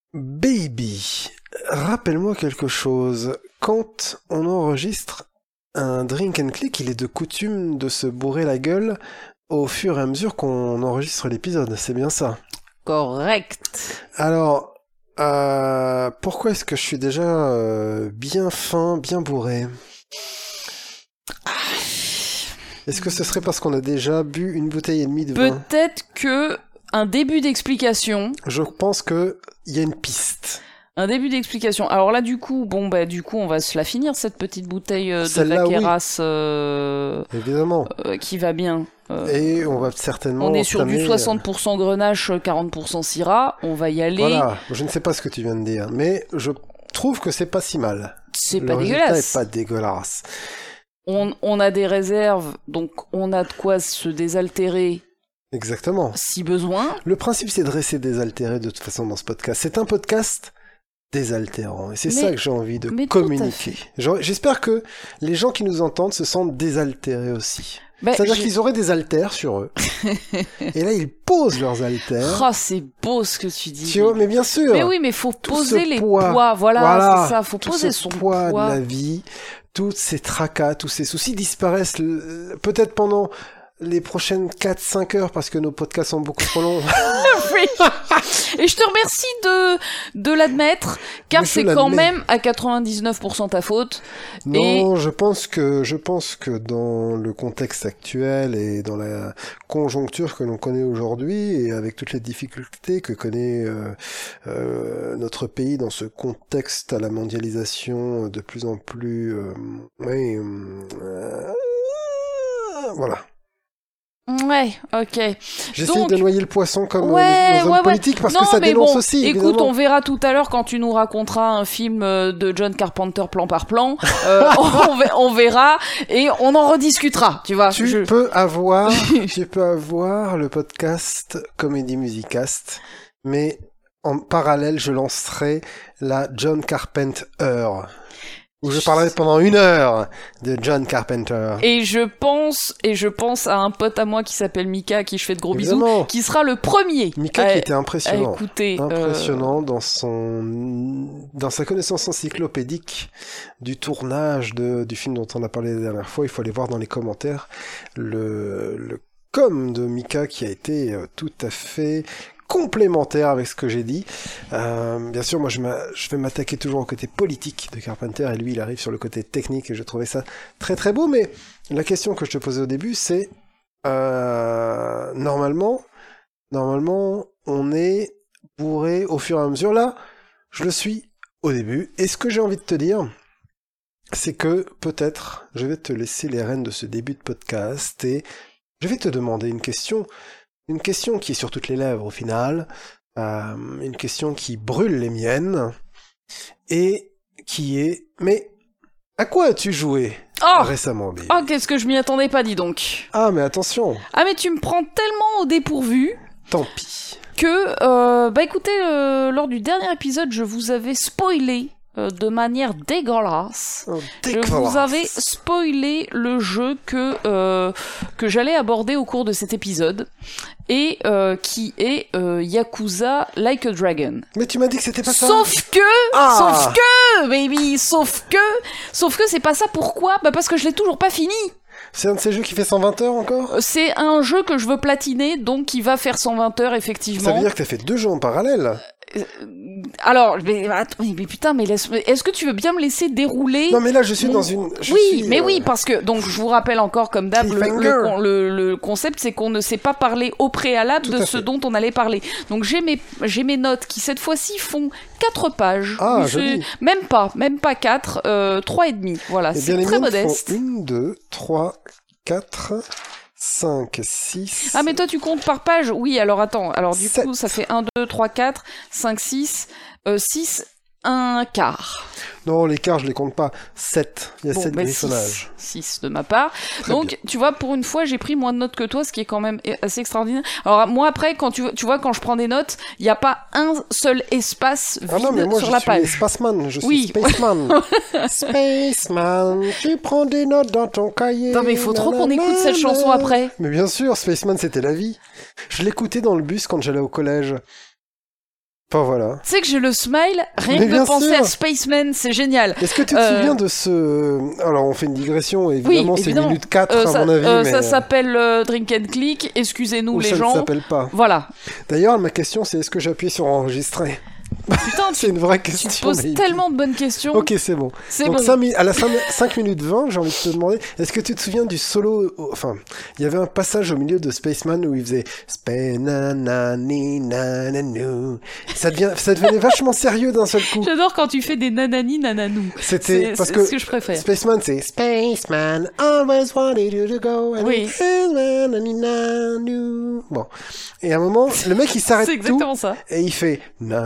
Baby, rappelle-moi quelque chose. Quand on enregistre un drink and click, il est de coutume de se bourrer la gueule au fur et à mesure qu'on enregistre l'épisode, c'est bien ça? Correct. Alors, pourquoi est-ce que je suis déjà bien faim, bien bourré? Est-ce que ce serait parce qu'on a déjà bu une bouteille et demie de vin? Peut-être que un début d'explication. Je pense que il y a une piste. Un début d'explication. Alors là, du coup, on va se la finir, cette petite bouteille de Celle-là, Vaqueras Évidemment. qui va bien. Et on va certainement... On est sur du 60% Grenache, 40% Syrah. On va y aller. Voilà, je ne sais pas ce que tu viens de dire, mais je trouve que c'est pas si mal. C'est Le pas résultat dégueulasse. est pas dégueulasse. On a des réserves, donc on a de quoi se désaltérer Exactement. si besoin. Le principe, c'est de rester désaltéré de toute façon dans ce podcast. C'est un podcast désaltérant. Et c'est ça que j'ai envie de communiquer. J'espère que les gens qui nous entendent se sentent désaltérés aussi. C'est-à-dire qu'ils auraient des haltères sur eux. Et là, ils posent leurs haltères. Oh, c'est beau ce que tu dis. Tu vois, mais bien sûr. Mais oui, mais faut poser les poids. Voilà, c'est ça. Faut poser son poids de la vie. Tous ces tracas, tous ces soucis disparaissent peut-être pendant les prochaines 4-5 heures parce que nos podcasts sont beaucoup trop longs. Et je te remercie de l'admettre, car c'est quand même à 99% ta faute. Non, je pense que dans le contexte actuel et dans la conjoncture que l'on connaît aujourd'hui et avec toutes les difficultés que connaît notre pays dans ce contexte à la mondialisation de plus en plus... voilà. Ouais, ok. J'essaie de noyer le poisson comme les hommes politiques parce non, que ça dénonce aussi. Écoute, évidemment. On verra tout à l'heure quand tu nous raconteras un film de John Carpenter plan par plan. On verra et on en rediscutera. Tu vois. Tu peux avoir le podcast Comédie Musicast, mais en parallèle, je lancerai la John Carpenter. Où je parlerai pendant 1 heure de John Carpenter. Et je pense à un pote à moi qui s'appelle Mika, à qui je fais de gros bisous, qui sera le premier. Mika qui était impressionnant. Impressionnant dans sa connaissance encyclopédique du tournage du film dont on a parlé la dernière fois. Il faut aller voir dans les commentaires le com de Mika qui a été tout à fait complémentaire avec ce que j'ai dit. Bien sûr, moi je vais m'attaquer toujours au côté politique de Carpenter et lui il arrive sur le côté technique et je trouvais ça très très beau, mais la question que je te posais au début c'est normalement on est bourré au fur et à mesure. Là, je le suis au début et ce que j'ai envie de te dire c'est que peut-être je vais te laisser les rênes de ce début de podcast et je vais te demander une question qui est sur toutes les lèvres au final, une question qui brûle les miennes, et qui est... Mais à quoi as-tu joué récemment, Bill? Oh, qu'est-ce que je m'y attendais pas, dis donc. Ah, mais attention. Ah, mais tu me prends tellement au dépourvu. Tant pis. Que, écoutez, lors du dernier épisode, je vous avais spoilé de manière dégueulasse. Je vous avais spoilé le jeu que j'allais aborder au cours de cet épisode et qui est Yakuza Like a Dragon. Mais tu m'as dit que c'était pas ça. Sauf que, baby, sauf que c'est pas ça. Pourquoi? Parce que je l'ai toujours pas fini. C'est un de ces jeux qui fait 120 heures encore? C'est un jeu que je veux platiner, donc qui va faire 120 heures effectivement. Ça veut dire que t'as fait 2 jeux en parallèle? Alors, mais putain, est-ce que tu veux bien me laisser dérouler? Non, mais là, je suis dans une... Oui, parce que, donc, je vous rappelle encore, comme d'hab, le concept, c'est qu'on ne sait pas parler au préalable de ce dont on allait parler. Donc, j'ai mes notes qui, cette fois-ci, font 4 pages. Ah, joli. Même pas 4, 3 et demi. Voilà, c'est très modeste. 1, 2, 3, 4... 5, 6... Ah, mais toi, tu comptes par page? Oui, alors attends. Alors, du 7. coup, ça fait 1, 2, 3, 4, 5, 6, 6, un quart. Non, les quarts, je les compte pas. 7. Il y a 7 griffonnages. 6 de ma part. Très donc, bien. tu vois, pour une fois, j'ai pris moins de notes que toi, ce qui est quand même assez extraordinaire. Alors, moi, après, quand tu vois, quand je prends des notes, il n'y a pas un seul espace vide sur la page. Je suis Spaceman. Spaceman, tu prends des notes dans ton cahier. Non, mais il faut trop qu'on écoute cette chanson après. Mais bien sûr, Spaceman, c'était la vie. Je l'écoutais dans le bus quand j'allais au collège. Enfin, voilà. Tu sais que j'ai le smile, rien que de penser à Spaceman, c'est génial. Est-ce que tu te souviens de ce... Alors, on fait une digression, évidemment, c'est minute 4 à mon avis. Mais... Ça s'appelle Drink and Click, excusez-nous les gens. Ça ne s'appelle pas. Voilà. D'ailleurs, ma question, c'est est-ce que j'appuie sur enregistrer ? Putain, c'est une vraie question. Tu poses tellement de bonnes questions. Ok, c'est bon. Donc, 5 minutes 20, j'ai envie de te demander, est-ce que tu te souviens du solo... Enfin, il y avait un passage au milieu de Spaceman où il faisait... Ça devenait vachement sérieux d'un seul coup. J'adore quand tu fais des nanani nananou. C'est ce que je préfère. Spaceman, c'est Spaceman, always wanted you to go. Oui. Bon. Et à un moment, le mec, il s'arrête tout. C'est exactement ça. Et il fait...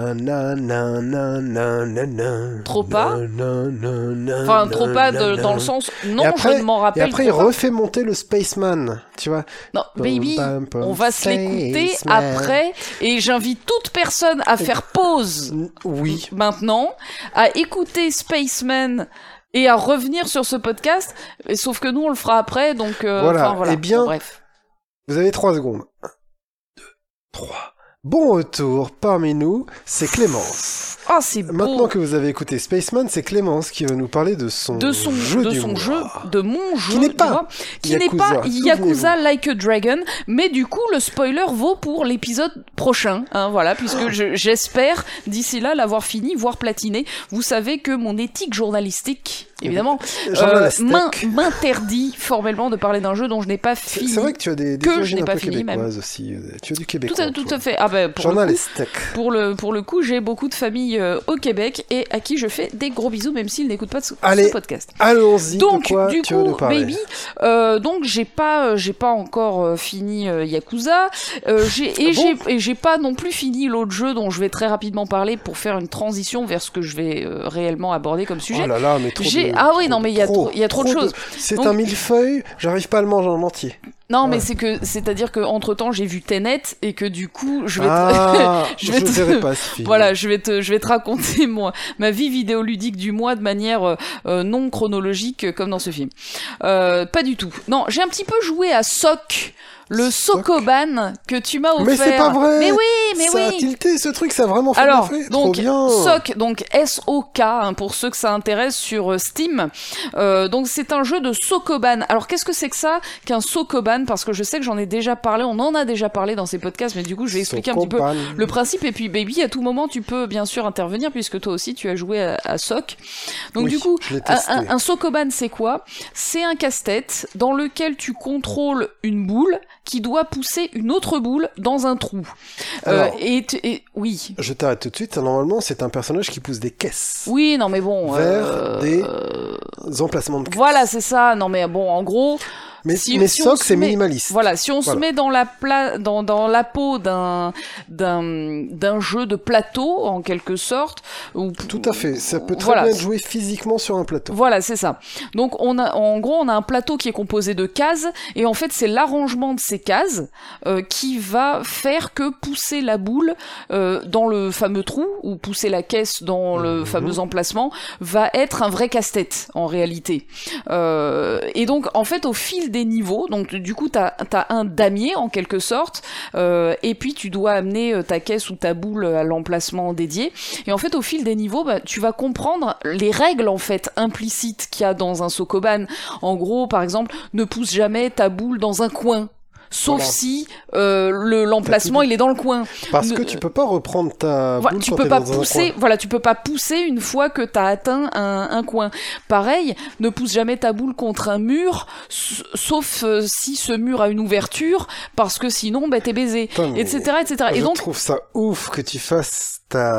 Trop pas. Enfin, trop pas dans le sens non, après, je ne m'en rappelle. Et après, il refait monter le Spaceman, tu vois. Non, baby, on va se l'écouter après. Et j'invite toute personne à faire pause. Oui. Maintenant, à écouter Spaceman et à revenir sur ce podcast. Et sauf que nous, on le fera après, donc. Voilà. Eh bien, bon, bref. Vous avez 3 secondes. 1, 2, 3. Bon retour parmi nous, c'est Clémence. Ah, c'est beau. Maintenant que vous avez écouté Spaceman, c'est Clémence qui va nous parler de mon jeu, qui n'est pas Yakuza Like a Dragon, mais du coup le spoiler vaut pour l'épisode prochain, hein, voilà, puisque j'espère d'ici là l'avoir fini, voire platiné. Vous savez que mon éthique journalistique, évidemment, m'interdit formellement de parler d'un jeu dont je n'ai pas fini. C'est vrai que tu as des origines un peu québécoises aussi. Tu as du québécois. Tout à fait. Ah ben, pour le coup, j'ai beaucoup de familles au Québec et à qui je fais des gros bisous, même s'ils n'écoutent pas ce podcast. Allons-y. Donc, de quoi du tu veux nous coup, parler. baby, donc j'ai pas encore fini Yakuza, j'ai pas non plus fini l'autre jeu dont je vais très rapidement parler pour faire une transition vers ce que je vais réellement aborder comme sujet. Oh là là, mais trop il y a trop de choses. C'est un millefeuille, j'arrive pas à le manger en entier. Non, mais c'est-à-dire que entre temps j'ai vu Tenet et que du coup je vais voilà, je vais te raconter ma vie vidéoludique du mois de manière non chronologique comme dans ce film. Pas du tout. Non, j'ai un petit peu joué à SOC. Le Sokoban que tu m'as offert. Mais c'est pas vrai. Mais oui. Ça a tilté ce truc, ça a vraiment fait l'effet. Trop bien. SOC, donc S-O-K, hein, pour ceux que ça intéresse sur Steam. Donc c'est un jeu de Sokoban. Alors qu'est-ce que c'est que ça qu'un Sokoban? Parce que je sais que j'en ai déjà parlé, on en a déjà parlé dans ces podcasts, mais du coup je vais expliquer un petit peu le principe. Et puis baby, à tout moment tu peux bien sûr intervenir puisque toi aussi tu as joué à SOC. Donc du coup, un Sokoban c'est quoi? C'est un casse-tête dans lequel tu contrôles une boule qui doit pousser une autre boule dans un trou. Alors, oui. Je t'arrête tout de suite. Normalement, c'est un personnage qui pousse des caisses. Oui, non mais bon. Vers des emplacements de caisses. Voilà, c'est ça. Non mais bon, en gros. Mais SOC, c'est minimaliste. Voilà, si on se met dans la peau d'un jeu de plateau, en quelque sorte. Tout à fait. Ça peut très bien être joué physiquement sur un plateau. Voilà, c'est ça. Donc, on a un plateau qui est composé de cases, et en fait, c'est l'arrangement de ces cases qui va faire que pousser la boule dans le fameux trou, ou pousser la caisse dans le fameux emplacement, va être un vrai casse-tête, en réalité. Et donc, en fait, au fil des niveaux, donc du coup t'as un damier en quelque sorte, et puis tu dois amener ta caisse ou ta boule à l'emplacement dédié, et en fait au fil des niveaux tu vas comprendre les règles en fait implicites qu'il y a dans un Sokoban. En gros, par exemple, ne pousse jamais ta boule dans un coin. Sauf si l'emplacement il est dans le coin. Parce que tu peux pas reprendre ta boule tu peux pas pousser. Voilà, tu peux pas pousser une fois que t'as atteint un coin. Pareil, ne pousse jamais ta boule contre un mur, sauf si ce mur a une ouverture, parce que sinon t'es baisé, etc., etc. Et donc, je trouve ça ouf que tu fasses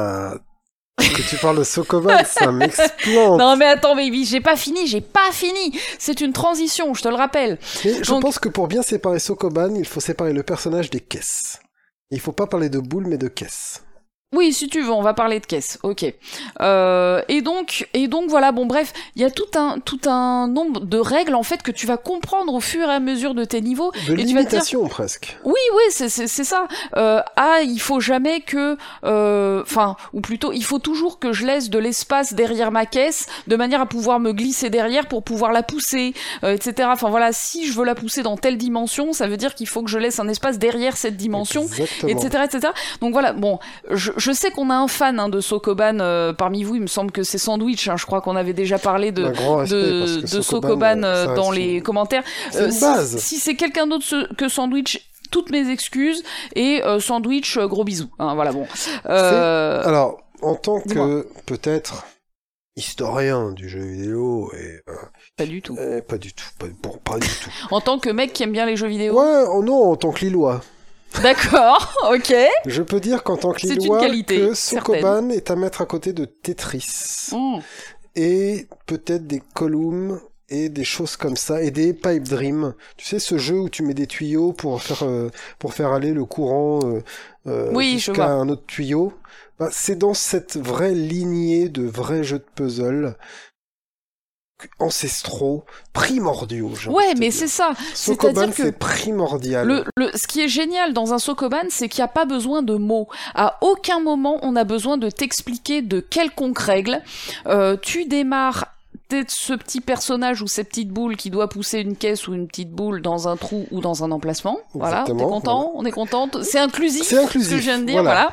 que tu parles de Sokoban, ça m'explante. Non mais attends baby, j'ai pas fini. C'est une transition, je te le rappelle. Mais je pense que pour bien séparer Sokoban, il faut séparer le personnage des caisses. Il faut pas parler de boules mais de caisses. Oui, si tu veux, on va parler de caisse. Ok. Et donc voilà. Bon, bref, il y a tout un nombre de règles en fait que tu vas comprendre au fur et à mesure de tes niveaux. De limitation presque. Oui, c'est ça. Il faut jamais que, ou plutôt, il faut toujours que je laisse de l'espace derrière ma caisse, de manière à pouvoir me glisser derrière pour pouvoir la pousser, etc. Enfin voilà, si je veux la pousser dans telle dimension, ça veut dire qu'il faut que je laisse un espace derrière cette dimension, etc., etc. Donc voilà. Bon, je je sais qu'on a un fan de Sokoban parmi vous, il me semble que c'est Sandwich, je crois qu'on avait déjà parlé de Sokoban dans les commentaires. C'est une base. Si c'est quelqu'un d'autre que Sandwich, toutes mes excuses, et Sandwich, gros bisous. Voilà, bon. Alors, en tant que, peut-être, historien du jeu vidéo, et... Pas du tout. Pas du tout. Pas du tout. En tant que mec qui aime bien les jeux vidéo. Ouais, non, en tant que Lillois. D'accord, ok. Je peux dire qu'en tant que Lillois, que Sokoban est à mettre à côté de Tetris. Et peut-être des Column et des choses comme ça, et des Pipe Dream. Tu sais, ce jeu où tu mets des tuyaux pour faire aller le courant jusqu'à un autre tuyau. Bah, c'est dans cette vraie lignée de vrais jeux de puzzle ancestraux, primordiaux. Ouais, mais c'est ça. Sokoban, c'est primordial. Ce qui est génial dans un Sokoban, c'est qu'il n'y a pas besoin de mots. À aucun moment, on a besoin de t'expliquer de quelconque règle. Tu démarres ce petit personnage ou cette petite boule qui doit pousser une caisse ou une petite boule dans un trou ou dans un emplacement. Voilà, t'es content, on est contente. C'est inclusif, ce que je viens de dire, voilà.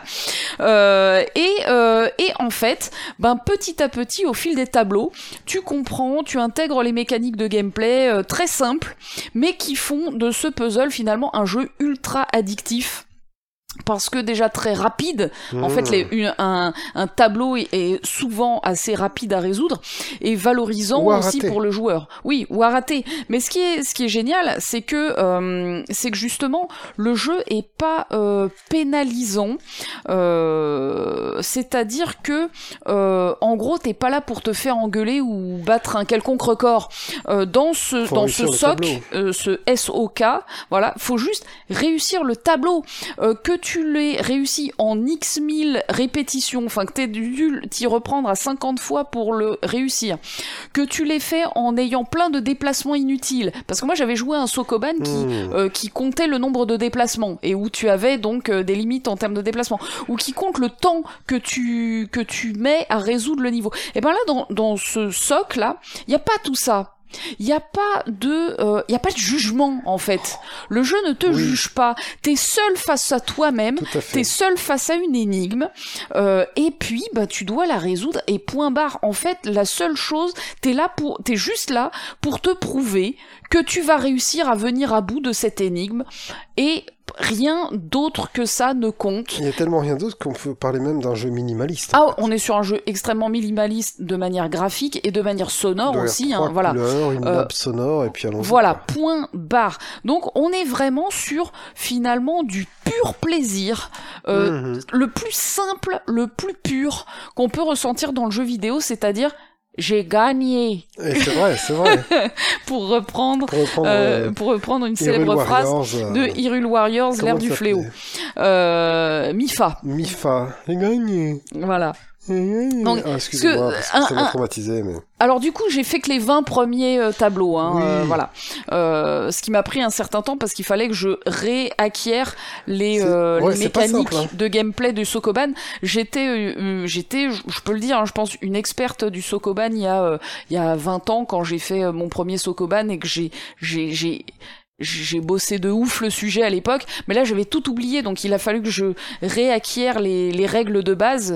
Et en fait, petit à petit, au fil des tableaux, tu comprends, tu intègres les mécaniques de gameplay très simples, mais qui font de ce puzzle finalement un jeu ultra addictif. Parce que déjà très rapide, en fait un tableau est souvent assez rapide à résoudre et valorisant aussi pour le joueur. Oui, ou à rater. Mais ce qui est génial, c'est que justement le jeu est pas pénalisant. C'est-à-dire que en gros t'es pas là pour te faire engueuler ou battre un quelconque record. Dans ce SOC, ce SOK, voilà, faut juste réussir le tableau. Que tu l'aies réussi en X mille répétitions, enfin que t'aies dû t'y reprendre à 50 fois pour le réussir, que tu l'aies fait en ayant plein de déplacements inutiles, parce que moi j'avais joué un Sokoban qui comptait le nombre de déplacements, et où tu avais donc des limites en termes de déplacement, ou qui compte le temps que tu mets à résoudre le niveau. Et ben là, dans ce socle là, il y a pas tout ça. Il y a pas de jugement en fait. Le jeu ne te juge pas. T'es seul face à toi-même. T'es seul face à une énigme. Et puis tu dois la résoudre. Et point barre. En fait, la seule chose, t'es juste là pour te prouver que tu vas réussir à venir à bout de cette énigme. Et rien d'autre que ça ne compte. Il y a tellement rien d'autre qu'on peut parler même d'un jeu minimaliste. On est sur un jeu extrêmement minimaliste de manière graphique et de manière sonore aussi. Trois couleurs, une nappe sonore, et puis allons-y. Voilà, point barre. Donc on est vraiment sur finalement du pur plaisir, le plus simple, le plus pur qu'on peut ressentir dans le jeu vidéo, c'est-à-dire j'ai gagné. Et c'est vrai. pour reprendre une célèbre phrase de Hyrule Warriors, l'ère du fléau. Mifa. J'ai gagné. Voilà. Donc, excusez-moi, ça m'a traumatisé, mais... Alors du coup, j'ai fait que les 20 premiers tableaux, voilà. Ce qui m'a pris un certain temps parce qu'il fallait que je réacquière les mécaniques de gameplay du Sokoban. J'étais, je peux le dire, je pense, une experte du Sokoban il y a 20 ans quand j'ai fait mon premier Sokoban et que j'ai bossé de ouf le sujet à l'époque, mais là j'avais tout oublié, donc il a fallu que je réacquière les règles de base,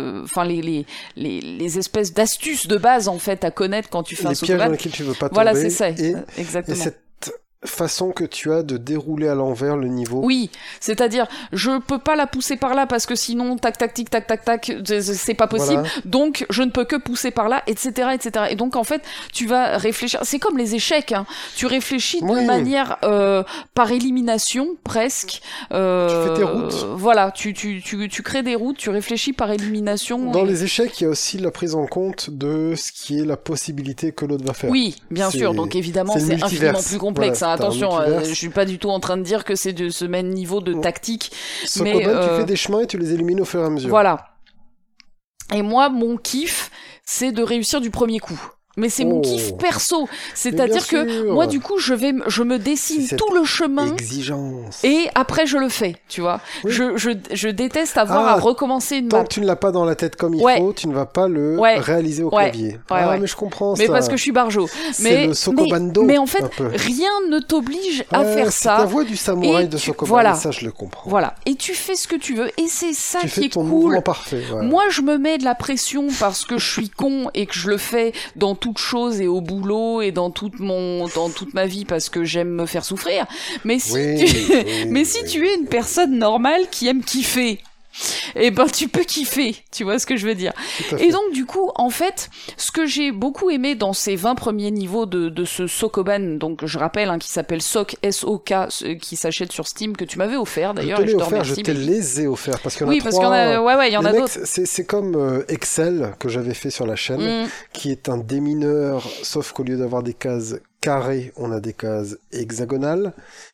les espèces d'astuces de base en fait à connaître quand tu fais un Sokoban. Les pièges dans lesquels tu veux pas tomber. Voilà, c'est ça, exactement. Et cette façon que tu as de dérouler à l'envers le niveau. Oui, c'est-à-dire je peux pas la pousser par là parce que sinon tac tac tic tac tac tac c'est pas possible. Voilà. Donc je ne peux que pousser par là, etc. etc. Et donc en fait tu vas réfléchir. C'est comme les échecs. Tu réfléchis de manière par élimination presque. Tu fais tes routes. Voilà, tu crées des routes. Tu réfléchis par élimination. Dans les échecs, il y a aussi la prise en compte de ce qui est la possibilité que l'autre va faire. Oui, bien sûr. Donc évidemment c'est infiniment plus complexe. Voilà. Attention, je suis pas du tout en train de dire que c'est de ce même niveau de tactique. Mais tu fais des chemins et tu les élimines au fur et à mesure. Voilà. Et moi, mon kiff, c'est de réussir du premier coup. Mais c'est mon kiff perso. C'est-à-dire que moi, du coup, je me dessine tout le chemin. Exigence. Et après, je le fais, tu vois. Oui. Je déteste avoir à recommencer une map. Tant que tu ne l'as pas dans la tête comme il faut, tu ne vas pas le réaliser au clavier. Mais je comprends ça. Mais parce que je suis barjo. C'est le Sokobando. Mais en fait, rien ne t'oblige à faire ça. C'est ta voix du samouraï de Sokoban, ça je le comprends. Voilà. Et tu fais ce que tu veux. Et c'est ça qui est cool. Tu fais ton mouvement parfait. Moi, je me mets de la pression parce que je suis con et que je le fais dans toute chose et au boulot et dans toute ma vie parce que j'aime me faire souffrir. Mais si tu es une personne normale qui aime kiffer, eh ben tu peux kiffer, tu vois ce que je veux dire. Et donc du coup, en fait, ce que j'ai beaucoup aimé dans ces 20 premiers niveaux de ce Sokoban, donc je rappelle, qui s'appelle SOK, S-O-K, qui s'achète sur Steam, que tu m'avais offert d'ailleurs. Je te les ai offerts parce qu'il y en a parce qu'il y en a, il y en a d'autres. C'est comme Excel que j'avais fait sur la chaîne, qui est un démineur, sauf qu'au lieu d'avoir des cases carrées, on a des cases hexagonales.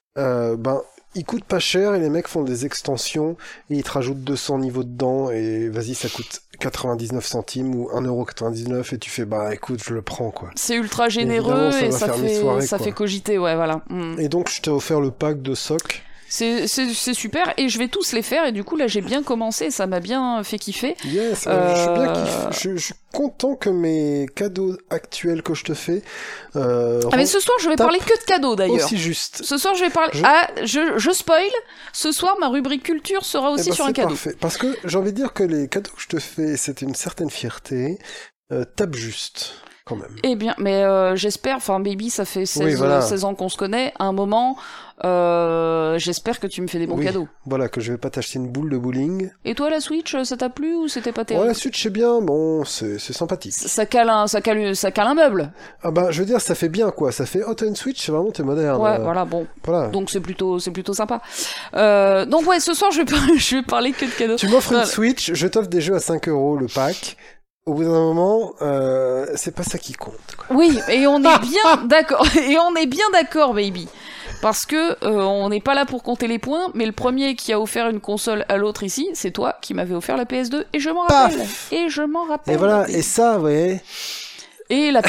Il coûte pas cher et les mecs font des extensions et ils te rajoutent 200 niveaux dedans et vas-y, ça coûte 99 centimes ou 1,99€ et tu fais écoute, je le prends quoi. C'est ultra généreux et ça fait cogiter, voilà. Et donc je t'ai offert le pack de SOK. C'est super et je vais tous les faire et du coup là j'ai bien commencé, ça m'a bien fait kiffer. Yes, je suis content que mes cadeaux actuels que je te fais. mais ce soir je vais parler que de cadeaux d'ailleurs. Aussi juste. Ce soir je vais parler. Je spoil. Ce soir ma rubrique culture sera aussi sur un cadeau. Parfait. Parce que j'ai envie de dire que les cadeaux que je te fais, c'est une certaine fierté. Tape juste. Quand même. Eh bien, mais j'espère, baby, ça fait 16 ans qu'on se connaît, à un moment, j'espère que tu me fais des bons cadeaux. Voilà, que je vais pas t'acheter une boule de bowling. Et toi, la Switch, ça t'a plu ou c'était pas terrible? La Switch, c'est bien, c'est sympathique. Ça cale un meuble. Je veux dire, ça fait bien, quoi. Ça fait, t'as une Switch, c'est vraiment, t'es moderne. Ouais, voilà, bon. Voilà. Donc c'est plutôt sympa. Donc ce soir, je vais parler que de cadeaux. Tu m'offres une Switch, je t'offre des jeux à 5€ le pack. Au bout d'un moment, c'est pas ça qui compte, quoi. Oui, et on est bien d'accord. Et on est bien d'accord, baby. Parce que on n'est pas là pour compter les points, mais le premier qui a offert une console à l'autre ici, c'est toi qui m'avais offert la PS2, et je m'en rappelle. Et voilà, et ça, ouais. Et la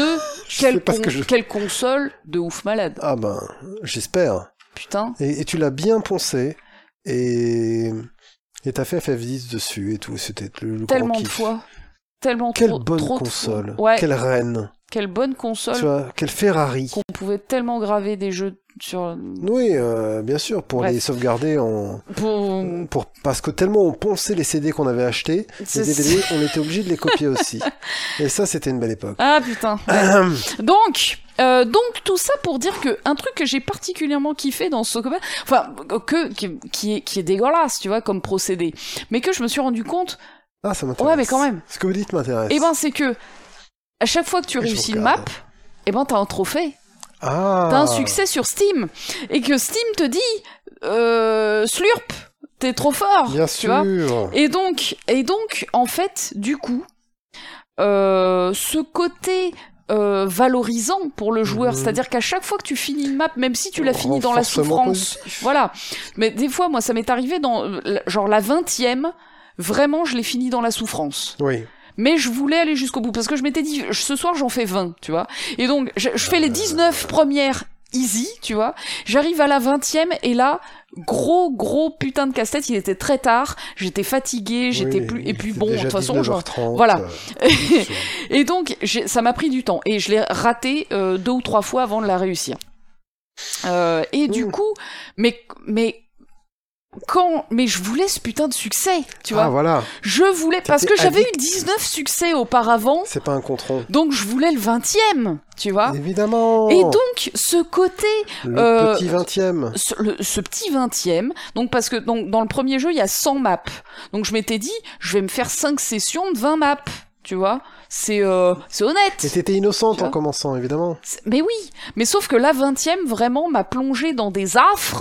PS2, quelle console de ouf malade. Ah j'espère. Putain. Et tu l'as bien poncé, et t'as fait FF10 dessus et tout, c'était le tellement gros kiff. De fois. Tellement quelle trop, bonne trop console, ouais. Quelle reine. Quelle bonne console. Tu vois, quelle Ferrari. Qu'on pouvait tellement graver des jeux sur... Oui, bien sûr, pour les sauvegarder parce que tellement on ponçait les CD qu'on avait achetés, les DVD, on était obligé de les copier aussi. Et ça, c'était une belle époque. Ah putain. Ouais. Donc tout ça pour dire que un truc que j'ai particulièrement kiffé dans Sokoban, qui est dégueulasse, tu vois, comme procédé, mais que je me suis rendu compte. Ah, ça m'intéresse. Ouais, mais quand même. Ce que vous dites m'intéresse. C'est que à chaque fois que tu réussis une map, t'as un trophée. Ah. T'as un succès sur Steam et que Steam te dit Slurp, t'es trop fort. Bien tu vois. Et donc en fait, du coup, ce côté valorisant pour le joueur, c'est-à-dire qu'à chaque fois que tu finis une map, même si tu l'as fini dans la souffrance, voilà. Mais des fois, moi, ça m'est arrivé dans genre la 20e. Vraiment, je l'ai fini dans la souffrance. Oui. Mais je voulais aller jusqu'au bout, parce que je m'étais dit, ce soir, j'en fais 20, tu vois. Et donc, je fais les 19 premières easy, tu vois. J'arrive à la 20e, et là, gros putain de casse-tête, il était très tard, j'étais fatiguée, et puis bon, de toute façon, voilà. Et donc, ça m'a pris du temps, et je l'ai raté 2 ou 3 fois avant de la réussir. Et du coup, mais je voulais ce putain de succès, tu vois. Ah, voilà. Je voulais, parce que j'avais eu 19 succès auparavant. C'est pas un contron. Donc je voulais le 20e, tu vois. Évidemment. Et donc, ce côté... Le petit 20e. Ce petit 20e. Donc, parce que dans le premier jeu, il y a 100 maps. Donc je m'étais dit, je vais me faire 5 sessions de 20 maps. Tu vois, c'est honnête. Et t'étais innocente en commençant, évidemment. Mais oui, mais sauf que la 20e, vraiment, m'a plongé dans des affres.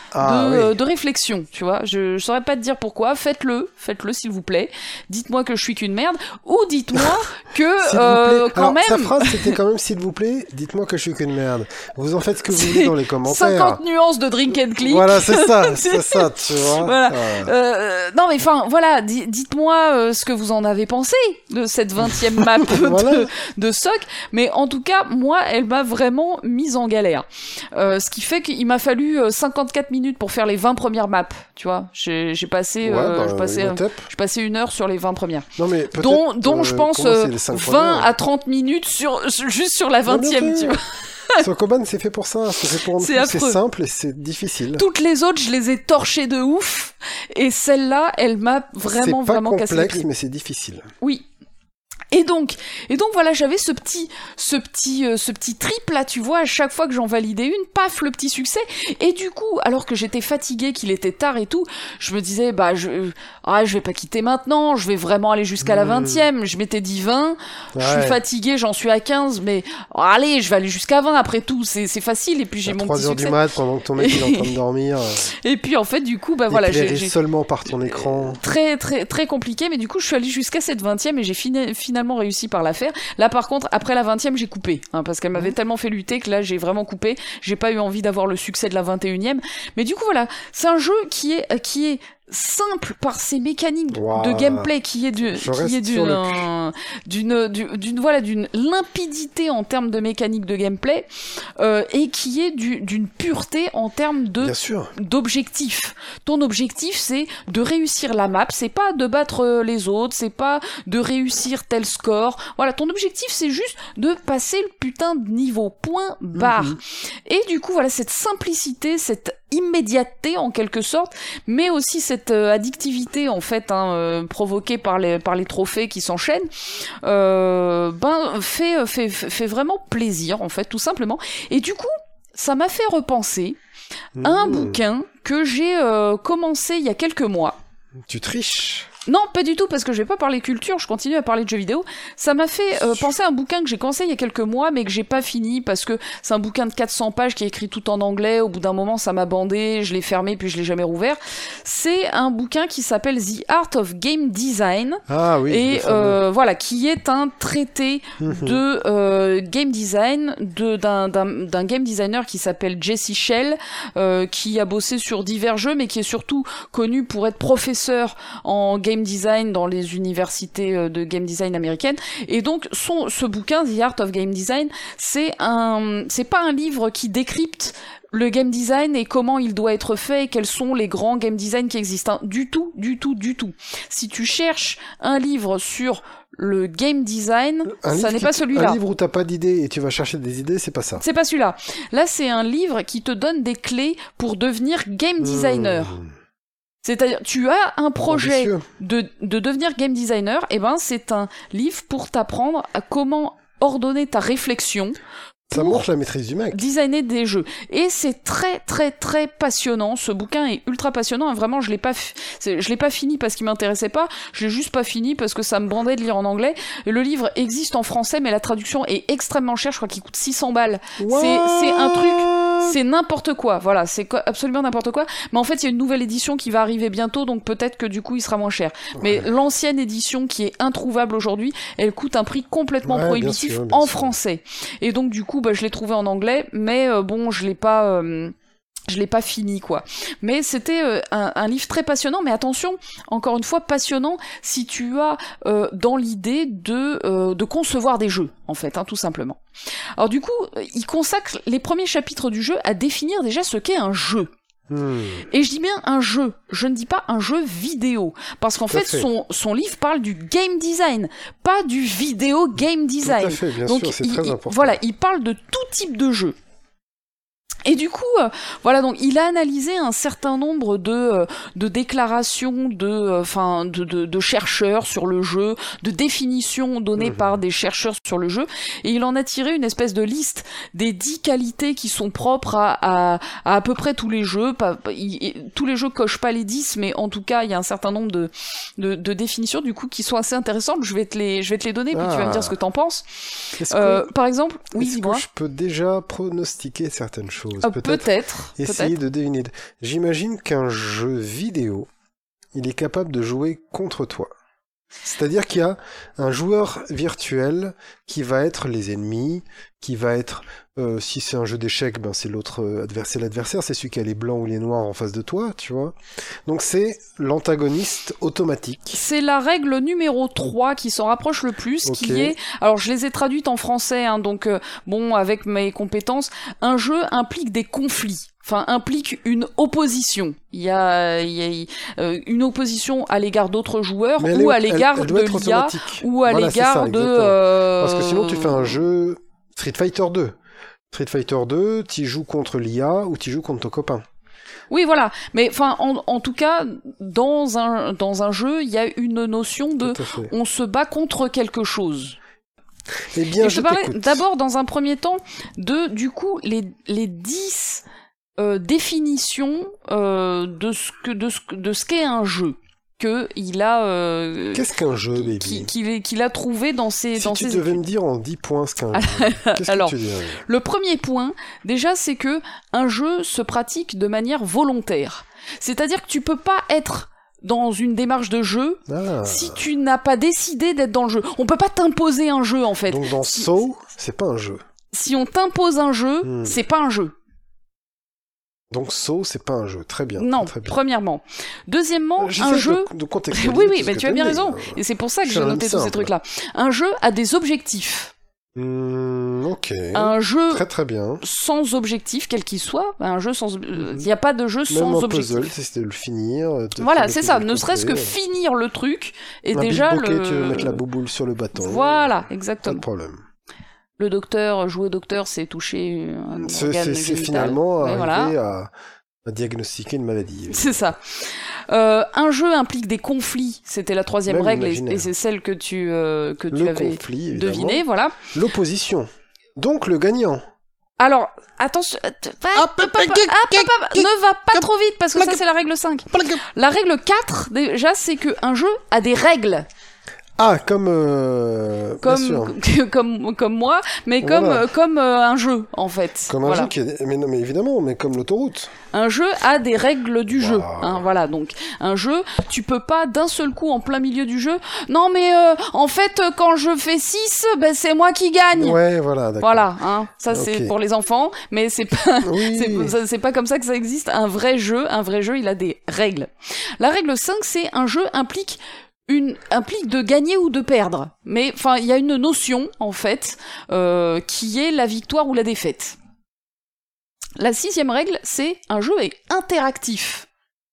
de réflexion, tu vois. Je saurais pas te dire pourquoi. Faites-le s'il vous plaît. Dites-moi que je suis qu'une merde, ou dites-moi que quand même. Sa phrase c'était quand même s'il vous plaît, dites-moi que je suis qu'une merde. Vous en faites ce que vous voulez dans les commentaires. 50 nuances de drink and click. Voilà, c'est ça, tu vois. Voilà. Non mais enfin voilà, dites-moi ce que vous en avez pensé de cette 20e map de SOC. Mais en tout cas, moi, elle m'a vraiment mise en galère. Ce qui fait qu'il m'a fallu 54 minutes pour faire les 20 premières maps, tu vois. J'ai passé 1 heure sur les 20 premières. Non, mais dont je pense 20 à 30 minutes juste sur la 20e, tu vois. Sokoban, c'est fait pour ça. C'est fait pour c'est simple et c'est difficile. Toutes les autres, je les ai torchées de ouf. Et celle-là, elle m'a vraiment cassé les pieds. C'est pas complexe, mais c'est difficile. Oui. Et donc voilà, j'avais ce petit trip là, tu vois, à chaque fois que j'en validais une, paf, le petit succès. Et du coup, alors que j'étais fatiguée, qu'il était tard et tout, je me disais, je vais pas quitter maintenant, je vais vraiment aller jusqu'à la 20e. Je m'étais dit 20, je suis fatiguée, j'en suis à 15, mais allez, je vais aller jusqu'à 20 après tout, c'est facile. Et puis j'ai mon petit succès. 3 heures du mat, pendant que ton mec est en train de dormir. Et puis en fait, du coup, voilà, j'ai seulement par ton écran. Très, très, très compliqué, mais du coup, je suis allée jusqu'à cette 20e et j'ai finalement réussi par la faire. Là par contre, après la 20e, j'ai coupé, parce qu'elle m'avait tellement fait lutter que là j'ai vraiment coupé. J'ai pas eu envie d'avoir le succès de la 21e. Mais du coup voilà, c'est un jeu qui est simple par ses mécaniques de gameplay, qui est d'une limpidité en termes de mécanique de gameplay, et qui est d'une pureté en termes d'objectif. Ton objectif, c'est de réussir la map, c'est pas de battre les autres, c'est pas de réussir tel score. Voilà, ton objectif, c'est juste de passer le putain de niveau. Point barre. Et du coup, voilà, cette simplicité, cette immédiateté en quelque sorte, mais aussi cette addictivité en fait provoquée par les trophées qui s'enchaînent, fait vraiment plaisir en fait, tout simplement. Et du coup, ça m'a fait repenser à un bouquin que j'ai commencé il y a quelques mois. Tu triches? Non, pas du tout, parce que je vais pas parler culture, je continue à parler de jeux vidéo. Ça m'a fait penser à un bouquin que j'ai commencé il y a quelques mois, mais que j'ai pas fini, parce que c'est un bouquin de 400 pages qui est écrit tout en anglais. Au bout d'un moment, ça m'a bandé, je l'ai fermé, puis je l'ai jamais rouvert. C'est un bouquin qui s'appelle The Art of Game Design. Ah oui. Et voilà, qui est un traité de game design d'un game designer qui s'appelle Jesse Shell, qui a bossé sur divers jeux, mais qui est surtout connu pour être professeur en game design dans les universités de game design américaines. Et donc ce bouquin The Art of Game Design, c'est pas un livre qui décrypte le game design et comment il doit être fait et quels sont les grands game design qui existent. Du tout. Si tu cherches un livre sur le game design, ça n'est pas celui-là. Un livre où t'as pas d'idées et tu vas chercher des idées, c'est pas ça. C'est pas celui-là. Là, c'est un livre qui te donne des clés pour devenir game designer. C'est-à-dire, tu as un projet de devenir game designer, et c'est un livre pour t'apprendre à comment ordonner ta réflexion. Ça montre la maîtrise du mec. Designer des jeux. Et c'est très, très, très passionnant. Ce bouquin est ultra passionnant. Vraiment, je l'ai pas fini parce qu'il m'intéressait pas. Je l'ai juste pas fini parce que ça me bandait de lire en anglais. Le livre existe en français, mais la traduction est extrêmement chère. Je crois qu'il coûte 600 balles. C'est un truc, c'est n'importe quoi. Voilà, c'est absolument n'importe quoi. Mais en fait, il y a une nouvelle édition qui va arriver bientôt, donc peut-être que du coup, il sera moins cher. Mais l'ancienne édition, qui est introuvable aujourd'hui, elle coûte un prix complètement prohibitif en français. Et donc, du coup, je l'ai trouvé en anglais, mais je l'ai pas fini, quoi. Mais c'était un livre très passionnant, mais attention, encore une fois, passionnant si tu as dans l'idée de concevoir des jeux, en fait, tout simplement. Alors du coup, il consacre les premiers chapitres du jeu à définir déjà ce qu'est un jeu. Et je dis bien un jeu, je ne dis pas un jeu vidéo, parce qu'en fait son livre parle du game design, pas du vidéo game design. Tout à fait, bien donc sûr, c'est très important. Voilà, il parle de tout type de jeu. Et du coup, voilà, donc il a analysé un certain nombre de déclarations de chercheurs sur le jeu, de définitions données par des chercheurs sur le jeu, et il en a tiré une espèce de liste des 10 qualités qui sont propres à peu près tous les jeux. Tous les jeux cochent pas les 10, mais en tout cas, il y a un certain nombre de définitions du coup qui sont assez intéressantes. Je vais te les donner, puis tu vas me dire ce que t'en penses. Par exemple, oui, dis-moi. Est-ce que je peux déjà pronostiquer certaines choses? chose. Peut-être. Essayer de deviner. J'imagine qu'un jeu vidéo, il est capable de jouer contre toi. C'est-à-dire qu'il y a un joueur virtuel qui va être les ennemis, qui va être, si c'est un jeu d'échecs, ben c'est l'adversaire, c'est celui qui a les blancs ou les noirs en face de toi, tu vois. Donc c'est l'antagoniste automatique. C'est la règle numéro 3 qui s'en rapproche le plus, qui est, alors je les ai traduites en français, hein, donc bon, avec mes compétences, un jeu implique des conflits. Enfin, implique une opposition. Il y a une opposition à l'égard d'autres joueurs, ou à l'égard de l'IA, ou à l'égard de... Parce que sinon, tu fais un jeu Street Fighter 2. Street Fighter 2, tu joues contre l'IA ou tu joues contre ton copain. Oui, voilà. Mais enfin, en tout cas, dans un jeu, il y a une notion de... On se bat contre quelque chose. Eh bien, je te parlais d'abord, dans un premier temps, du coup, les 10... définition de ce qu'est un jeu qu'il a qu'est-ce qu'un jeu, baby, qu'il a trouvé dans ses si tu devais me dire en 10 points ce qu'un jeu, qu'est-ce alors, que tu dirais? Le premier point déjà, c'est que un jeu se pratique de manière volontaire, c'est-à-dire que tu peux pas être dans une démarche de jeu si tu n'as pas décidé d'être dans le jeu. On peut pas t'imposer un jeu, en fait. Donc dans Saw, c'est pas un jeu. Si on t'impose un jeu, c'est pas un jeu. Donc Saw, c'est pas un jeu. Très bien. Non, très bien. Premièrement. Deuxiement, un jeu... de contextualiser oui, mais tu as bien raison. Et c'est pour ça que j'ai noté tous ces trucs-là. Un jeu a des objectifs. Ok. Un jeu très très bien. Sans objectif, quel qu'il soit, un jeu sans... Il n'y a pas de jeu sans objectif. Même un puzzle, c'est de le finir. Voilà, c'est ça. Ne serait-ce que finir le truc, et déjà tu veux mettre la bouboule sur le bâton. Voilà, exactement. Pas de problème. Le docteur, jouer au docteur, c'est toucher un organe génital. C'est finalement arriver à diagnostiquer une maladie. C'est ça. Un jeu implique des conflits, c'était la troisième règle, et c'est celle que tu avais devinée, voilà. L'opposition. Donc le gagnant. Alors, attention, ne va pas trop vite, parce que ça c'est la règle 5. La règle 4, déjà, c'est qu'un jeu a des règles. Ah, comme moi, mais comme un jeu, en fait. Comme un jeu qui est... mais non, mais évidemment, mais comme l'autoroute. Un jeu a des règles du jeu, hein, voilà. Donc un jeu, tu peux pas d'un seul coup en plein milieu du jeu. Non, mais en fait, quand je fais 6, ben c'est moi qui gagne. Ouais, voilà, d'accord. Voilà, hein. Ça c'est pour les enfants, mais c'est pas c'est pas comme ça que ça existe. Un vrai jeu, il a des règles. La règle 5, c'est un jeu implique de gagner ou de perdre. Mais enfin, il y a une notion, en fait, qui est la victoire ou la défaite. La 6e règle, c'est un jeu est interactif.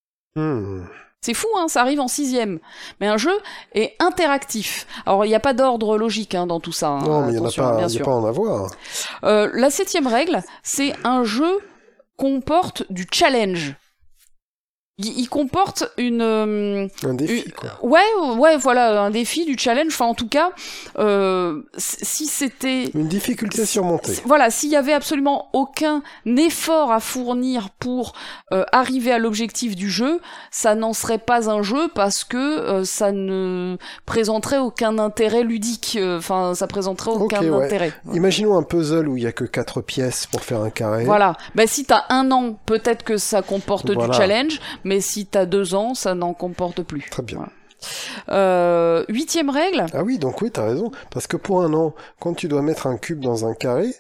C'est fou, hein, ça arrive en 6e. Mais un jeu est interactif. Alors, il n'y a pas d'ordre logique dans tout ça. Hein, non, mais il n'y a pas à en avoir. La 7e règle, c'est un jeu comporte du challenge. Il comporte un défi, quoi. Ouais, voilà, un défi, du challenge. Enfin, en tout cas, si c'était une difficulté surmontée. Voilà, s'il y avait absolument aucun effort à fournir pour arriver à l'objectif du jeu, ça n'en serait pas un jeu parce que ça ne présenterait aucun intérêt ludique. Enfin, ça présenterait aucun intérêt. Ouais. Imaginons un puzzle où il y a que 4 pièces pour faire un carré. Voilà. Ben si t'as 1 an, peut-être que ça comporte du challenge. Mais si t'as 2 ans, ça n'en comporte plus. Très bien. Voilà. 8e règle. Ah oui, donc oui, t'as raison. Parce que pour 1 an, quand tu dois mettre un cube dans un carré,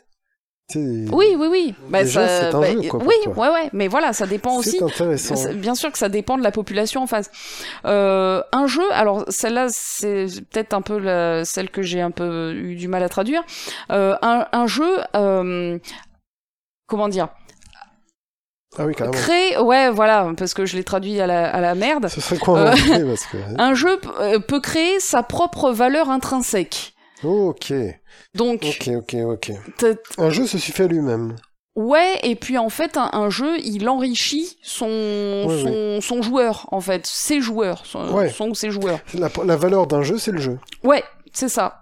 oui. Déjà, c'est un jeu, quoi. Oui, ouais. Mais voilà, ça dépend aussi. C'est intéressant. Bien sûr que ça dépend de la population en face. Un jeu, alors celle-là, c'est peut-être un peu celle que j'ai un peu eu du mal à traduire. Un jeu, comment dire? Ah oui, carrément. Parce que je l'ai traduit à la merde. Ce serait quoi parce que... Un jeu peut créer sa propre valeur intrinsèque. Ok. Donc. Ok. Un jeu se suffit à lui-même. Ouais, et puis en fait, un jeu, il enrichit son joueur, en fait. Ses joueurs. Son ou ses joueurs. La valeur d'un jeu, c'est le jeu. Ouais, c'est ça.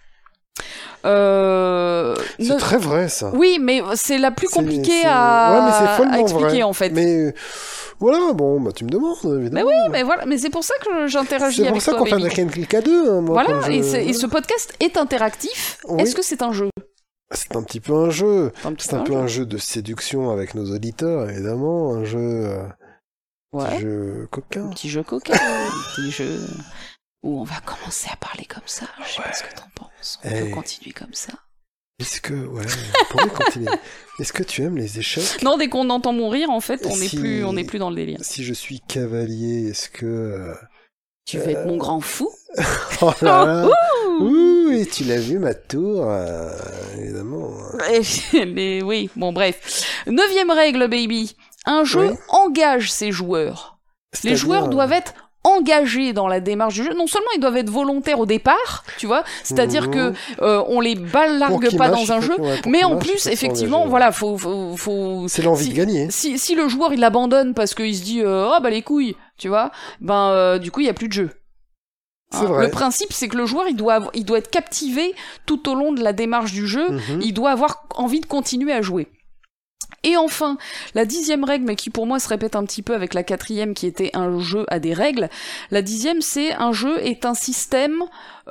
C'est très vrai, ça. Oui, mais c'est la plus compliquée à expliquer, vrai. En fait. Mais voilà, bon, tu me demandes, évidemment. Mais oui, mais voilà, mais c'est pour ça que j'interagis avec toi. C'est pour ça qu'on fait un clic à 2. Moi, voilà, et ce podcast est interactif. Oui. Est-ce que c'est un jeu ? C'est un petit peu un jeu. C'est un peu un jeu de séduction avec nos auditeurs, évidemment. Un jeu... Ouais. Petit jeu coquin. Un petit jeu coquin. Un petit jeu où on va commencer à parler comme ça. Je sais pas ce que t'en penses. On peut continuer comme ça. Est-ce que... Ouais, on pourrait continuer. Est-ce que tu aimes les échecs? Non, dès qu'on entend mon rire, en fait, on n'est plus dans le délire. Si je suis cavalier, est-ce que... Tu vas être mon grand fou? Oh là là. Ouh, et tu l'as vu, ma tour, évidemment. Oui, bon, bref. 9e règle, baby. Un jeu engage ses joueurs. Les joueurs doivent être engagés dans la démarche du jeu. Non seulement ils doivent être volontaires au départ, tu vois, c'est-à-dire que on les balargue pas dans un jeu, mais en plus, effectivement, voilà, faut... C'est l'envie de gagner. Si le joueur il abandonne parce qu'il se dit les couilles, tu vois, du coup il y a plus de jeu. C'est vrai. Le principe, c'est que le joueur, il doit être captivé tout au long de la démarche du jeu. Il doit avoir envie de continuer à jouer. Et enfin, la 10e règle, mais qui pour moi se répète un petit peu avec la 4e qui était un jeu à des règles, la 10e c'est un jeu est un système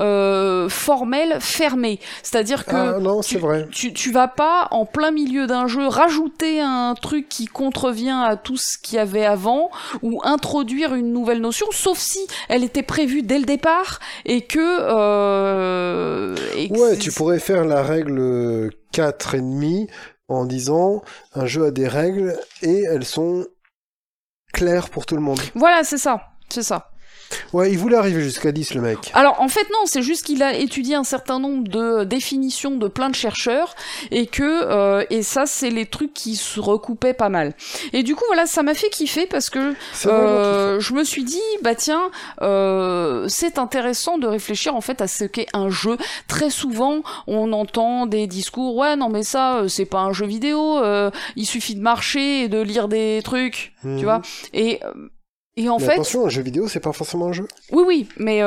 formel fermé. C'est-à-dire que non, c'est vrai. Tu vas pas en plein milieu d'un jeu rajouter un truc qui contrevient à tout ce qu'il y avait avant ou introduire une nouvelle notion, sauf si elle était prévue dès le départ et que... tu pourrais faire la règle 4,5 en disant un jeu a des règles et elles sont claires pour tout le monde. Voilà, c'est ça. Ouais, il voulait arriver jusqu'à 10, le mec. Alors, en fait, non, c'est juste qu'il a étudié un certain nombre de définitions de plein de chercheurs, et et ça, c'est les trucs qui se recoupaient pas mal. Et du coup, voilà, ça m'a fait kiffer, parce que je me suis dit, tiens, c'est intéressant de réfléchir, en fait, à ce qu'est un jeu. Très souvent, on entend des discours, ouais, non, mais ça, c'est pas un jeu vidéo, il suffit de marcher et de lire des trucs, tu vois, et en fait... Attention, un jeu vidéo, c'est pas forcément un jeu. Oui, mais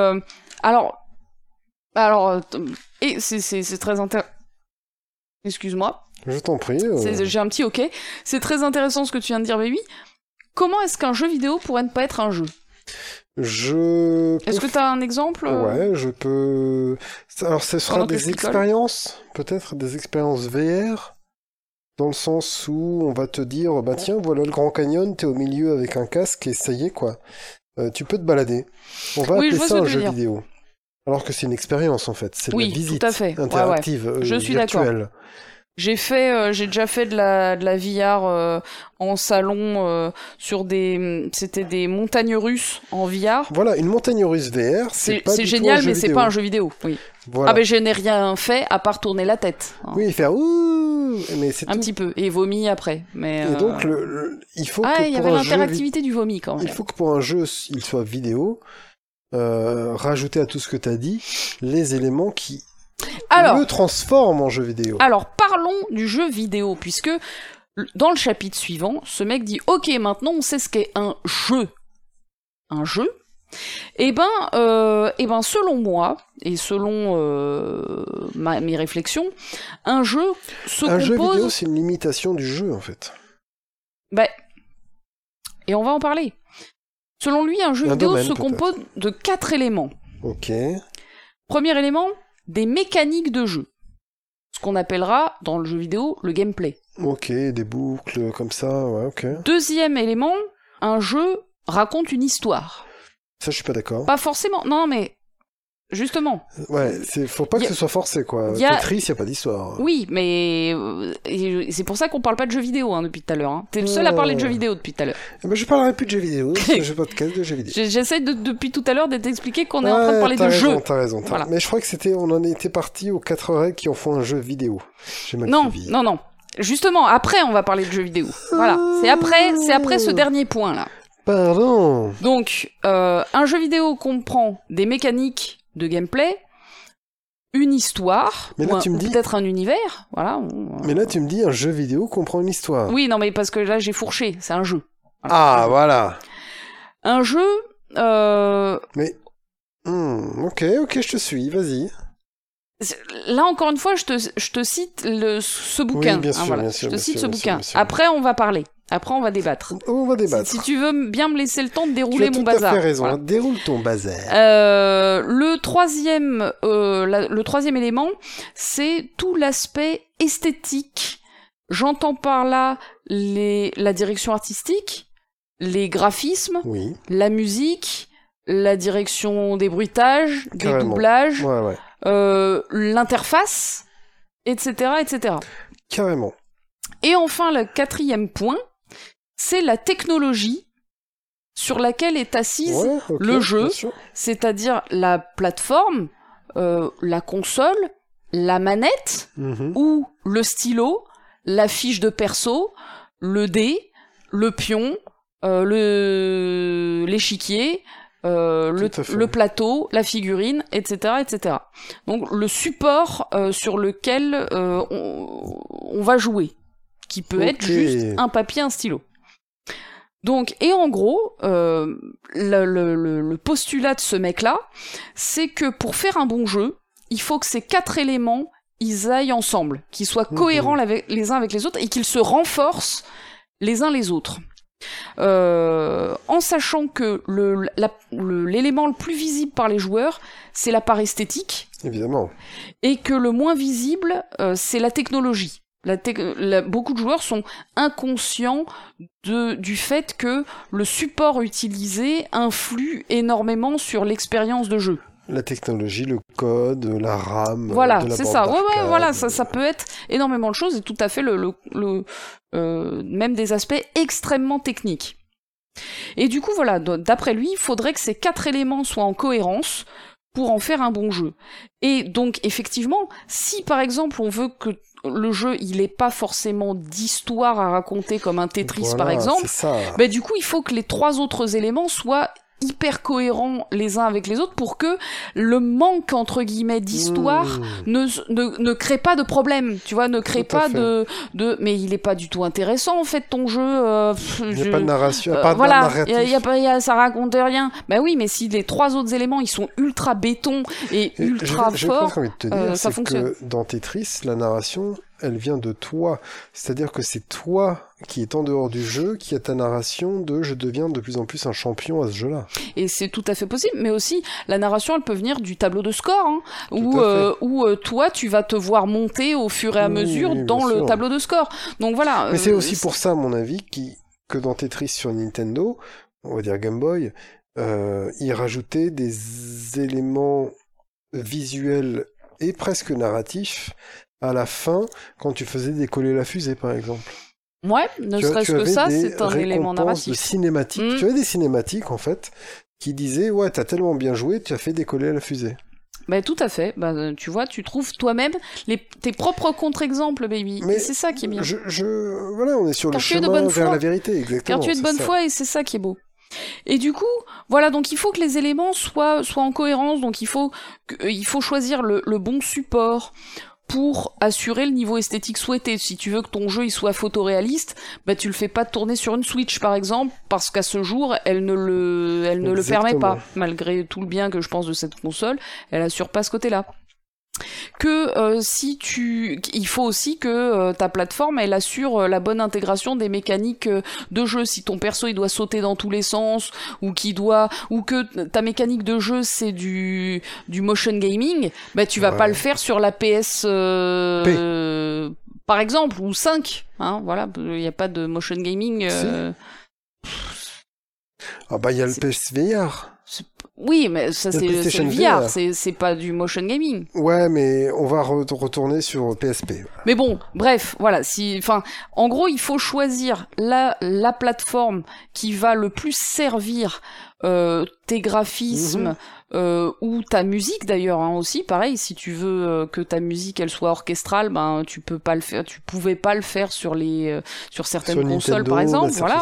et c'est très intéressant. Excuse-moi. Je t'en prie. J'ai un petit ok. C'est très intéressant ce que tu viens de dire, baby. Comment est-ce qu'un jeu vidéo pourrait ne pas être un jeu? Est-ce que t'as un exemple? Ouais, je peux... Alors, ce sera des expériences, peut-être des expériences VR. Dans le sens où on va te dire, tiens, voilà le Grand Canyon, t'es au milieu avec un casque et ça y est, quoi. Tu peux te balader. On va appeler ça un jeu vidéo. Alors que c'est une expérience, en fait. C'est de la visite interactive, je suis virtuelle. D'accord. J'ai déjà fait de la VR en salon sur c'était des montagnes russes en VR. Voilà, une montagne russe VR, c'est génial, mais c'est pas un jeu vidéo. Oui. Voilà. Je n'ai rien fait à part tourner la tête. Oui, faire ouh, mais c'est un petit peu et vomi après. Mais et donc il faut que il y avait l'interactivité du vomi quand même. Il faut que pour un jeu il soit vidéo, rajouter à tout ce que t'as dit les éléments qui le transforment en jeu vidéo. Alors parlons du jeu vidéo puisque dans le chapitre suivant, ce mec dit ok maintenant on sait ce qu'est un jeu. Un jeu. Eh ben, selon moi et selon mes réflexions, un jeu se compose... Un jeu vidéo, c'est une limitation du jeu, en fait. Et on va en parler. Selon lui, un jeu vidéo se compose de 4 éléments. Ok. Premier élément, des mécaniques de jeu. Ce qu'on appellera, dans le jeu vidéo, le gameplay. Ok, des boucles comme ça, ouais, ok. Deuxième élément, un jeu raconte une histoire. Ça, je suis pas d'accord. Pas forcément, non, mais justement. Ouais, faut pas que ce soit forcé, quoi. Tetris, y a pas d'histoire. Oui, mais c'est pour ça qu'on parle pas de jeux vidéo depuis tout à l'heure. Hein. T'es le seul à parler de jeux vidéo depuis tout à l'heure. Je parlerai plus de jeux vidéo, parce que j'ai podcast de jeux vidéo. J'essaie depuis tout à l'heure de t'expliquer qu'on est en train de parler de jeux. T'as raison. Voilà. Mais je crois que on en était parti aux 4 règles qui en font un jeu vidéo. J'ai mal suivi. Non. Justement, après, on va parler de jeux vidéo. Voilà. C'est après ce dernier point, là. Pardon. Donc, un jeu vidéo comprend des mécaniques de gameplay, une histoire, mais là, tu me dis... peut-être un univers, voilà. Mais là, tu me dis un jeu vidéo comprend une histoire. Oui, non, mais parce que là, j'ai fourché, c'est un jeu. Voilà, voilà. Un jeu... Mais... ok, je te suis, vas-y. Là, encore une fois, je te cite ce bouquin. Oui, bien sûr, je te cite ce bouquin. Après, on va parler. Après, on va débattre. On va débattre. Si tu veux bien me laisser le temps de dérouler mon bazar. Tu as tout à fait raison. Voilà. Déroule ton bazar. Le troisième élément, c'est tout l'aspect esthétique. J'entends par là la direction artistique, les graphismes, oui. La musique, la direction des bruitages, des doublages, l'interface, etc., etc. Carrément. Et enfin, le quatrième point, c'est la technologie sur laquelle est assise le jeu, c'est-à-dire la plateforme, la console, la manette ou le stylo, la fiche de perso, le dé, le pion, l'échiquier, le plateau, la figurine, etc., etc. Donc le support sur lequel on va jouer, qui peut être juste un papier, un stylo. Donc, et en gros, le postulat de ce mec-là, c'est que pour faire un bon jeu, il faut que ces 4 éléments, ils aillent ensemble, qu'ils soient cohérents les uns avec les autres et qu'ils se renforcent les uns les autres. En sachant que l'élément le plus visible par les joueurs, c'est la part esthétique. Évidemment. Et que le moins visible, c'est la technologie. Beaucoup de joueurs sont inconscients du fait que le support utilisé influe énormément sur l'expérience de jeu. La technologie, le code, la RAM, voilà, de la c'est bande ça. d'arcade. Voilà, ça peut être énormément de choses et tout à fait même des aspects extrêmement techniques. Et du coup, voilà, d'après lui, il faudrait que ces 4 éléments soient en cohérence pour en faire un bon jeu. Et donc, effectivement, si par exemple on veut que le jeu, il ait pas forcément d'histoire à raconter comme un Tetris par exemple, bah, du coup, il faut que les 3 autres éléments soient hyper cohérents les uns avec les autres pour que le manque entre guillemets d'histoire ne crée pas de problème, tu vois, ne crée pas de mais il est pas du tout intéressant en fait ton jeu. Il n'y a pas de narration, voilà, ça raconte rien. Bah oui, mais si les 3 autres éléments ils sont ultra béton et ultra forts, ça fonctionne. Que dans Tetris, la narration, elle vient de toi. C'est-à-dire que c'est toi qui est en dehors du jeu, qui a ta narration de « je deviens de plus en plus un champion à ce jeu-là ». Et c'est tout à fait possible, mais aussi, la narration, elle peut venir du tableau de score, hein, où toi, tu vas te voir monter au fur et à mesure dans le tableau de score. Donc voilà. Mais c'est aussi pour ça, à mon avis, que dans Tetris sur Nintendo, on va dire Game Boy, ils rajoutaient des éléments visuels et presque narratifs à la fin, quand tu faisais décoller la fusée, par exemple. Ouais, ne serait-ce que ça, c'est un élément narratif. De cinématiques. Tu avais des cinématiques, en fait, qui disaient « Ouais, t'as tellement bien joué, tu as fait décoller la fusée. » Bah, tout à fait. Bah, tu vois, tu trouves toi-même tes propres contre-exemples, baby. Mais et c'est ça qui est bien. Voilà, on est sur le chemin vers la vérité, exactement. Car tu es de bonne foi, et c'est ça qui est beau. Et du coup, voilà, donc il faut que les éléments soient en cohérence, donc il faut choisir le bon support pour assurer le niveau esthétique souhaité. Si tu veux que ton jeu il soit photoréaliste, bah tu le fais pas tourner sur une Switch par exemple, parce qu'à ce jour elle ne le permet pas, malgré tout le bien que je pense de cette console, elle assure pas ce côté-là. Que il faut aussi que ta plateforme elle assure la bonne intégration des mécaniques de jeu. Si ton perso il doit sauter dans tous les sens ou que ta mécanique de jeu c'est du motion gaming, bah tu vas pas le faire sur la PS par exemple ou 5, hein, voilà, il y a pas de motion gaming. Ah bah il y a le PSVR. Oui, mais ça c'est le VR, c'est pas du motion gaming. Ouais, mais on va retourner sur PSP. Mais bon, bref, voilà. En gros, il faut choisir la plateforme qui va le plus servir tes graphismes ou ta musique d'ailleurs hein, aussi. Pareil, si tu veux que ta musique elle soit orchestrale, ben tu pouvais pas le faire sur certaines consoles Nintendo, par exemple. Voilà.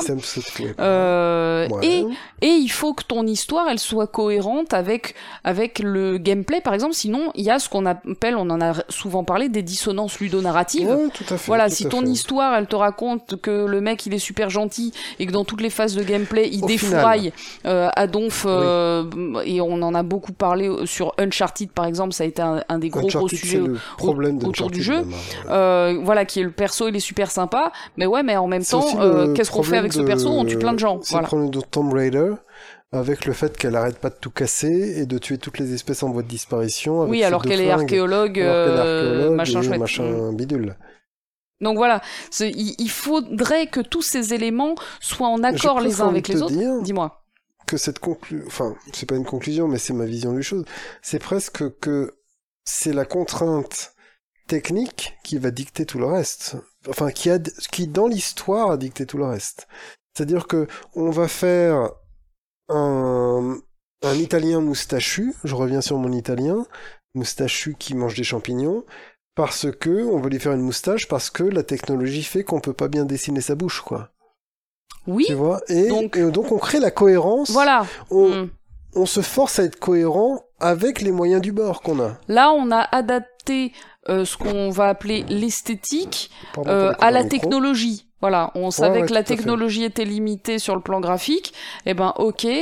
Et il faut que ton histoire elle soit cohérente avec le gameplay par exemple. Sinon, il y a ce qu'on appelle, on en a souvent parlé, des dissonances ludonarratives. Ouais, tout à fait. Voilà, si ton histoire elle te raconte que le mec il est super gentil et que dans toutes les phases de gameplay il défouraille à donf et on en a a beaucoup parlé sur Uncharted par exemple, ça a été un des gros sujets autour du jeu. Voilà, qui est le perso, il est super sympa, mais en même temps, qu'est-ce qu'on fait avec ce perso? On tue plein de gens. C'est le problème de Tomb Raider, avec le fait qu'elle arrête pas de tout casser et de tuer toutes les espèces en voie de disparition. Avec alors qu'elle est archéologue, machin bidule. Donc voilà, il faudrait que tous ces éléments soient en accord les uns avec les autres. Dis-moi. Que cette enfin, c'est pas une conclusion, mais c'est ma vision des choses. C'est presque que c'est la contrainte technique qui va dicter tout le reste. Enfin, qui dans l'histoire a dicté tout le reste. C'est-à-dire que on va faire un Italien moustachu, je reviens sur mon Italien, moustachu qui mange des champignons, parce que on veut lui faire une moustache parce que la technologie fait qu'on peut pas bien dessiner sa bouche, quoi. Oui. Tu vois, et donc on crée la cohérence. Voilà. On se force à être cohérent avec les moyens du bord qu'on a. Là, on a adapté ce qu'on va appeler l'esthétique à la technologie. Voilà, on savait que la technologie était limitée sur le plan graphique. Eh ben,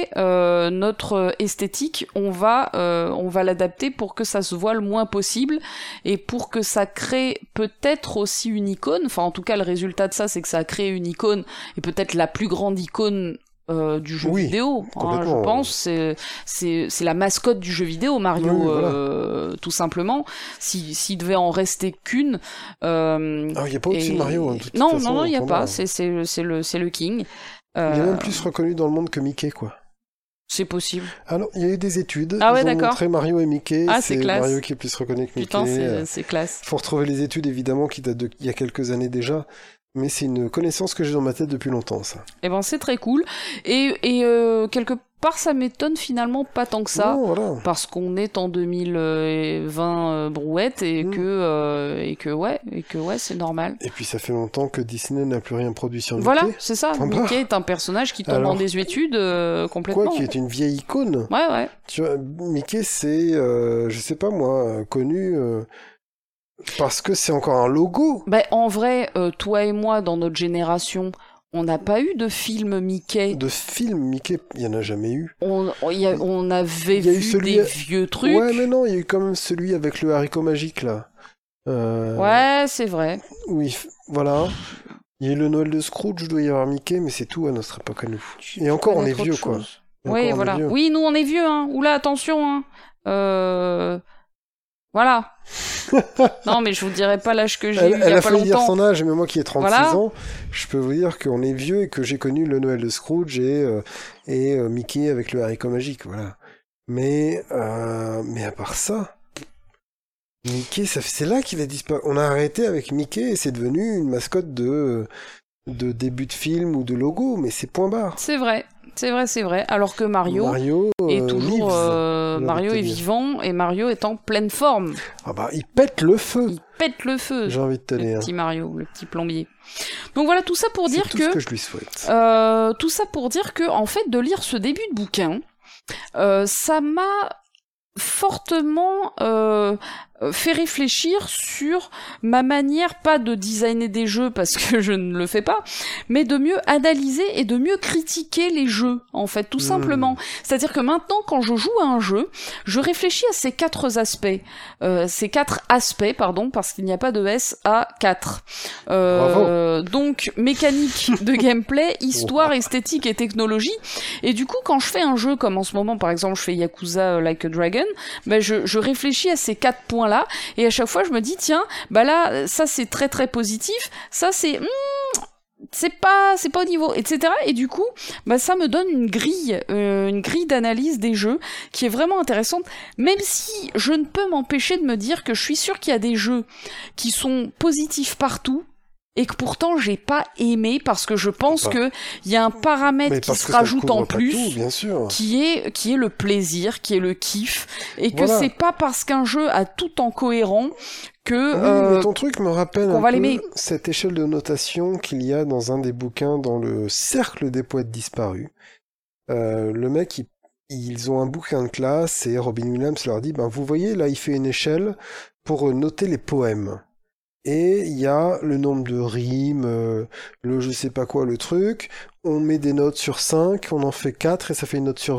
notre esthétique, on va l'adapter pour que ça se voit le moins possible et pour que ça crée peut-être aussi une icône. Enfin, en tout cas, le résultat de ça, c'est que ça a créé une icône et peut-être la plus grande icône du jeu vidéo, je pense. C'est la mascotte du jeu vidéo, Mario, tout simplement. S'il devait en rester qu'une. Il n'y a pas au-dessus de Mario. De toute façon, non, il n'y a pas. C'est le king. Il est même plus reconnu dans le monde que Mickey, quoi. C'est possible. Alors, il y a eu des études. Ils ont montré Mario et Mickey. C'est classe. Mario qui est plus reconnu que Mickey. Putain, c'est classe. Faut retrouver les études, évidemment, qui datent d'il y a quelques années déjà. Mais c'est une connaissance que j'ai dans ma tête depuis longtemps, ça. Eh ben, c'est très cool. Et quelque part, ça m'étonne finalement pas tant que ça. Non, voilà. Parce qu'on est en 2020 brouette et que c'est normal. Et puis, ça fait longtemps que Disney n'a plus rien produit sur Mickey. Voilà, c'est ça. Mickey est un personnage qui tombe en désuétude complètement. Quoi, qui est une vieille icône. Ouais. Tu vois, Mickey, c'est, je sais pas moi, connu... parce que c'est encore un logo. En vrai, toi et moi, dans notre génération, on n'a pas eu de film Mickey. De film Mickey, il y en a jamais eu. On avait vu des vieux trucs. Ouais, mais non, il y a eu quand même celui avec le haricot magique, là. Ouais, c'est vrai. Oui, voilà. Il y a eu le Noël de Scrooge, il doit y avoir Mickey, mais c'est tout à notre époque à nous. Et encore, on est vieux, quoi. Oui, voilà. Oui, nous, on est vieux, hein. Oula, attention, hein. Voilà. Non, mais je vous dirais pas l'âge que j'ai eu il y a pas longtemps. Elle a failli dire son âge, mais moi qui ai 36 ans, je peux vous dire qu'on est vieux et que j'ai connu le Noël de Scrooge et Mickey avec le haricot magique, voilà. Mais à part ça, Mickey, c'est là qu'il a disparu. On a arrêté avec Mickey et c'est devenu une mascotte de début de film ou de logo, mais c'est point barre. C'est vrai. Alors que Mario est toujours Mario est vivant et Mario est en pleine forme. Ah bah il pète le feu. J'ai envie de te dire. Le petit Mario, le petit plombier. Donc voilà, tout ça pour dire que... C'est tout ce que je lui souhaite. Tout ça pour dire que en fait de lire ce début de bouquin, ça m'a fortement fait réfléchir sur ma manière, pas de designer des jeux parce que je ne le fais pas, mais de mieux analyser et de mieux critiquer les jeux, en fait, tout simplement. C'est-à-dire que maintenant, quand je joue à un jeu, je réfléchis à ces quatre aspects, parce qu'il n'y a pas de S à 4. Donc, mécanique de gameplay, histoire, esthétique et technologie. Et du coup, quand je fais un jeu, comme en ce moment, par exemple, je fais Yakuza Like a Dragon, je réfléchis à ces 4 points là et à chaque fois je me dis tiens là ça c'est très très positif, ça c'est pas au niveau, etc. Et du coup ça me donne une grille d'analyse des jeux qui est vraiment intéressante, même si je ne peux m'empêcher de me dire que je suis sûre qu'il y a des jeux qui sont positifs partout et que pourtant j'ai pas aimé parce que je pense que il y a un paramètre qui se rajoute en plus, qui est le plaisir, qui est le kiff, et que c'est pas parce qu'un jeu a tout en cohérent que mais ton truc me rappelle un peu cette échelle de notation qu'il y a dans un des bouquins dans le Cercle des poètes disparus. Le mec ils ont un bouquin de classe et Robin Williams leur dit vous voyez là il fait une échelle pour noter les poèmes. Et il y a le nombre de rimes, le je sais pas quoi, le truc. On met des notes sur 5, on en fait 4 et ça fait une note sur 20.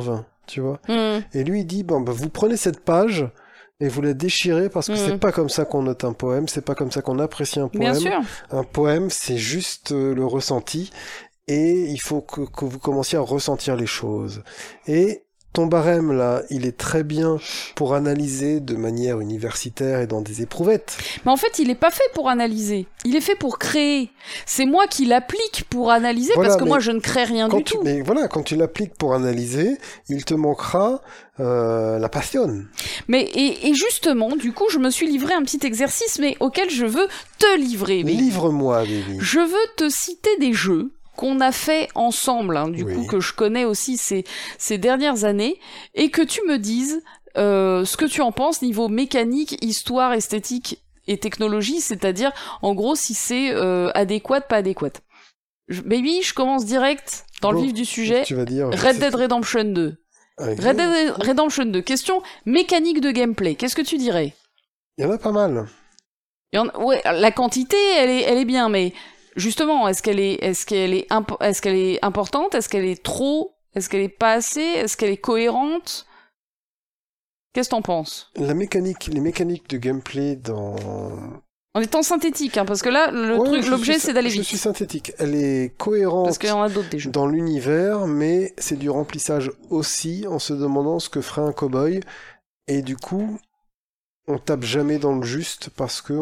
tu vois. Et lui, il dit, vous prenez cette page et vous la déchirez parce que c'est pas comme ça qu'on note un poème, c'est pas comme ça qu'on apprécie un poème. Bien sûr. Un poème, c'est juste le ressenti et il faut que vous commenciez à ressentir les choses. Et ton barème, là, il est très bien pour analyser de manière universitaire et dans des éprouvettes. Mais en fait, il est pas fait pour analyser. Il est fait pour créer. C'est moi qui l'applique pour analyser, parce que moi, je ne crée rien du tout. Mais voilà, quand tu l'appliques pour analyser, il te manquera la passion. Mais, et justement, du coup, je me suis livré un petit exercice, mais auquel je veux te livrer. Livre-moi, baby. Je veux te citer des jeux qu'on a fait ensemble, coup, que je connais aussi ces dernières années, et que tu me dises ce que tu en penses niveau mécanique, histoire, esthétique et technologie, c'est-à-dire, en gros, si c'est adéquat, pas adéquat. Baby, je commence direct dans le vif du sujet. Tu vas dire, Red Dead Redemption 2. Red Dead Redemption 2. Question mécanique de gameplay. Qu'est-ce que tu dirais? Il y en a pas mal. Ouais, la quantité, elle est bien, mais... Justement, est-ce qu'elle est importante? Est-ce qu'elle est trop? Est-ce qu'elle est pas assez? Est-ce qu'elle est cohérente? Qu'est-ce que t'en penses? Les mécaniques de gameplay dans... En étant synthétique, parce que là, l'objet, c'est d'aller vite. Je suis synthétique. Elle est cohérente. Parce qu'il y en a d'autres déjà. Dans l'univers, mais c'est du remplissage aussi, en se demandant ce que ferait un cow-boy. Et du coup, on tape jamais dans le juste parce que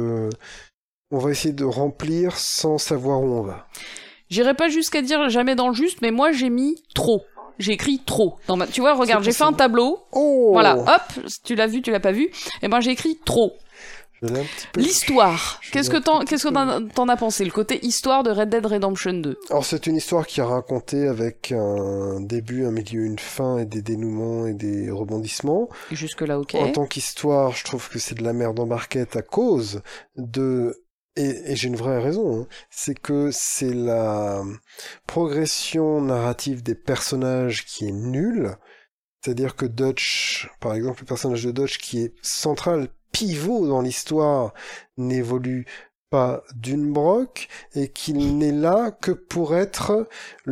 on va essayer de remplir sans savoir où on va. J'irai pas jusqu'à dire jamais dans le juste, mais moi j'ai mis trop. J'ai écrit trop. Tu vois, regarde, j'ai fait un tableau. Oh. Voilà, hop, tu l'as vu, tu l'as pas vu. Et ben j'ai écrit trop. Je l'ai un petit peu... L'histoire. Qu'est-ce que t'en as pensé? Le côté histoire de Red Dead Redemption 2. Alors c'est une histoire qui est racontée avec un début, un milieu, une fin et des dénouements et des rebondissements. Et jusque là, ok. En tant qu'histoire, je trouve que c'est de la merde en barquette à cause de... Et j'ai une vraie raison, c'est que c'est la progression narrative des personnages qui est nulle. C'est-à-dire que Dutch, par exemple, le personnage de Dutch qui est central, pivot dans l'histoire, n'évolue pas d'une broque et qu'il n'est là que pour être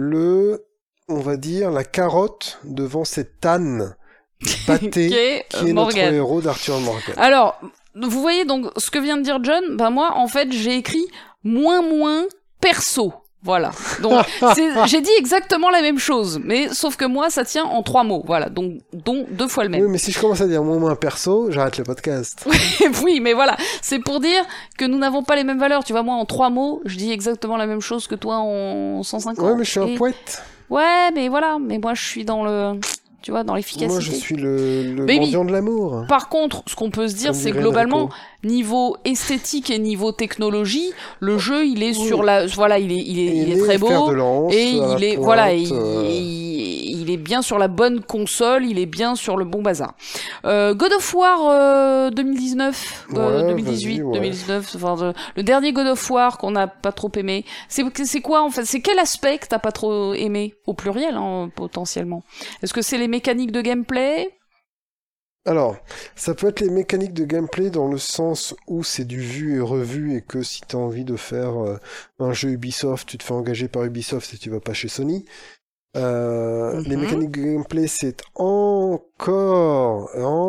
on va dire, la carotte devant cette âne bâté qui est notre héros d'Arthur Morgan. Alors... Vous voyez donc ce que vient de dire John, moi en fait j'ai écrit moins perso. Voilà. Donc j'ai dit exactement la même chose, mais sauf que moi ça tient en 3 mots. Voilà. Donc dont 2 fois le même. Oui, mais si je commence à dire moins perso, j'arrête le podcast. Oui, mais voilà, c'est pour dire que nous n'avons pas les mêmes valeurs. Tu vois, moi en 3 mots, je dis exactement la même chose que toi en 150. Ouais, mais je suis un poète. Ouais, mais voilà, mais moi je suis dans le... Tu vois, dans l'efficacité. Moi, je suis le mendiant de l'amour. Par contre, ce qu'on peut se dire, c'est globalement, niveau esthétique et niveau technologie, le jeu, il est sur la... Voilà, il est très beau. Et il est... Voilà, il est bien sur la bonne console, il est bien sur le bon bazar. God of War 2019, 2018, 2019, enfin, le dernier God of War qu'on n'a pas trop aimé. C'est quoi, en fait? C'est quel aspect que t'as pas trop aimé? Au pluriel, potentiellement. Est-ce que c'est les mécaniques de gameplay? Alors, ça peut être les mécaniques de gameplay dans le sens où c'est du vu et revu et que si t'as envie de faire un jeu Ubisoft, tu te fais engager par Ubisoft et tu vas pas chez Sony. Les mécaniques de gameplay, c'est encore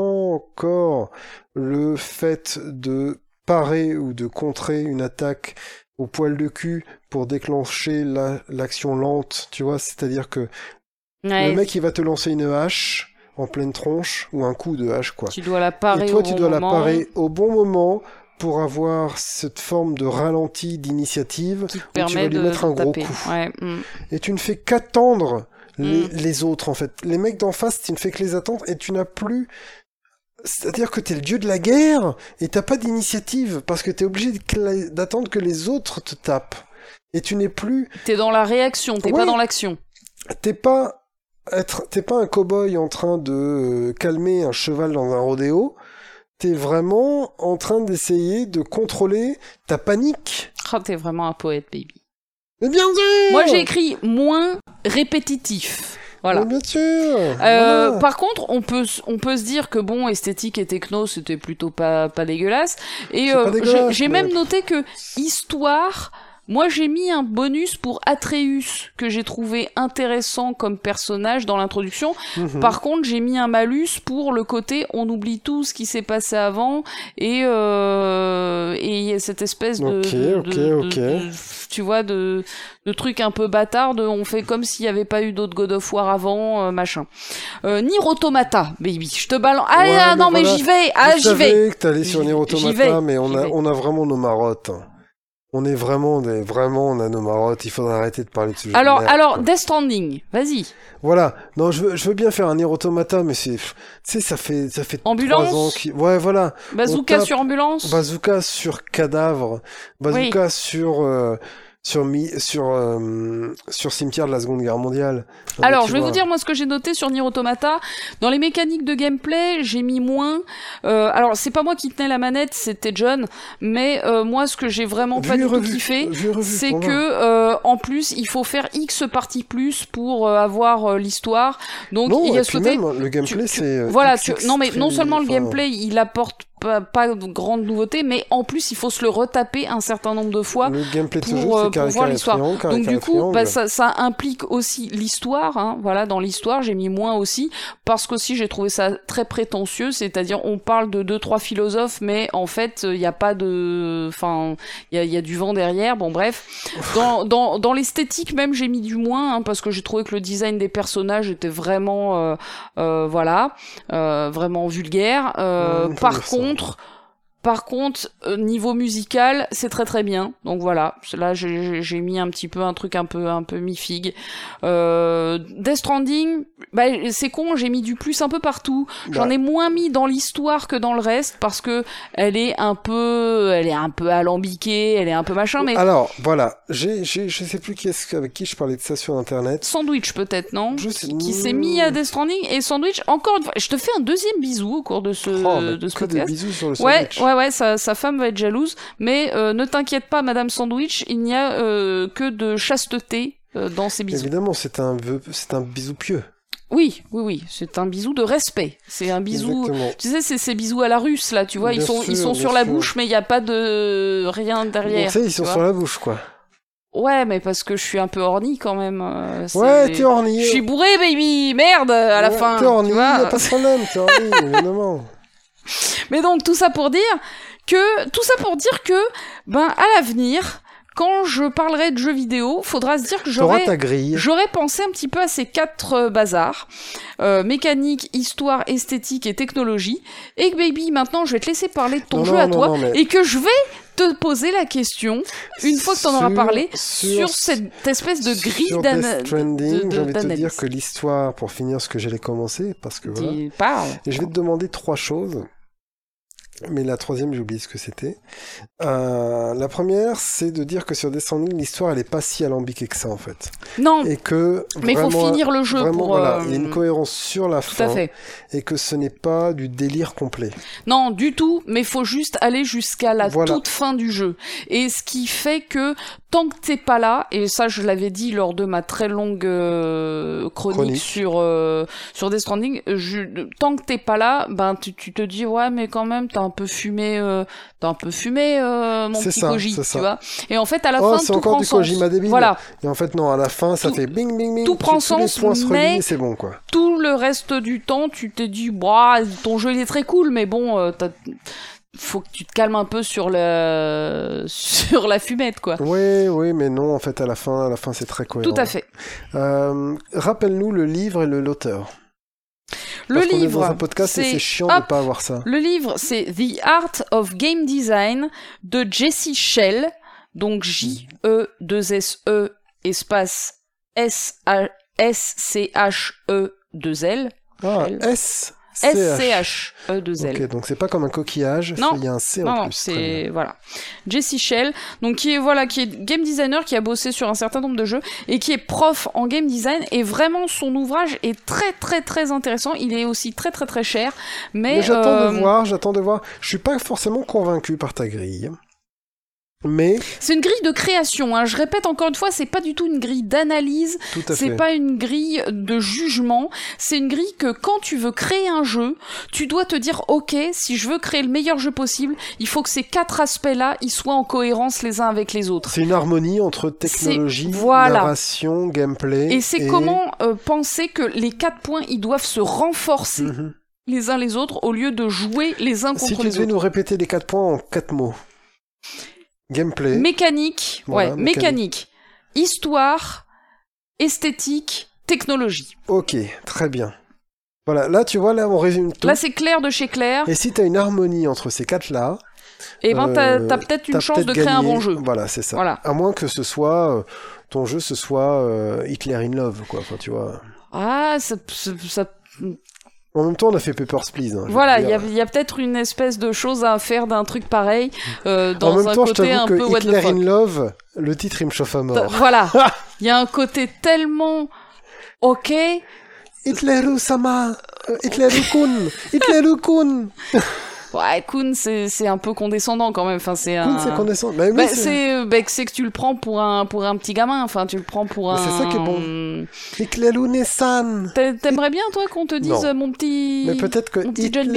le fait de parer ou de contrer une attaque au poil de cul pour déclencher l'action lente, tu vois, c'est-à-dire que le mec il va te lancer une hache en pleine tronche ou un coup de hache quoi. Tu dois la parer et toi tu dois la parer au bon moment pour avoir cette forme de ralenti d'initiative qui où permet tu vas lui mettre un gros coup. Ouais. Et tu ne fais qu'attendre les autres en fait. Les mecs d'en face, tu ne fais que les attendre et tu n'as plus... C'est-à-dire que t'es le dieu de la guerre et t'as pas d'initiative parce que t'es obligé d'attendre que les autres te tapent. Et tu n'es plus... T'es dans la réaction, t'es pas dans l'action. T'es pas un cow-boy en train de calmer un cheval dans un rodéo. T'es vraiment en train d'essayer de contrôler ta panique. Oh, t'es vraiment un poète, baby. Mais bien sûr! Moi, j'ai écrit moins répétitif. Voilà. Mais bien sûr! Voilà. Par contre, on peut se dire que bon, esthétique et techno, c'était plutôt pas dégueulasse. Et j'ai même noté que histoire, Moi, j'ai mis un bonus pour Atreus, que j'ai trouvé intéressant comme personnage dans l'introduction. Par contre, j'ai mis un malus pour le côté on oublie tout ce qui s'est passé avant et cette espèce de tu vois, de truc un peu bâtard, on fait comme s'il n'y avait pas eu d'autres God of War avant, machin. Nier Automata, baby, je te balance. Allez, mais j'y vais. Je savais que t'allais sur Nier Automata, mais on a vraiment nos marottes. On est vraiment, on a nos marottes, il faudrait arrêter de parler de ce jeu. Alors, Death Stranding, vas-y. Voilà, non, je veux bien faire un Nier Automata, mais tu sais, ça fait Ambulance 3 ans ouais, voilà. Bazooka sur ambulance. Bazooka sur cadavre. Bazooka sur cimetière de la Seconde Guerre mondiale. Alors, je vais vous dire moi ce que j'ai noté sur Nier Automata. Dans les mécaniques de gameplay, j'ai mis moins. Alors, c'est pas moi qui tenais la manette, c'était John. Mais moi, ce que j'ai vraiment pas du tout kiffé, c'est que en plus, il faut faire X parties plus pour avoir l'histoire. Donc, il y a ce côté. Même, le gameplay, c'est. Voilà. Non, mais non seulement le gameplay, il apporte pas de grande nouveauté, mais en plus il faut se le retaper un certain nombre de fois le gameplay de ce jeu, c'est pour voir l'histoire. Donc du coup, ça implique aussi l'histoire. Hein. Voilà, dans l'histoire, j'ai mis moins aussi parce qu'aussi j'ai trouvé ça très prétentieux. C'est-à-dire, on parle de 2-3 philosophes, mais en fait, il y a pas de, enfin, il y a du vent derrière. Bon, bref, dans l'esthétique même, j'ai mis du moins hein, parce que j'ai trouvé que le design des personnages était vraiment, vraiment vulgaire. Par contre, niveau musical, c'est très très bien. Donc voilà, là j'ai mis un petit peu un truc un peu mi-figue. Death Stranding, c'est con, j'ai mis du plus un peu partout. J'en ai moins mis dans l'histoire que dans le reste parce que elle est un peu alambiquée, elle est un peu machin. Mais alors voilà, je sais plus avec qui je parlais de ça sur internet. Sandwich peut-être non, qui s'est mis à Death Stranding et Sandwich encore une fois. Je te fais un deuxième bisou au cours de ce podcast. Des bisous sur le Sandwich. Ouais, sa femme va être jalouse, mais ne t'inquiète pas, Madame Sandwich, il n'y a que de chasteté dans ces bisous. Évidemment, c'est un bisou pieux. Oui, c'est un bisou de respect. C'est un bisou. Exactement. Tu sais, c'est ces bisous à la russe là, tu vois, ils sont sur la bouche, mais il n'y a pas de rien derrière. Tu sais, ils sont sur la bouche, quoi. Ouais, mais parce que je suis un peu horny quand même. Ouais, t'es horny. Je suis bourré, baby, merde, à la fin. T'es horny, y a pas de problème, t'es horny, évidemment. Mais donc tout ça pour dire que à l'avenir, quand je parlerai de jeux vidéo, faudra se dire que j'aurais pensé un petit peu à ces 4 bazars, mécanique, histoire, esthétique et technologie, et que baby, maintenant je vais te laisser parler de ton jeu à toi, et que je vais te poser la question, une fois que t'en auras parlé, sur cette espèce de grille d'analyse. Death Stranding, j'ai envie de te dire que l'histoire, pour finir ce que j'allais commencer, parce que voilà. Et je vais te demander 3 choses. Mais la troisième, j'ai oublié ce que c'était. La première, c'est de dire que sur Death Stranding, l'histoire, elle est pas si alambiquée que ça, en fait. Non. Et que mais il faut finir le jeu vraiment, pour. Voilà, il y a une cohérence sur la fin. Tout à fait. Et que ce n'est pas du délire complet. Non, du tout. Mais il faut juste aller jusqu'à la toute fin du jeu. Et ce qui fait que tant que t'es pas là, et ça, je l'avais dit lors de ma très longue chronique sur Death Stranding, tant que t'es pas là, tu te dis ouais, mais quand même, t'as un peu fumé mon petit Koji, tu vois. Et en fait, à la fin, tout prend sens. C'est encore du Kojima débile. Voilà. Et en fait, non, à la fin, ça fait bing, bing, bing. Tout prend sens, tous les points se relient, c'est bon, quoi. Tout le reste du temps, tu te dis, bah, ton jeu, il est très cool, mais bon, faut que tu te calmes un peu sur la fumette, quoi. Oui, mais non, en fait, à la fin, c'est très cohérent. Tout à fait. Rappelle-nous le livre et l'auteur. Le livre, est dans un podcast et c'est chiant de pas avoir ça. Le livre, c'est The Art of Game Design de Jesse Schell, donc J-E-2-S-E espace S-C-H-E-2-L. Ah, S-C-H-E-2-L. Ok, donc c'est pas comme un coquillage, il y a un C en plus. Non, c'est, voilà. Jesse Schell, donc qui est game designer, qui a bossé sur un certain nombre de jeux, et qui est prof en game design, et vraiment son ouvrage est très très très intéressant, il est aussi très très très cher, mais j'attends de voir, je suis pas forcément convaincu par ta grille. Mais c'est une grille de création, hein. Je répète encore une fois, c'est pas du tout une grille d'analyse, c'est pas une grille de jugement, c'est une grille que quand tu veux créer un jeu, tu dois te dire ok, si je veux créer le meilleur jeu possible, il faut que ces 4 aspects-là, ils soient en cohérence les uns avec les autres. C'est une harmonie entre technologie, narration, gameplay. Et c'est comment penser que les 4 points, ils doivent se renforcer les uns les autres au lieu de jouer les uns contre les autres. Si tu devais nous répéter les 4 points en 4 mots. Gameplay. Mécanique, mécanique. Histoire, esthétique, technologie. Ok, très bien. Voilà, là tu vois, là on résume tout. Là c'est clair de chez clair. Et si t'as une harmonie entre ces 4-là... Eh ben t'as peut-être une chance de créer un bon jeu. Voilà, c'est ça. Voilà. À moins que ce soit... ton jeu ce soit Hitler in Love, quoi. Enfin, tu vois... Ah, ça... En même temps, on a fait Papers, Please. Hein, voilà, il y a peut-être une espèce de chose à faire d'un truc pareil dans un côté un peu what the fuck. Hitler in Love, le titre, il me chauffe à mort. Voilà, il y a un côté tellement ok. Hitler-sama, Hitler-kun. Ouais, Kun, c'est un peu condescendant quand même. Enfin, c'est Kun, c'est condescendant. Bah, oui, c'est que tu le prends pour un petit gamin. Enfin, tu le prends pour un. C'est ça qui est bon. Hitleru-ne-san. T'aimerais bien, toi, qu'on te dise mon petit. Mais peut-être que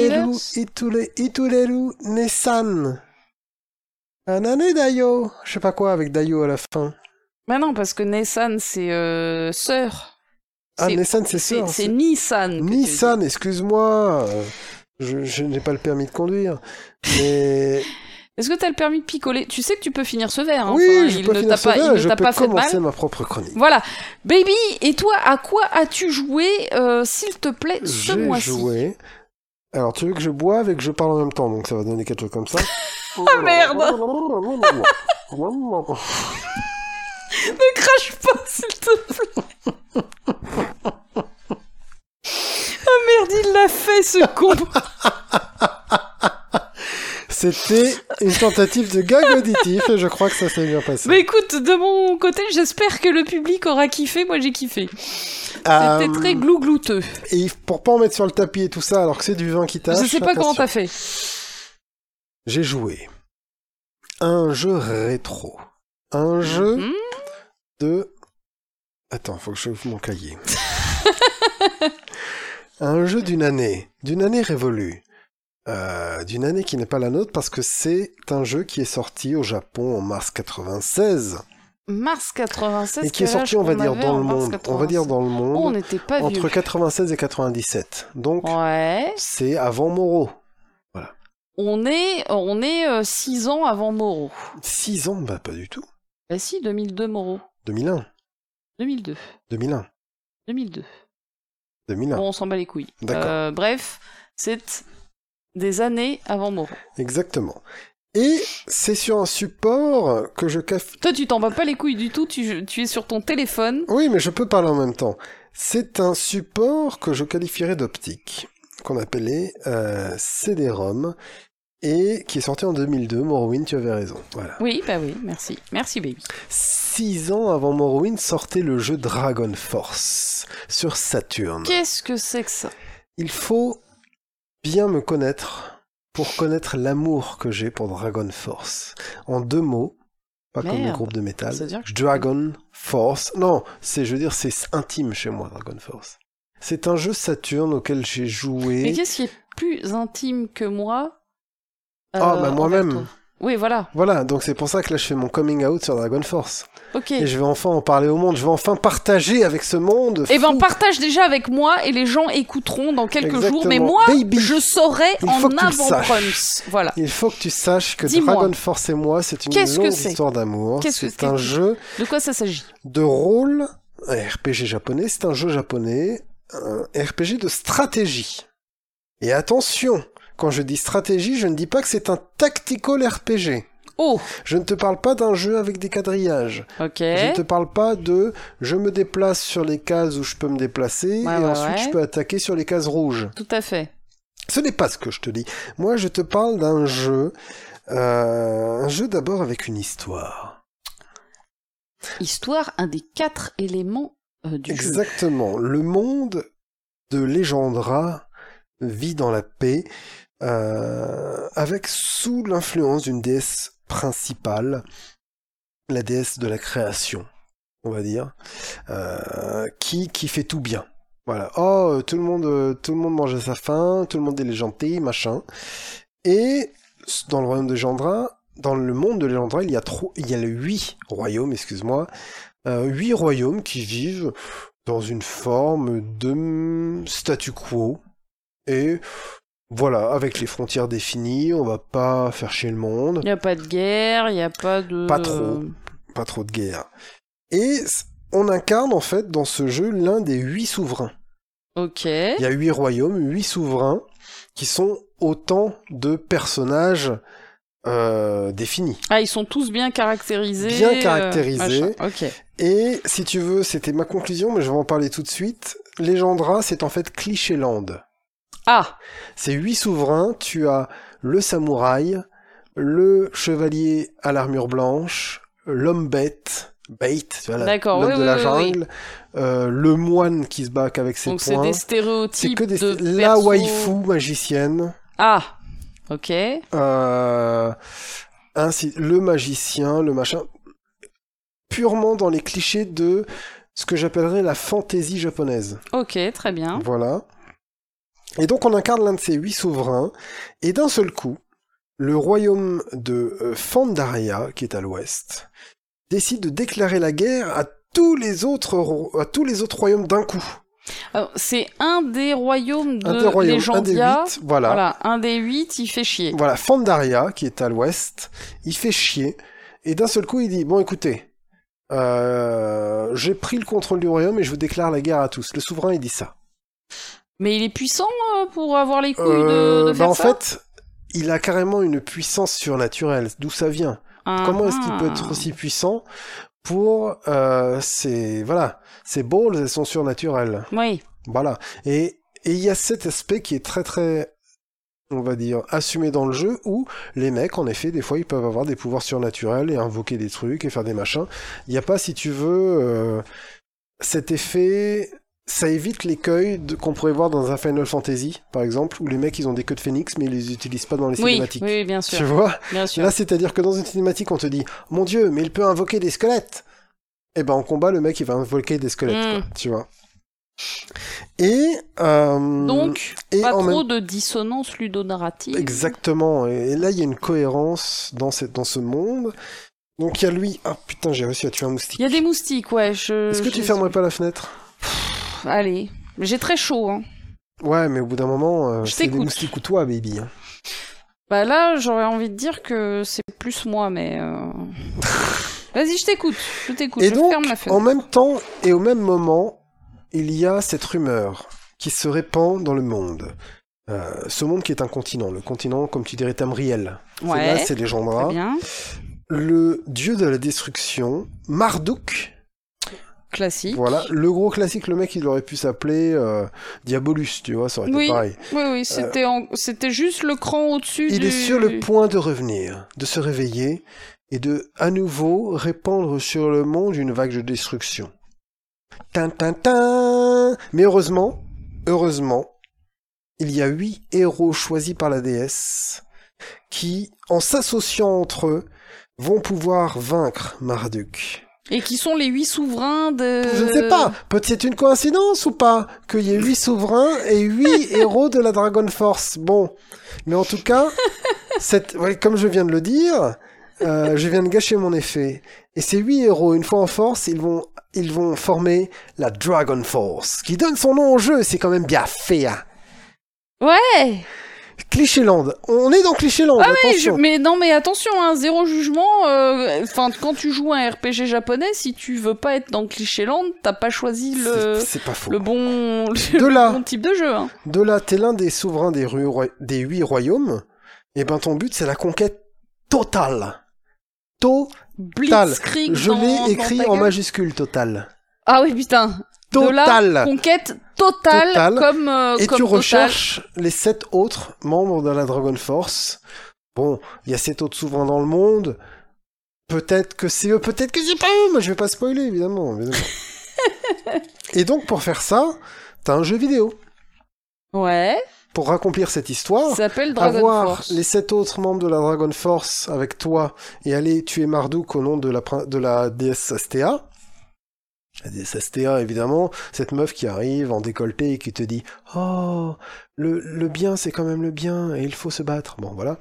Hitleru-ne-san. Anane Dayo. Je sais pas quoi avec Dayo à la fin. Bah non, parce que Nessan, c'est sœur. Ah, Nessan, c'est sœur. C'est Nissan. Nissan, excuse-moi. Je n'ai pas le permis de conduire, mais... Est-ce que t'as le permis de picoler ? Tu sais que tu peux finir ce verre. Hein. Oui, enfin, je peux finir ce verre, je peux commencer mal. Ma propre chronique. Voilà. Baby, et toi, à quoi as-tu joué, s'il te plaît, ce mois-ci ? J'ai joué... Alors, tu veux que je boive et que je parle en même temps, donc ça va donner quelque chose comme ça. Ah merde. Ne crache pas, s'il te plaît. Ah merde, il l'a fait, ce con. C'était une tentative de gag auditif et je crois que ça s'est bien passé. Mais écoute, de mon côté, j'espère que le public aura kiffé. Moi, j'ai kiffé. C'était très glouteux. Et pour pas en mettre sur le tapis et tout ça, alors que c'est du vin qui tâche... Je sais pas comment t'as fait. J'ai joué un jeu rétro. Un jeu de... Attends, faut que je ouvre mon cahier. Un jeu d'une année révolue. D'une année qui n'est pas la nôtre parce que c'est un jeu qui est sorti au Japon en mars 96. Mars 96. Et qui est sorti, on va dire, dans le monde. On va dire dans le monde. On n'était pas entre vieux. 96 et 97. Donc, c'est avant Moreau. Voilà. On est 6 ans avant Moreau. 6 ans? Bah, pas du tout. Bah si, 2002 Moreau. 2001. 2002. 2001. 2002. 2001. Bon, on s'en bat les couilles. D'accord. Bref, c'est des années avant Moreau. Exactement. Et c'est sur un support que je kiffe. Toi, tu t'en bats pas les couilles du tout, tu es sur ton téléphone. Oui, mais je peux parler en même temps. C'est un support que je qualifierais d'optique, qu'on appelait CD-ROM, et qui est sorti en 2002. Morrowind, tu avais raison. Voilà. Oui, bah oui, merci. Merci, baby. 6 ans avant Morrowind sortait le jeu Dragon Force sur Saturn. Qu'est-ce que c'est que ça ? Il faut bien me connaître pour connaître l'amour que j'ai pour Dragon Force. En 2 mots, pas comme le groupe de métal. Dragon Force. Non, c'est intime chez moi, Dragon Force. C'est un jeu Saturn auquel j'ai joué. Mais qu'est-ce qui est plus intime que moi moi-même. Oui, voilà. Voilà, donc c'est pour ça que là je fais mon coming out sur Dragon Force. Ok. Et je vais enfin en parler au monde, je vais enfin partager avec ce monde. Eh ben, partage déjà avec moi et les gens écouteront dans quelques jours. Mais moi, je saurai en avant-première. Voilà. Il faut que tu saches que Dragon Force et moi, c'est une longue histoire d'amour. C'est un jeu. De quoi ça s'agit ? De rôle, un RPG japonais. C'est un jeu japonais, un RPG de stratégie. Et attention. Quand je dis stratégie, je ne dis pas que c'est un tactical RPG. Oh. Je ne te parle pas d'un jeu avec des quadrillages. Ok. Je ne te parle pas de je me déplace sur les cases où je peux me déplacer et ensuite je peux attaquer sur les cases rouges. Tout à fait. Ce n'est pas ce que je te dis. Moi, je te parle d'un jeu, un jeu d'abord avec une histoire. Histoire, un des 4 éléments du jeu. Exactement. Le monde de Legendra vit dans la paix. Avec sous l'influence d'une déesse principale, la déesse de la création, on va dire, qui fait tout bien. Voilà. Oh, tout le monde mange à sa faim, tout le monde est gentil, machin. Et dans le royaume de Jandra, dans le monde de Jandra, il y a les 8 royaumes, 8 royaumes qui vivent dans une forme de statu quo. Et voilà, avec les frontières définies, on va pas faire chier le monde. Il n'y a pas de guerre, il n'y a pas de... Pas trop de guerre. Et on incarne en fait dans ce jeu l'un des 8 souverains. Ok. Il y a 8 royaumes, 8 souverains, qui sont autant de personnages définis. Ah, ils sont tous bien caractérisés. Bien caractérisés. Ok. Et si tu veux, c'était ma conclusion, mais je vais en parler tout de suite. Legendre, c'est en fait Clichéland. Ah. C'est 8 souverains. Tu as le samouraï, le chevalier à l'armure blanche, l'homme bête, tu vois, l'homme de la jungle, le moine qui se bat avec ses poings. Donc c'est des stéréotypes la waifu magicienne. Ah, ok. Ainsi, le magicien, le machin. Purement dans les clichés de ce que j'appellerais la fantaisie japonaise. Ok, très bien. Voilà. Et donc on incarne l'un de ces 8 souverains, et d'un seul coup, le royaume de Pandaria, qui est à l'ouest, décide de déclarer la guerre à tous les autres royaumes d'un coup. Alors, c'est un des royaumes de Legendia. Voilà, un des 8, il fait chier. Voilà, Pandaria, qui est à l'ouest, il fait chier, et d'un seul coup il dit, bon écoutez, j'ai pris le contrôle du royaume et je vous déclare la guerre à tous. Le souverain il dit ça. Mais il est puissant pour avoir les couilles de faire ça. En fait, il a carrément une puissance surnaturelle. D'où ça vient? Comment est-ce qu'il peut être aussi puissant pour ces balls, elles sont surnaturelles. Oui. Voilà. Et il y a cet aspect qui est très très, on va dire, assumé dans le jeu, où les mecs, en effet, des fois, ils peuvent avoir des pouvoirs surnaturels et invoquer des trucs et faire des machins. Il n'y a pas, si tu veux, cet effet... Ça évite l'écueil qu'on pourrait voir dans un Final Fantasy, par exemple, où les mecs, ils ont des queues de phénix, mais ils les utilisent pas dans les cinématiques. Oui, bien sûr. Tu vois? Bien sûr. Là, c'est-à-dire que dans une cinématique, on te dit, mon Dieu, mais il peut invoquer des squelettes. Eh ben, en combat, le mec, il va invoquer des squelettes, quoi, tu vois. Et donc, pas trop de dissonance ludonarrative. Exactement. Et là, il y a une cohérence dans ce monde. Donc, il y a lui... Ah, putain, j'ai réussi à tuer un moustique. Il y a des moustiques, ouais. Est-ce que tu fermerais pas la fenêtre? Allez, j'ai très chaud, hein. Ouais, mais au bout d'un moment, c'est des moustiques ou toi, baby. Bah là, j'aurais envie de dire que c'est plus moi, mais... Vas-y, je t'écoute, Et donc, ferme la fenêtre. En même temps et au même moment, il y a cette rumeur qui se répand dans le monde. Ce monde qui est un continent, le continent, comme tu dirais, Tamriel. Ouais, là, c'est Legendre. Très bien. Le dieu de la destruction, Marduk... Classique. Voilà, le gros classique, le mec il aurait pu s'appeler Diabolus, tu vois, ça aurait été pareil. Oui, c'était juste le cran au-dessus Il est sur le point de revenir, de se réveiller et de à nouveau répandre sur le monde une vague de destruction. Mais heureusement, il y a 8 héros choisis par la déesse qui, en s'associant entre eux, vont pouvoir vaincre Marduk. Et qui sont les 8 souverains de... Je ne sais pas. Peut-être c'est une coïncidence ou pas qu'il y ait 8 souverains et 8 héros de la Dragon Force. Bon. Mais en tout cas, comme je viens de le dire, je viens de gâcher mon effet. Et ces 8 héros, une fois en force, ils vont former la Dragon Force, qui donne son nom au jeu. C'est quand même bien fait, hein. Ouais. Clichéland. On est dans Clichéland. Ah attention. mais non, mais attention, hein, zéro jugement. Enfin, quand tu joues un RPG japonais, si tu veux pas être dans Clichéland, t'as pas choisi c'est pas faux. le bon type de jeu. Hein. De là, t'es l'un des souverains des 8 royaumes. Et ben ton but, c'est la conquête totale. Blitzkrieg. Je l'ai écrit en majuscule, total. Ah oui, putain. Total. De là, conquête totale. Et comme tu total. recherches les 7 autres membres de la Dragon Force. Bon, il y a 7 autres souverains dans le monde. Peut-être que c'est eux, peut-être que c'est pas eux. Moi, je vais pas spoiler, évidemment. Et donc, pour faire ça, t'as un jeu vidéo. Ouais. pour accomplir cette histoire, ça s'appelle Dragon avoir Force. les 7 autres membres de la Dragon Force avec toi et aller tuer Marduk au nom de la déesse Astea. La déesse Astea, évidemment, cette meuf qui arrive en décolleté et qui te dit « Oh, le bien, c'est quand même le bien, et il faut se battre. » Bon, voilà.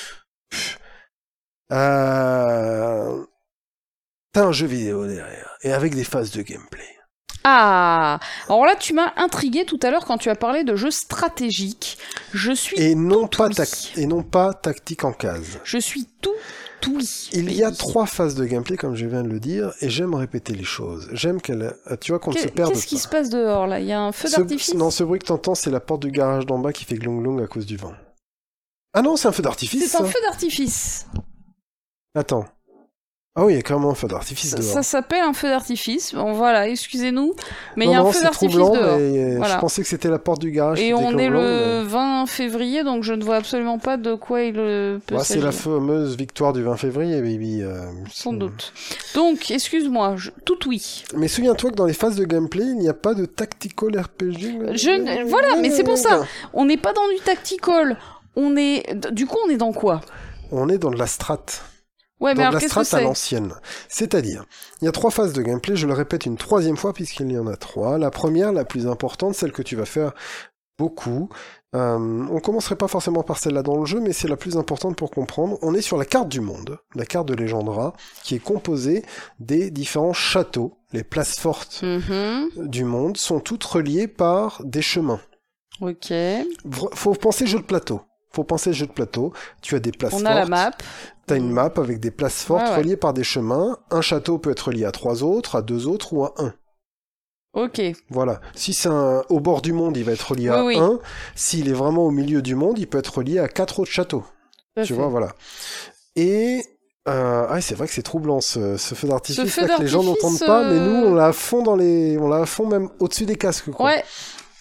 T'as un jeu vidéo derrière, et avec des phases de gameplay. Ah, alors là tu m'as intrigué tout à l'heure quand tu as parlé de jeux stratégiques. Je suis et non tout pas tactique en case. Je suis tout oui. Il y a 3 phases de gameplay comme je viens de le dire et j'aime répéter les choses. J'aime tu vois qu'on ne se perde pas. Qu'est-ce qui se passe dehors là? Il y a un feu d'artifice? Non, ce bruit que t'entends c'est la porte du garage d'en bas qui fait glong glong à cause du vent. Ah non, c'est un feu d'artifice. C'est un feu d'artifice. Attends. Ah oui, il y a carrément un feu d'artifice dehors. Ça s'appelle un feu d'artifice. Bon, voilà, excusez-nous, mais il y a un feu d'artifice dehors. Voilà. Je pensais que c'était la porte du garage. Et on est le 20 février, donc je ne vois absolument pas de quoi il peut s'agir. C'est la fameuse victoire du 20 février, baby. Sans doute. Donc, excuse-moi, tout oui. Mais souviens-toi que dans les phases de gameplay, il n'y a pas de tactical RPG. Voilà, mais c'est pour ça. On n'est pas dans du tactical. Du coup, on est dans quoi? On est dans de la strat. Ouais, mais dans alors la strat à l'ancienne. C'est-à-dire, il y a 3 phases de gameplay, je le répète une 3e fois puisqu'il y en a 3. La première, la plus importante, celle que tu vas faire beaucoup. On commencerait pas forcément par celle-là dans le jeu, mais c'est la plus importante pour comprendre. On est sur la carte du monde, la carte de Legendra, qui est composée des différents châteaux. Les places fortes du monde sont toutes reliées par des chemins. Ok. Faut penser jeu de plateau. Tu as des places fortes. On a la map. T'as une map avec des places fortes reliées par des chemins. Un château peut être relié à 3 autres, à 2 autres ou à 1. Ok. Voilà. Si c'est au bord du monde, il va être relié à 1. S'il est vraiment au milieu du monde, il peut être relié à 4 autres châteaux. Tu vois, voilà. Et... c'est vrai que c'est troublant ce feu d'artifice là, que les gens n'entendent pas, mais nous on l'a à fond même au-dessus des casques, quoi. Ouais.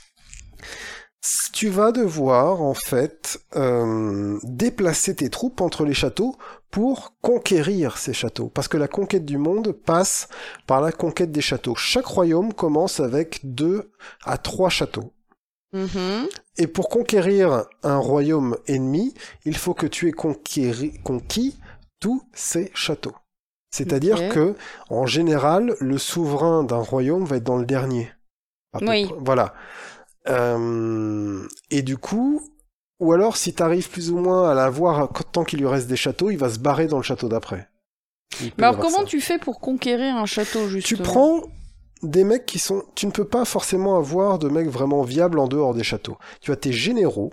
Tu vas devoir en fait déplacer tes troupes entre les châteaux pour conquérir ces châteaux, parce que la conquête du monde passe par la conquête des châteaux. Chaque royaume commence avec 2 à 3 châteaux. Et pour conquérir un royaume ennemi, il faut que tu aies conquis tous ces châteaux. C'est-à-dire que, en général, le souverain d'un royaume va être dans le dernier. Oui. Voilà. Et du coup, ou alors si t'arrives plus ou moins à l'avoir tant qu'il lui reste des châteaux, il va se barrer dans le château d'après. Mais alors comment tu fais pour conquérir un château, justement? Tu prends des mecs qui sont... Tu ne peux pas forcément avoir de mecs vraiment viables en dehors des châteaux. Tu as tes généraux.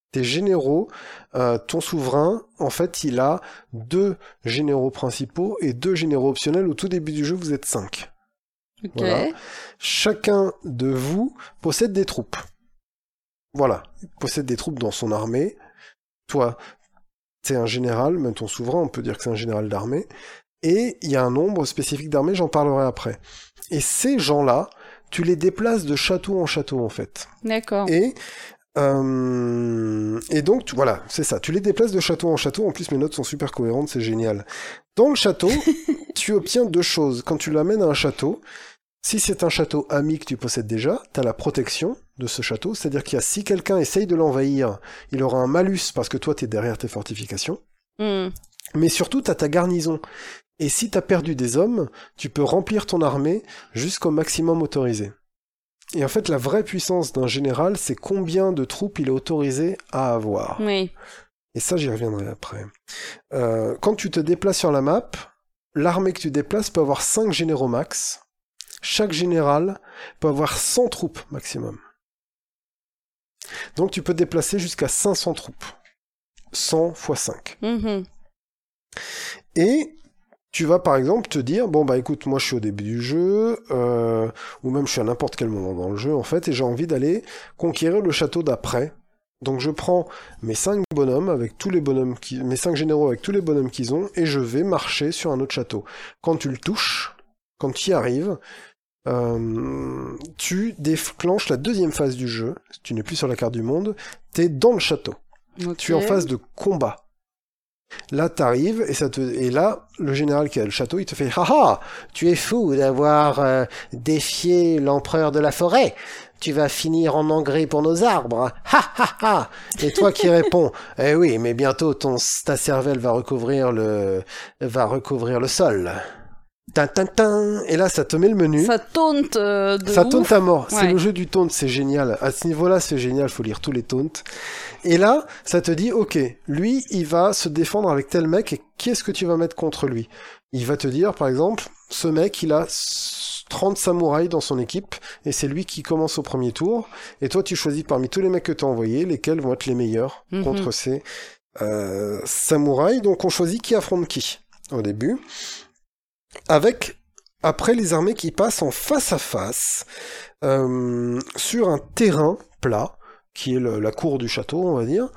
Ton souverain, en fait, il a 2 généraux principaux et 2 généraux optionnels. Au tout début du jeu, vous êtes 5. Okay. Voilà. Chacun de vous possède des troupes. Voilà. Il possède des troupes dans son armée. Toi, c'est un général, même ton souverain, on peut dire que c'est un général d'armée. Et il y a un nombre spécifique d'armées, j'en parlerai après. Et ces gens-là, tu les déplaces de château en château, en fait. D'accord. Et donc, voilà, c'est ça. Tu les déplaces de château en château. En plus, mes notes sont super cohérentes, c'est génial. Dans le château, tu obtiens 2 choses. Quand tu l'amènes à un château, si c'est un château ami que tu possèdes déjà, tu as la protection de ce château. C'est-à-dire qu'il y a, si quelqu'un essaye de l'envahir, il aura un malus parce que toi, tu es derrière tes fortifications. Mais surtout, tu as ta garnison. Et si tu as perdu des hommes, tu peux remplir ton armée jusqu'au maximum autorisé. Et en fait, la vraie puissance d'un général, c'est combien de troupes il est autorisé à avoir. Oui. Et ça, j'y reviendrai après. Quand tu te déplaces sur la map, l'armée que tu déplaces peut avoir 5 généraux max. Chaque général peut avoir 100 troupes maximum. Donc tu peux déplacer jusqu'à 500 troupes. 100 x 5. Et... tu vas par exemple te dire, bon bah écoute, moi je suis au début du jeu, ou même je suis à n'importe quel moment dans le jeu en fait, et j'ai envie d'aller conquérir le château d'après. Donc je prends mes 5 bonhommes avec tous les bonhommes mes 5 généraux avec tous les bonhommes qu'ils ont, et je vais marcher sur un autre château. Quand tu le touches, quand tu y arrives, tu déclenches la 2e phase du jeu. Tu n'es plus sur la carte du monde, t'es dans le château. Okay. Tu es en phase de combat. Là, t'arrives, et là, le général qui a le château, il te fait « Haha, tu es fou d'avoir défié l'empereur de la forêt. tu vas finir en engrais pour nos arbres. Ha ha ha. Et toi qui réponds, eh oui, mais bientôt ta cervelle va recouvrir le sol. Tin. Et là, ça te met le menu. Ça taunte Ça taunte à mort. Ouais. C'est le jeu du taunt, c'est génial. À ce niveau-là, c'est génial, faut lire tous les taunts. Et là, ça te dit, ok, lui, il va se défendre avec tel mec, et qu'est-ce que tu vas mettre contre lui? Il va te dire, par exemple, ce mec, il a 30 samouraïs dans son équipe, et c'est lui qui commence au premier tour, et toi, tu choisis parmi tous les mecs que tu as envoyés, lesquels vont être les meilleurs contre ces samouraïs. Donc, on choisit qui affronte qui, au début. Avec, après, les armées qui passent en face à face sur un terrain plat, qui est la cour du château, on va dire,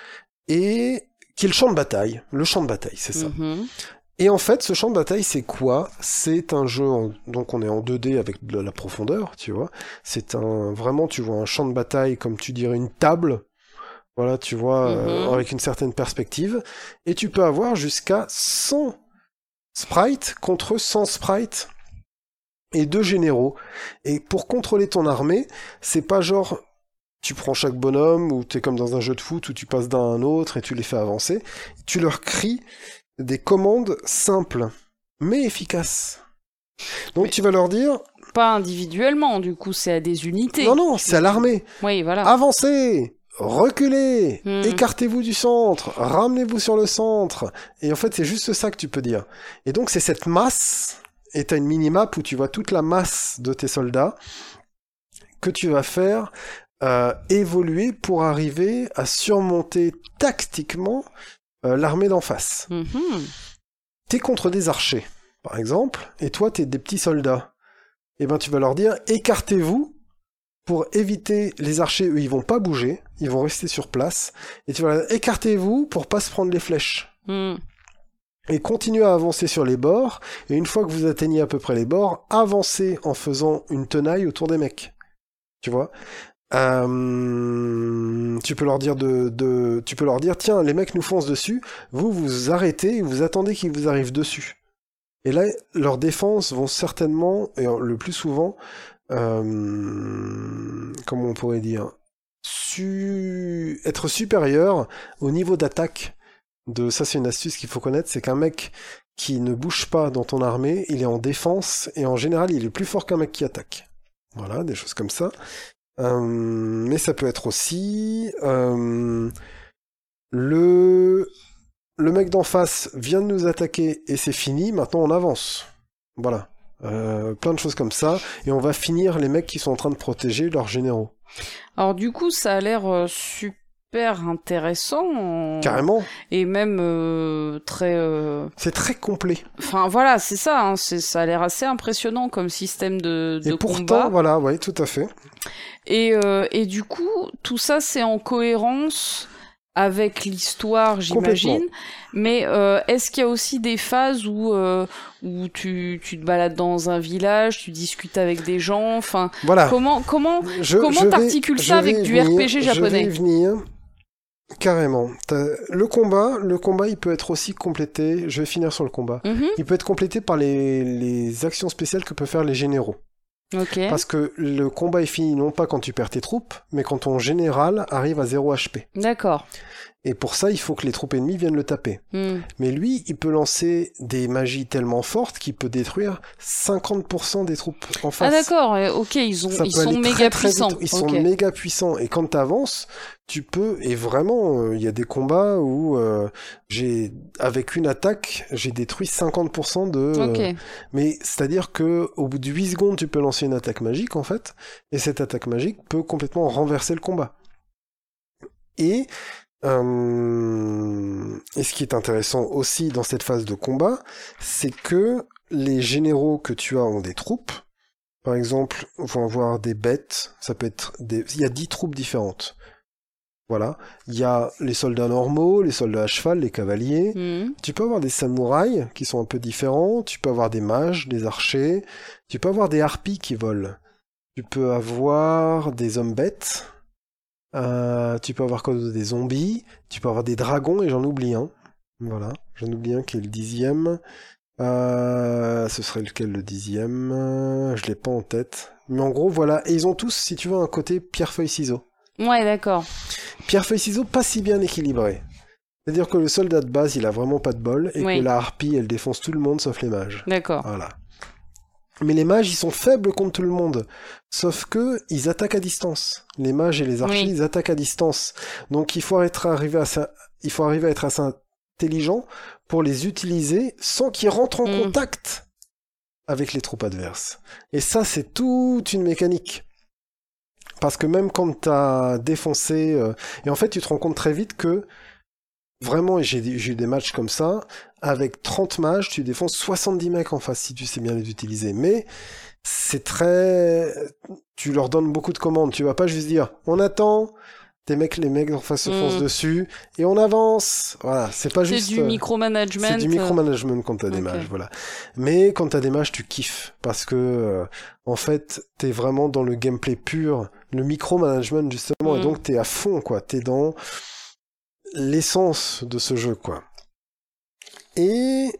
et qui est le champ de bataille. Le champ de bataille, c'est ça. Et en fait, ce champ de bataille, c'est quoi? C'est un jeu, donc on est en 2D avec de la profondeur, tu vois. C'est vraiment, tu vois un champ de bataille comme tu dirais une table. Voilà, tu vois, avec une certaine perspective. Et tu peux avoir jusqu'à 100 sprites contre 100 sprites et 2 généraux. Et pour contrôler ton armée, c'est pas genre tu prends chaque bonhomme ou t'es comme dans un jeu de foot où tu passes d'un à un autre et tu les fais avancer. Tu leur cries des commandes simples mais efficaces. Donc tu vas leur dire... Pas individuellement, du coup, c'est à des unités. Non, c'est à l'armée. Oui, voilà. Avancez, reculez, écartez-vous du centre, ramenez-vous sur le centre. Et en fait, c'est juste ça que tu peux dire. Et donc, c'est cette masse, et tu as une mini-map où tu vois toute la masse de tes soldats que tu vas faire évoluer pour arriver à surmonter tactiquement l'armée d'en face. T'es contre des archers, par exemple, et toi, t'es des petits soldats. Et ben, tu vas leur dire, écartez-vous pour éviter les archers, eux, ils vont pas bouger, ils vont rester sur place, et tu vas leur dire, écartez-vous pour pas se prendre les flèches. Et continuez à avancer sur les bords, et une fois que vous atteignez à peu près les bords, avancez en faisant une tenaille autour des mecs. Tu vois? Tu peux leur dire tu peux leur dire, tiens, les mecs nous foncent dessus, vous arrêtez et vous attendez qu'ils vous arrivent dessus. Et là, leurs défenses vont certainement, et le plus souvent, comment on pourrait dire, être supérieur au niveau d'attaque ça c'est une astuce qu'il faut connaître, c'est qu'un mec qui ne bouge pas dans ton armée, il est en défense, et en général, il est plus fort qu'un mec qui attaque. Voilà, des choses comme ça. Mais ça peut être aussi le mec d'en face vient de nous attaquer et c'est fini, maintenant on avance. Voilà. Plein de choses comme ça, et on va finir les mecs qui sont en train de protéger leurs généraux. Alors du coup, ça a l'air super intéressant. Carrément. Et même très... C'est très complet. Enfin voilà, c'est ça, hein, ça a l'air assez impressionnant comme système de et combat. Pourtant, voilà, ouais, tout à fait. Et du coup, tout ça, c'est en cohérence avec l'histoire, j'imagine. Mais est-ce qu'il y a aussi des phases où tu te balades dans un village, tu discutes avec des gens, enfin, voilà. Comment t'articules ça avec du RPG japonais? Je vais y venir. Carrément. Le combat, il peut être aussi complété. Je vais finir sur le combat. Il peut être complété par les actions spéciales que peuvent faire les généraux. Okay. Parce que le combat est fini non pas quand tu perds tes troupes, mais quand ton général arrive à 0 HP. D'accord. Et pour ça, il faut que les troupes ennemies viennent le taper. Mais lui, il peut lancer des magies tellement fortes qu'il peut détruire 50% des troupes en face. Ah d'accord, ok, ils sont méga puissants. Ils sont méga puissants. Et quand t'avances, tu peux... Et vraiment, il y a des combats où avec une attaque, j'ai détruit 50% de... Ok. Mais c'est-à-dire que au bout de 8 secondes, tu peux lancer une attaque magique, en fait. Et cette attaque magique peut complètement renverser le combat. Et ce qui est intéressant aussi dans cette phase de combat, c'est que les généraux que tu as ont des troupes. Par exemple, vont avoir des bêtes. Ça peut être il y a 10 troupes différentes. Voilà. Il y a les soldats normaux, les soldats à cheval, les cavaliers. Tu peux avoir des samouraïs qui sont un peu différents. Tu peux avoir des mages, des archers. Tu peux avoir des harpies qui volent. Tu peux avoir des hommes bêtes. Tu peux avoir des zombies, tu peux avoir des dragons, et j'en oublie un. Voilà, j'en oublie un qui est le 10e. Ce serait lequel le 10e? Je l'ai pas en tête. Mais en gros, voilà. Et ils ont tous, si tu veux, un côté pierre-feuille-ciseau. Ouais, d'accord. Pierre-feuille-ciseau pas si bien équilibré. C'est-à-dire que le soldat de base, il a vraiment pas de bol, et que la harpie, elle défonce tout le monde sauf les mages. D'accord. Voilà. Mais les mages, ils sont faibles contre tout le monde. Sauf que, ils attaquent à distance. Les mages et les archers, ils attaquent à distance. Donc, il faut arriver à être assez intelligent pour les utiliser sans qu'ils rentrent en contact avec les troupes adverses. Et ça, c'est toute une mécanique. Parce que même quand t'as défoncé... Et en fait, tu te rends compte très vite que vraiment, et j'ai eu des matchs comme ça, avec 30 mages, tu défonces 70 mecs en face si tu sais bien les utiliser. Mais c'est très... Tu leur donnes beaucoup de commandes. Tu vas pas juste dire, on attend, les mecs en face se foncent dessus, et on avance. Voilà, c'est pas juste... C'est du micromanagement. C'est du micromanagement quand t'as des mages, voilà. Mais quand t'as des mages, tu kiffes. Parce que, en fait, t'es vraiment dans le gameplay pur, le micromanagement, justement, et donc t'es à fond, quoi. T'es dans l'essence de ce jeu, quoi. Et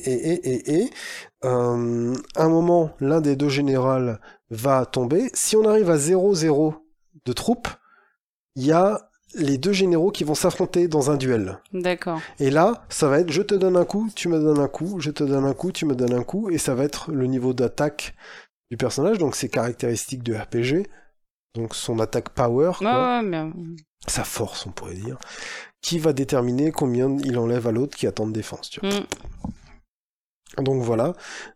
un moment, l'un des deux généraux va tomber. Si on arrive à 0-0 de troupes, il y a les deux généraux qui vont s'affronter dans un duel. D'accord. Et là, ça va être je te donne un coup, tu me donnes un coup, je te donne un coup, tu me donnes un coup, et ça va être le niveau d'attaque du personnage, donc ses caractéristiques de RPG, donc son attaque power, quoi. Sa force, on pourrait dire, qui va déterminer combien il enlève à l'autre qui attend de défense. Tu vois. Donc voilà.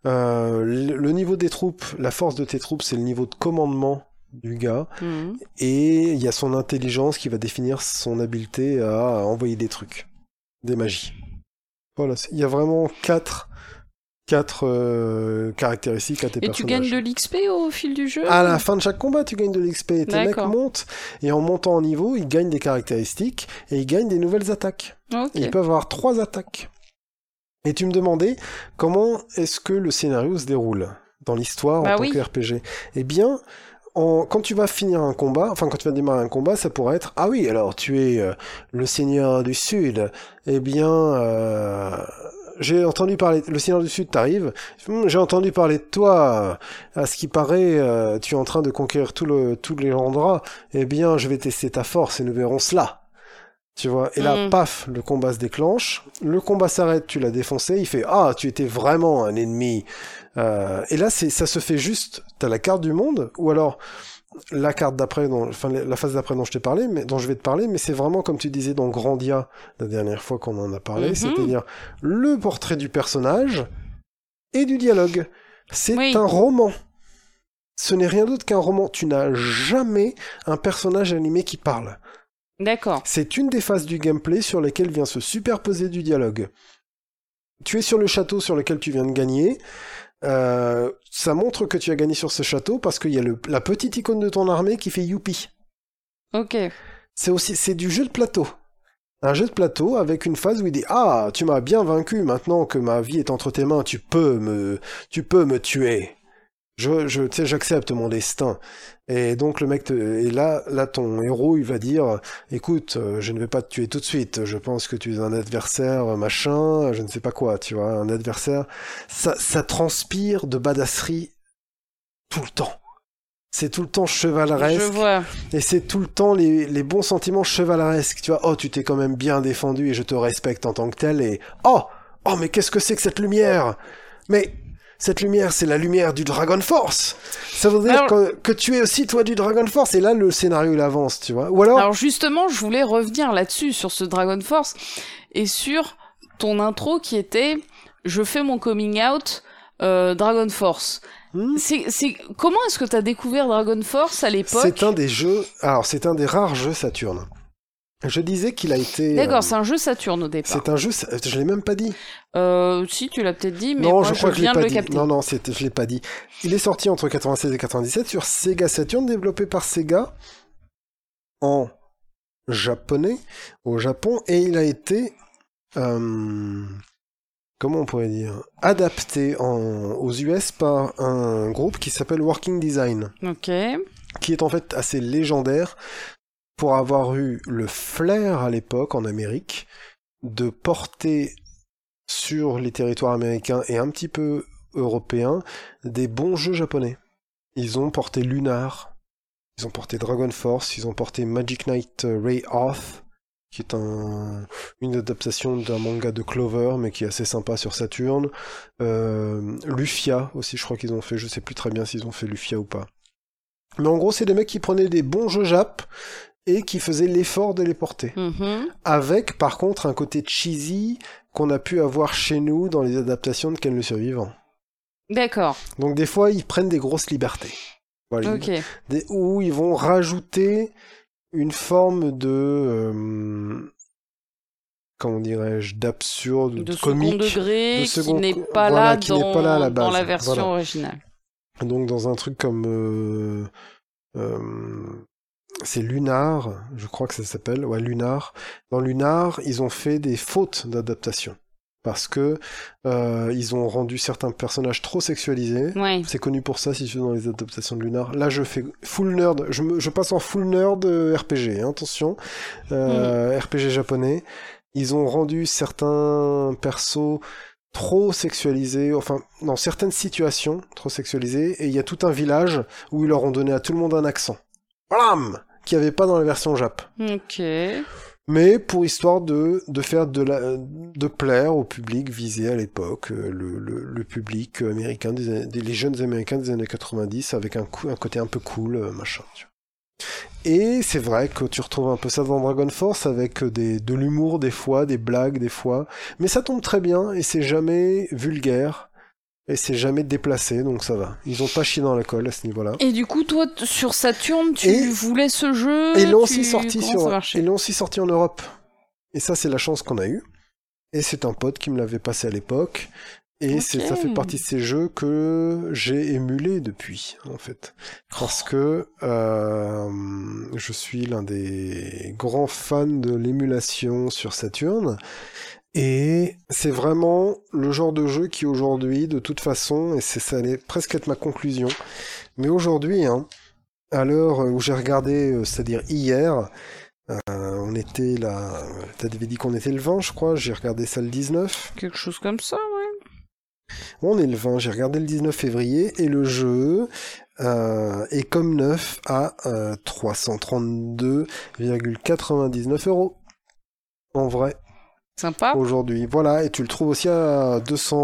Le niveau des troupes, la force de tes troupes, c'est le niveau de commandement du gars, et il y a son intelligence qui va définir son habileté à envoyer des trucs, des magies. Voilà, il y a vraiment quatre caractéristiques à tes personnages. Et tu gagnes de l'XP au fil du jeu? À la fin de chaque combat, tu gagnes de l'XP. Et tes mecs montent, et en montant en niveau, ils gagnent des caractéristiques, et ils gagnent des nouvelles attaques. Okay. Et ils peuvent avoir 3 attaques. Et tu me demandais, comment est-ce que le scénario se déroule dans l'histoire en tant que RPG? Eh bien, quand tu vas finir un combat, enfin quand tu vas démarrer un combat, ça pourrait être « Ah oui, alors tu es le Seigneur du Sud, eh bien... j'ai entendu parler... Le Seigneur du Sud t'arrive, j'ai entendu parler de toi, à ce qui paraît, tu es en train de conquérir tous les endroits, eh bien je vais tester ta force et nous verrons cela. » Tu vois, et là, paf, le combat se déclenche, le combat s'arrête, tu l'as défoncé, il fait « Ah, tu étais vraiment un ennemi !» Et là, ça se fait juste, t'as la carte du monde, ou alors la carte d'après, la phase d'après dont je vais te parler, mais c'est vraiment comme tu disais dans Grandia, la dernière fois qu'on en a parlé, c'est-à-dire le portrait du personnage et du dialogue. C'est un roman. Ce n'est rien d'autre qu'un roman. Tu n'as jamais un personnage animé qui parle. D'accord. C'est une des phases du gameplay sur lesquelles vient se superposer du dialogue. Tu es sur le château sur lequel tu viens de gagner. Ça montre que tu as gagné sur ce château parce qu'il y a la petite icône de ton armée qui fait youpi. Ok. C'est du jeu de plateau. Un jeu de plateau avec une phase où il dit « Ah, tu m'as bien vaincu, maintenant que ma vie est entre tes mains, tu peux me tuer. Tu sais, j'accepte mon destin. » Et donc le mec, et là ton héros, il va dire « Écoute, je ne vais pas te tuer tout de suite, je pense que tu es un adversaire, machin, je ne sais pas quoi, tu vois, un adversaire. » Ça transpire de badasserie tout le temps. C'est tout le temps chevaleresque. Je vois. Et c'est tout le temps les bons sentiments chevaleresques. Tu vois, oh, tu t'es quand même bien défendu et je te respecte en tant que tel. Et oh, mais qu'est-ce que c'est que cette lumière? Mais cette lumière, c'est la lumière du Dragon Force. Ça veut dire que tu es aussi, toi, du Dragon Force. Et là, le scénario, il avance, tu vois. Ou alors justement, je voulais revenir là-dessus, sur ce Dragon Force, et sur ton intro qui était « Je fais mon coming out, Dragon Force ». Comment est-ce que t'as découvert Dragon Force à l'époque? C'est un des rares jeux Saturn. Je disais qu'il a été... D'accord, c'est un jeu Saturn au départ. C'est un jeu... Je l'ai même pas dit. Si, tu l'as peut-être dit, mais non, moi, je crois que viens de le capter. Non, je l'ai pas dit. Il est sorti entre 96 et 97 sur Sega Saturn, développé par Sega en japonais, au Japon, et il a été... comment on pourrait dire, adapté aux US par un groupe qui s'appelle Working Design. Ok. Qui est en fait assez légendaire pour avoir eu le flair à l'époque en Amérique de porter sur les territoires américains et un petit peu européens des bons jeux japonais. ils ont porté Lunar, ils ont porté Dragon Force, ils ont porté Magic Knight Ray Oath, qui est une adaptation d'un manga de Clover, mais qui est assez sympa sur Saturn. Lufia aussi, je crois qu'ils ont fait, je sais plus très bien s'ils ont fait Lufia ou pas. Mais en gros, c'est des mecs qui prenaient des bons jeux Jap et qui faisaient l'effort de les porter. Avec, par contre, un côté cheesy qu'on a pu avoir chez nous dans les adaptations de Ken le Survivant. D'accord. Donc des fois, ils prennent des grosses libertés. Voilà, où ils vont rajouter une forme de... comment dirais-je, d'absurde, de comique, second degré, qui n'est pas là à la base, dans la version originale. Donc dans un truc comme c'est Lunar, je crois que ça s'appelle, ouais, Lunar. Dans Lunar, ils ont fait des fautes d'adaptation parce que ils ont rendu certains personnages trop sexualisés. Ouais. C'est connu pour ça, si tu veux, dans les adaptations de Lunar. Là, je fais full nerd, je passe en full nerd RPG, hein, attention, RPG japonais. Ils ont rendu certains persos trop sexualisés, enfin, dans certaines situations, trop sexualisés, et il y a tout un village où ils leur ont donné à tout le monde un accent. Blam, qu'il n'y avait pas dans la version Jap. Ok. Mais pour histoire de faire de plaire au public visé à l'époque, le public américain, les jeunes américains des années 90, avec un côté un peu cool, machin, tu vois. Et c'est vrai que tu retrouves un peu ça dans Dragon Force avec de l'humour des fois, des blagues des fois, mais ça tombe très bien et c'est jamais vulgaire et c'est jamais déplacé, donc ça va. Ils ont pas chié dans la colle à ce niveau-là. Et du coup, toi, sur Saturn, tu voulais ce jeu? Et ils l'ont aussi sorti en Europe. Et ça, c'est la chance qu'on a eue. Et c'est un pote qui me l'avait passé à l'époque. Et ça fait partie de ces jeux que j'ai émulé depuis, en fait. Parce que je suis l'un des grands fans de l'émulation sur Saturn. Et c'est vraiment le genre de jeu qui aujourd'hui, de toute façon, et ça allait presque être ma conclusion, mais aujourd'hui, hein, à l'heure où j'ai regardé, c'est-à-dire hier, on était là, t'avais dit qu'on était le 20, je crois, j'ai regardé ça le 19. Quelque chose comme ça, ouais. On est le 20, j'ai regardé le 19 février, et le jeu est comme neuf à 332,99 €. En vrai. Sympa. Aujourd'hui, voilà, et tu le trouves aussi à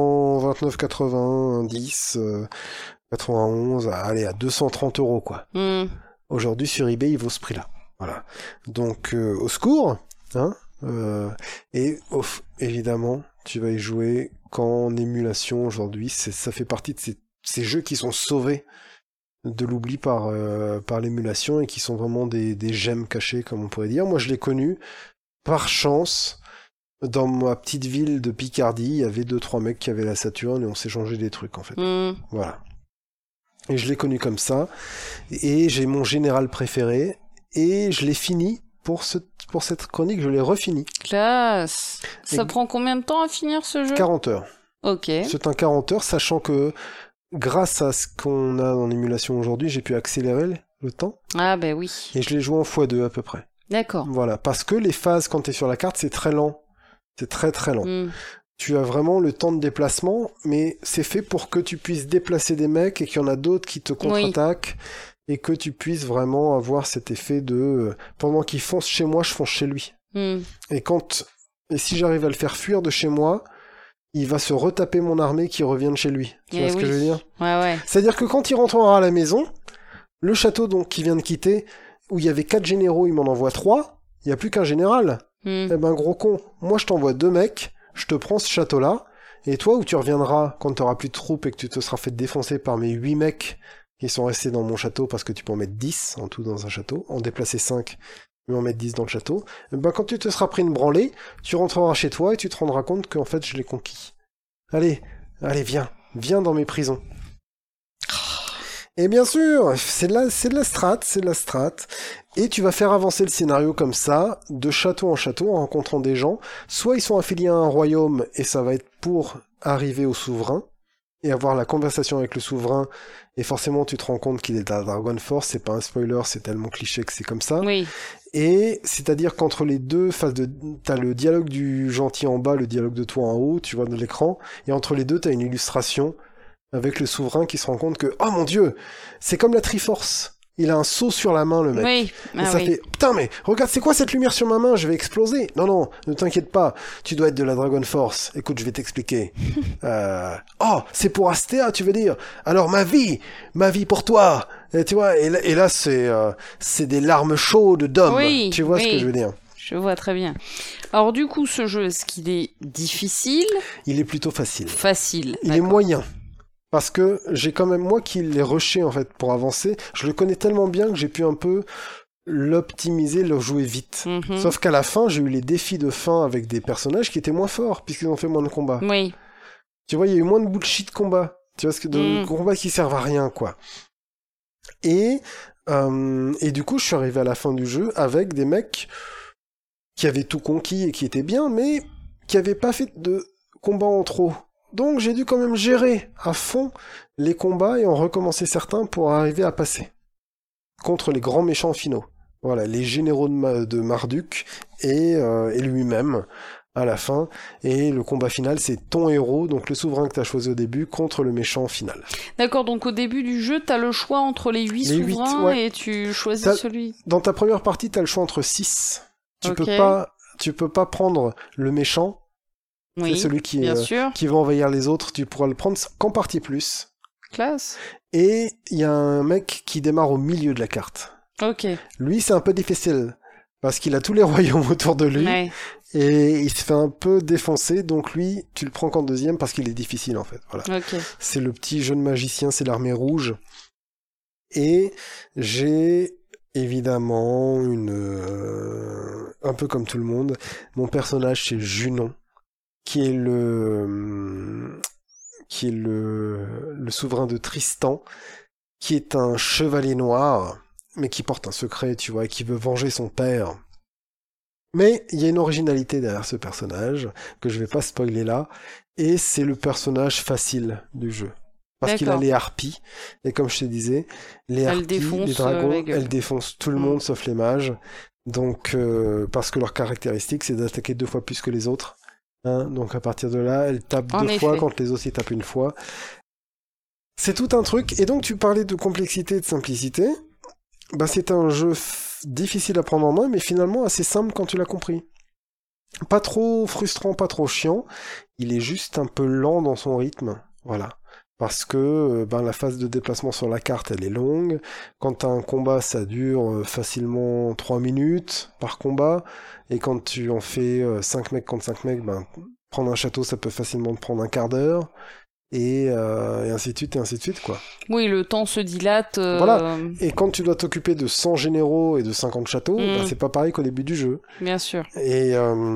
229,90, 91, allez, à 230 €, quoi. Aujourd'hui, sur eBay, il vaut ce prix-là. Voilà. Donc, au secours, hein, et évidemment, tu vas y jouer qu'en émulation aujourd'hui. Ça fait partie de ces jeux qui sont sauvés de l'oubli par l'émulation et qui sont vraiment des gemmes cachées, comme on pourrait dire. Moi, je l'ai connu par chance. Dans ma petite ville de Picardie, il y avait 2-3 mecs qui avaient la Saturn et on s'échangeait des trucs, en fait. Voilà. Et je l'ai connu comme ça. Et j'ai mon général préféré. Et je l'ai fini. Pour cette chronique, je l'ai refini. Classe. Ça prend combien de temps à finir ce jeu ? 40 heures. Ok. C'est un 40 heures, sachant que grâce à ce qu'on a dans l'émulation aujourd'hui, j'ai pu accélérer le temps. Ah ben oui. Et je l'ai joué en x2 à peu près. D'accord. Voilà. Parce que les phases, quand t'es sur la carte, c'est très lent. C'est très très lent. Tu as vraiment le temps de déplacement, mais c'est fait pour que tu puisses déplacer des mecs et qu'il y en a d'autres qui te contre-attaquent et que tu puisses vraiment avoir cet effet de pendant qu'il fonce chez moi, je fonce chez lui. Et si j'arrive à le faire fuir de chez moi, il va se retaper mon armée qui revient de chez lui. Tu vois ce que je veux dire ? Ouais. C'est-à-dire que quand il rentrera à la maison, le château donc qu'il vient de quitter, où il y avait 4 généraux, il m'en envoie 3, il n'y a plus qu'un général. Eh ben gros con, moi je t'envoie 2 mecs, je te prends ce château-là, et toi où tu reviendras quand tu auras plus de troupes et que tu te seras fait défoncer par mes 8 mecs qui sont restés dans mon château parce que tu peux en mettre 10 en tout dans un château, en déplacer 5, mais en mettre 10 dans le château, eh ben quand tu te seras pris une branlée, tu rentreras chez toi et tu te rendras compte qu'en fait je l'ai conquis. Allez, viens dans mes prisons. Et bien sûr, c'est de la strat. Et tu vas faire avancer le scénario comme ça, de château en château, en rencontrant des gens. Soit ils sont affiliés à un royaume, et ça va être pour arriver au souverain, et avoir la conversation avec le souverain, et forcément tu te rends compte qu'il est à Dragon Force, c'est pas un spoiler, c'est tellement cliché que c'est comme ça. Oui. Et c'est-à-dire qu'entre les deux phases t'as le dialogue du gentil en bas, le dialogue de toi en haut, tu vois de l'écran, et entre les deux t'as une illustration avec le souverain qui se rend compte que, oh mon Dieu, c'est comme la Triforce. Il a un seau sur la main, le mec. Oui. Et ça fait, putain, mais regarde, c'est quoi cette lumière sur ma main? Je vais exploser. Non, ne t'inquiète pas. Tu dois être de la Dragon Force. Écoute, je vais t'expliquer. Oh, c'est pour Astea, tu veux dire? Alors, ma vie pour toi. Et tu vois, et là, c'est des larmes chaudes d'homme. Oui, tu vois ce que je veux dire? Je vois très bien. Alors, du coup, ce jeu, est-ce qu'il est difficile? Il est plutôt facile. Facile. Il est moyen. Parce que j'ai quand même, moi qui l'ai rushé en fait pour avancer, je le connais tellement bien que j'ai pu un peu l'optimiser, le jouer vite. Sauf qu'à la fin, j'ai eu les défis de fin avec des personnages qui étaient moins forts, puisqu'ils ont fait moins de combats. Oui. Tu vois, il y a eu moins de bullshit combat. Tu vois, de combats qui servent à rien, quoi. Et du coup, je suis arrivé à la fin du jeu avec des mecs qui avaient tout conquis et qui étaient bien, mais qui avaient pas fait de combat en trop. Donc j'ai dû quand même gérer à fond les combats et en recommencer certains pour arriver à passer contre les grands méchants finaux. Voilà, les généraux de Marduk et lui-même à la fin. Et le combat final, c'est ton héros, donc le souverain que tu as choisi au début, contre le méchant final. D'accord, donc au début du jeu, tu as le choix entre les 8 souverains 8, ouais. Et tu choisis celui... Dans ta première partie, tu as le choix entre 6. Tu peux pas prendre le méchant. Oui, c'est celui qui va envahir les autres, tu pourras le prendre qu'en partie plus. Classe. Et il y a un mec qui démarre au milieu de la carte. Ok. Lui, c'est un peu difficile, parce qu'il a tous les royaumes autour de lui, et il se fait un peu défoncer, donc lui, tu le prends qu'en deuxième, parce qu'il est difficile, en fait. Voilà. Okay. C'est le petit jeune magicien, c'est l'armée rouge. Et j'ai... évidemment, un peu comme tout le monde, mon personnage, c'est Junon, qui est le souverain de Tristan, qui est un chevalier noir, mais qui porte un secret, tu vois, et qui veut venger son père. Mais il y a une originalité derrière ce personnage, que je vais pas spoiler là, et c'est le personnage facile du jeu. Parce qu'il a les harpies, et comme je te disais, les harpies, les dragons, elles défoncent tout le monde sauf les mages, donc parce que leur caractéristique, c'est d'attaquer 2 fois plus que les autres. Donc à partir de là, elle tape 2 fois quand les autres ils tapent 1 fois. C'est tout un truc. Et donc tu parlais de complexité et de simplicité. Bah, c'est un jeu difficile à prendre en main, mais finalement assez simple quand tu l'as compris. Pas trop frustrant, pas trop chiant. Il est juste un peu lent dans son rythme. Voilà. Parce que la phase de déplacement sur la carte, elle est longue. Quand t'as un combat, ça dure facilement 3 minutes par combat. Et quand tu en fais 5 mecs contre 5 mecs, prendre un château, ça peut facilement te prendre un quart d'heure. Et ainsi de suite, quoi. Oui, le temps se dilate. Voilà. Et quand tu dois t'occuper de 100 généraux et de 50 châteaux, c'est pas pareil qu'au début du jeu. Bien sûr. Et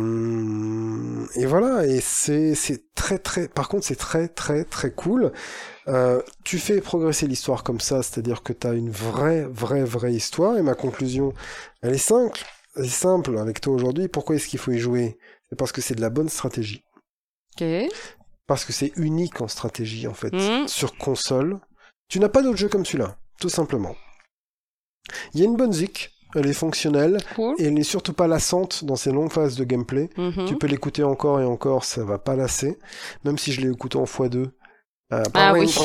voilà. Et c'est très, très... Par contre, c'est très, très, très cool. Tu fais progresser l'histoire comme ça, c'est-à-dire que t'as une vraie histoire. Et ma conclusion, elle est simple. Elle est simple avec toi aujourd'hui. Pourquoi est-ce qu'il faut y jouer? C'est parce que c'est de la bonne stratégie. Ok. Parce que c'est unique en stratégie, en fait. Sur console, tu n'as pas d'autre jeu comme celui-là, tout simplement. Il y a une bonne zik, elle est fonctionnelle, et elle n'est surtout pas lassante dans ses longues phases de gameplay. Tu peux l'écouter encore et encore, ça va pas lasser. Même si je l'ai écouté en x2. Oui.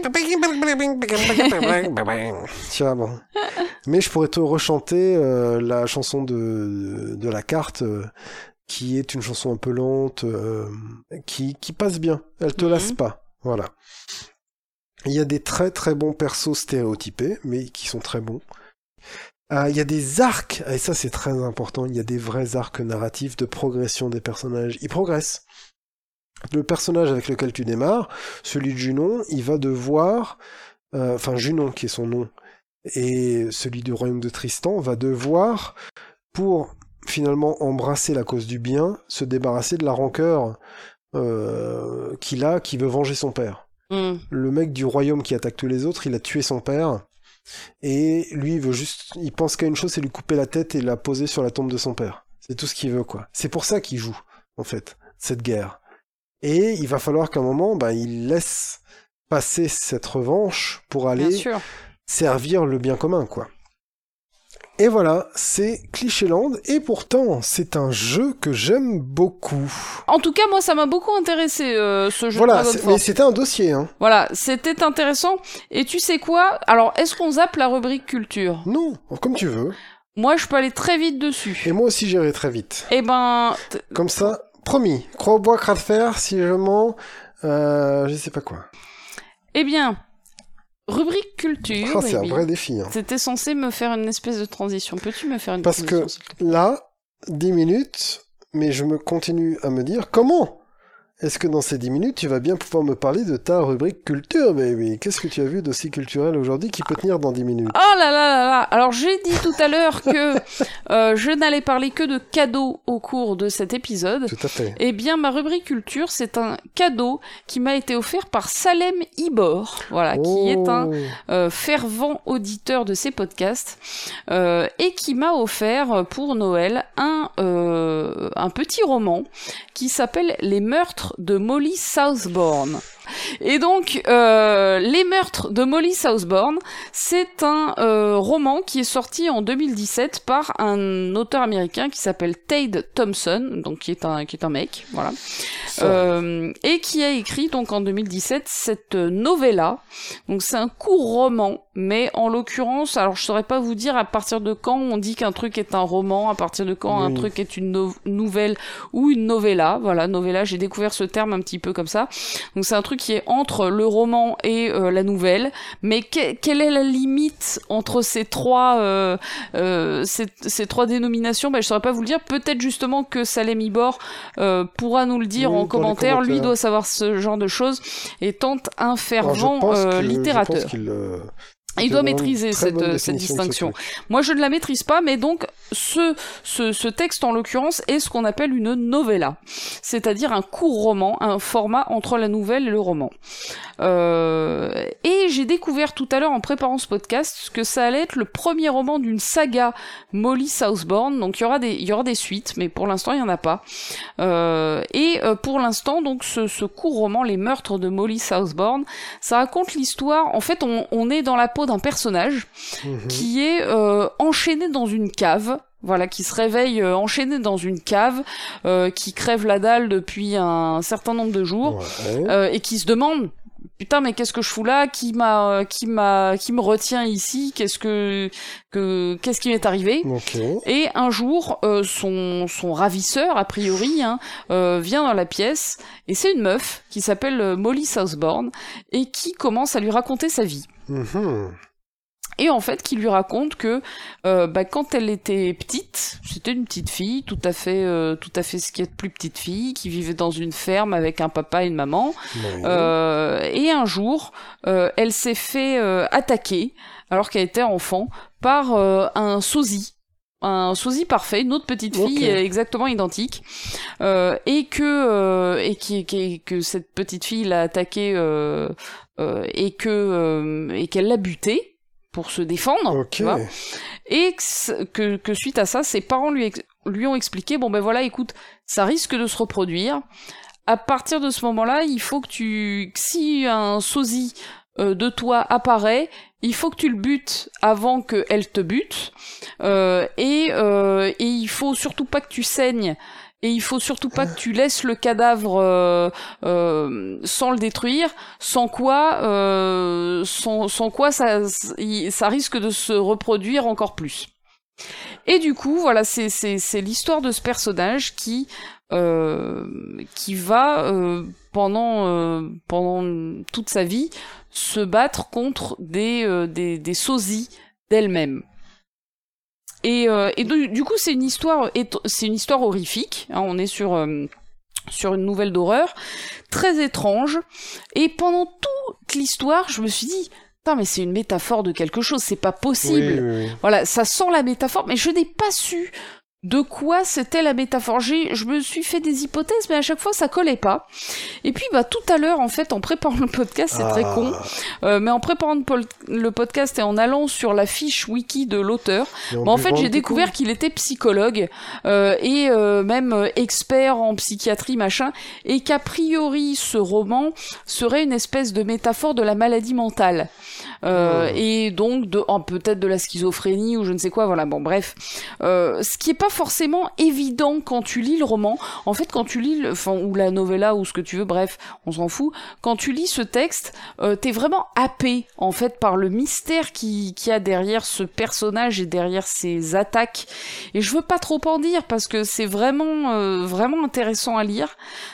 Tiens, bon. Mais je pourrais te rechanter la chanson de la carte... qui est une chanson un peu lente, qui passe bien. Elle te lasse pas. Voilà. Il y a des très très bons persos stéréotypés, mais qui sont très bons. Il y a des arcs, et ça c'est très important, il y a des vrais arcs narratifs de progression des personnages. Ils progressent. Le personnage avec lequel tu démarres, celui de Junon, il va devoir... Junon qui est son nom, et celui du royaume de Tristan, va devoir, pour... finalement embrasser la cause du bien, se débarrasser de la rancœur qu'il a, qui veut venger son père. Le mec du royaume qui attaque tous les autres, il a tué son père, et lui il pense qu'à une chose, c'est lui couper la tête et la poser sur la tombe de son père. C'est tout ce qu'il veut, quoi. C'est pour ça qu'il joue, en fait, cette guerre. Et il va falloir qu'à un moment, il laisse passer cette revanche pour aller servir le bien commun, quoi. Et voilà, c'est Clichéland, et pourtant, c'est un jeu que j'aime beaucoup. En tout cas, moi, ça m'a beaucoup intéressé, ce jeu voilà, de Dragon Force. Mais c'était un dossier, hein. Voilà, c'était intéressant. Et tu sais quoi ? Alors, est-ce qu'on zappe la rubrique culture ? Non, comme tu veux. Moi, je peux aller très vite dessus. Et moi aussi, j'irai très vite. Eh ben... Comme ça, promis, croix au bois, cras de fer, si je mens, je sais pas quoi. Eh bien... Rubrique culture. Oh, c'est un vrai défi. Hein. C'était censé me faire une espèce de transition. Peux-tu me faire une transition ? Parce que là, 10 minutes, mais je continue à me dire comment est-ce que dans ces 10 minutes, tu vas bien pouvoir me parler de ta rubrique culture, baby ? Qu'est-ce que tu as vu d'aussi culturel aujourd'hui qui peut tenir dans 10 minutes ? Oh là là là là ! Alors, j'ai dit tout à l'heure que je n'allais parler que de cadeaux au cours de cet épisode. Tout à fait. Eh bien, ma rubrique culture, c'est un cadeau qui m'a été offert par Salem Ibor, voilà, qui est un fervent auditeur de ces podcasts, et qui m'a offert pour Noël un petit roman qui s'appelle Les meurtres de Molly Southbourne. Et donc, Les meurtres de Molly Southbourne, c'est un roman qui est sorti en 2017 par un auteur américain qui s'appelle Tade Thompson, donc qui est un mec, voilà, et qui a écrit donc en 2017 cette novella. Donc c'est un court roman, mais en l'occurrence, alors je saurais pas vous dire à partir de quand on dit qu'un truc est un roman, à partir de quand un truc est une nouvelle ou une novella. Voilà, novella, j'ai découvert ce terme un petit peu comme ça. Donc c'est un truc qui est entre le roman et la nouvelle, mais quelle est la limite entre ces trois dénominations ? Je saurais pas vous le dire. Peut-être justement que Salem Ibor pourra nous le dire en commentaire. Lui doit savoir ce genre de choses, étant un fervent littérateur. Je pense qu'il il doit maîtriser cette distinction. Moi, je ne la maîtrise pas, mais donc ce texte, en l'occurrence, est ce qu'on appelle une novella, c'est-à-dire un court roman, un format entre la nouvelle et le roman. Et j'ai découvert tout à l'heure, en préparant ce podcast, que ça allait être le premier roman d'une saga Molly Southbourne. Donc il y aura des suites, mais pour l'instant, il y en a pas. Et pour l'instant, donc ce court roman, Les meurtres de Molly Southbourne, ça raconte l'histoire. En fait, on est dans la peau d'un personnage qui est enchaîné dans une cave, voilà, qui se réveille enchaîné dans une cave, qui crève la dalle depuis un certain nombre de jours, et qui se demande: putain, mais qu'est-ce que je fous là ? Qui me retient ici ? Qu'est-ce qui m'est arrivé ? Et un jour, son ravisseur, a priori, vient dans la pièce, et c'est une meuf qui s'appelle Molly Southbourne, et qui commence à lui raconter sa vie. Et en fait, qui lui raconte que quand elle était petite, c'était une petite fille, tout à fait ce qu'il y a de plus petite fille, qui vivait dans une ferme avec un papa et une maman. Et un jour, elle s'est fait attaquer, alors qu'elle était enfant, par un sosie. Un sosie parfait, une autre petite fille exactement identique, et que cette petite fille l'a attaquée et qu'elle l'a butée pour se défendre, tu vois, et que suite à ça, ses parents lui ont expliqué: bon ben voilà, écoute, ça risque de se reproduire. À partir de ce moment-là, il faut que si un sosie de toi apparaît, il faut que tu le butes avant qu'elle te bute, et il faut surtout pas que tu saignes, et il faut surtout pas que tu laisses le cadavre sans le détruire, sans quoi ça risque de se reproduire encore plus. Et du coup, voilà, c'est l'histoire de ce personnage qui va pendant toute sa vie se battre contre des sosies d'elle-même. Et du coup, c'est une histoire horrifique, hein, on est sur une nouvelle d'horreur très étrange, et pendant toute l'histoire, je me suis dit: mais c'est une métaphore de quelque chose, c'est pas possible. Oui. Voilà, ça sent la métaphore, mais je n'ai pas su de quoi c'était la métaphore. Je me suis fait des hypothèses, mais à chaque fois ça collait pas. Et puis tout à l'heure, en fait, en préparant le podcast, c'est très con, mais en préparant le podcast et en allant sur la fiche wiki de l'auteur, en fait j'ai découvert qu'il était psychologue et même expert en psychiatrie, machin, et qu'a priori ce roman serait une espèce de métaphore de la maladie mentale. et donc peut-être de la schizophrénie ou je ne sais quoi, voilà, bon bref. Ce qui est pas forcément évident quand tu lis le roman, en fait quand tu lis, ou la novella ou ce que tu veux, bref, on s'en fout, quand tu lis ce texte, t'es vraiment happé en fait par le mystère qui y a derrière ce personnage et derrière ses attaques, et je veux pas trop en dire parce que c'est vraiment vraiment intéressant à lire.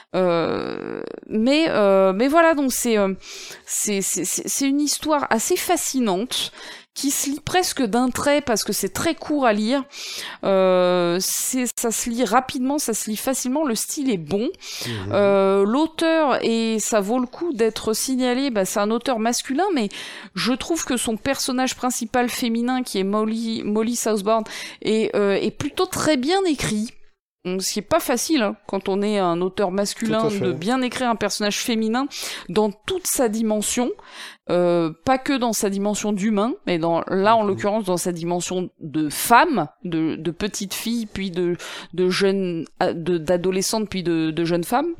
Mais voilà, donc c'est une histoire assez fascinante qui se lit presque d'un trait parce que c'est très court à lire. Ça se lit rapidement, ça se lit facilement, le style est bon. L'auteur, et ça vaut le coup d'être signalé, c'est un auteur masculin, mais je trouve que son personnage principal féminin, qui est Molly Southbourne, est plutôt très bien écrit. Ce qui est pas facile hein, quand on est un auteur masculin de bien écrire un personnage féminin dans toute sa dimension, pas que dans sa dimension d'humain, mais là en l'occurrence dans sa dimension de femme, de petite fille, puis de jeune, d'adolescente, puis de jeune femme.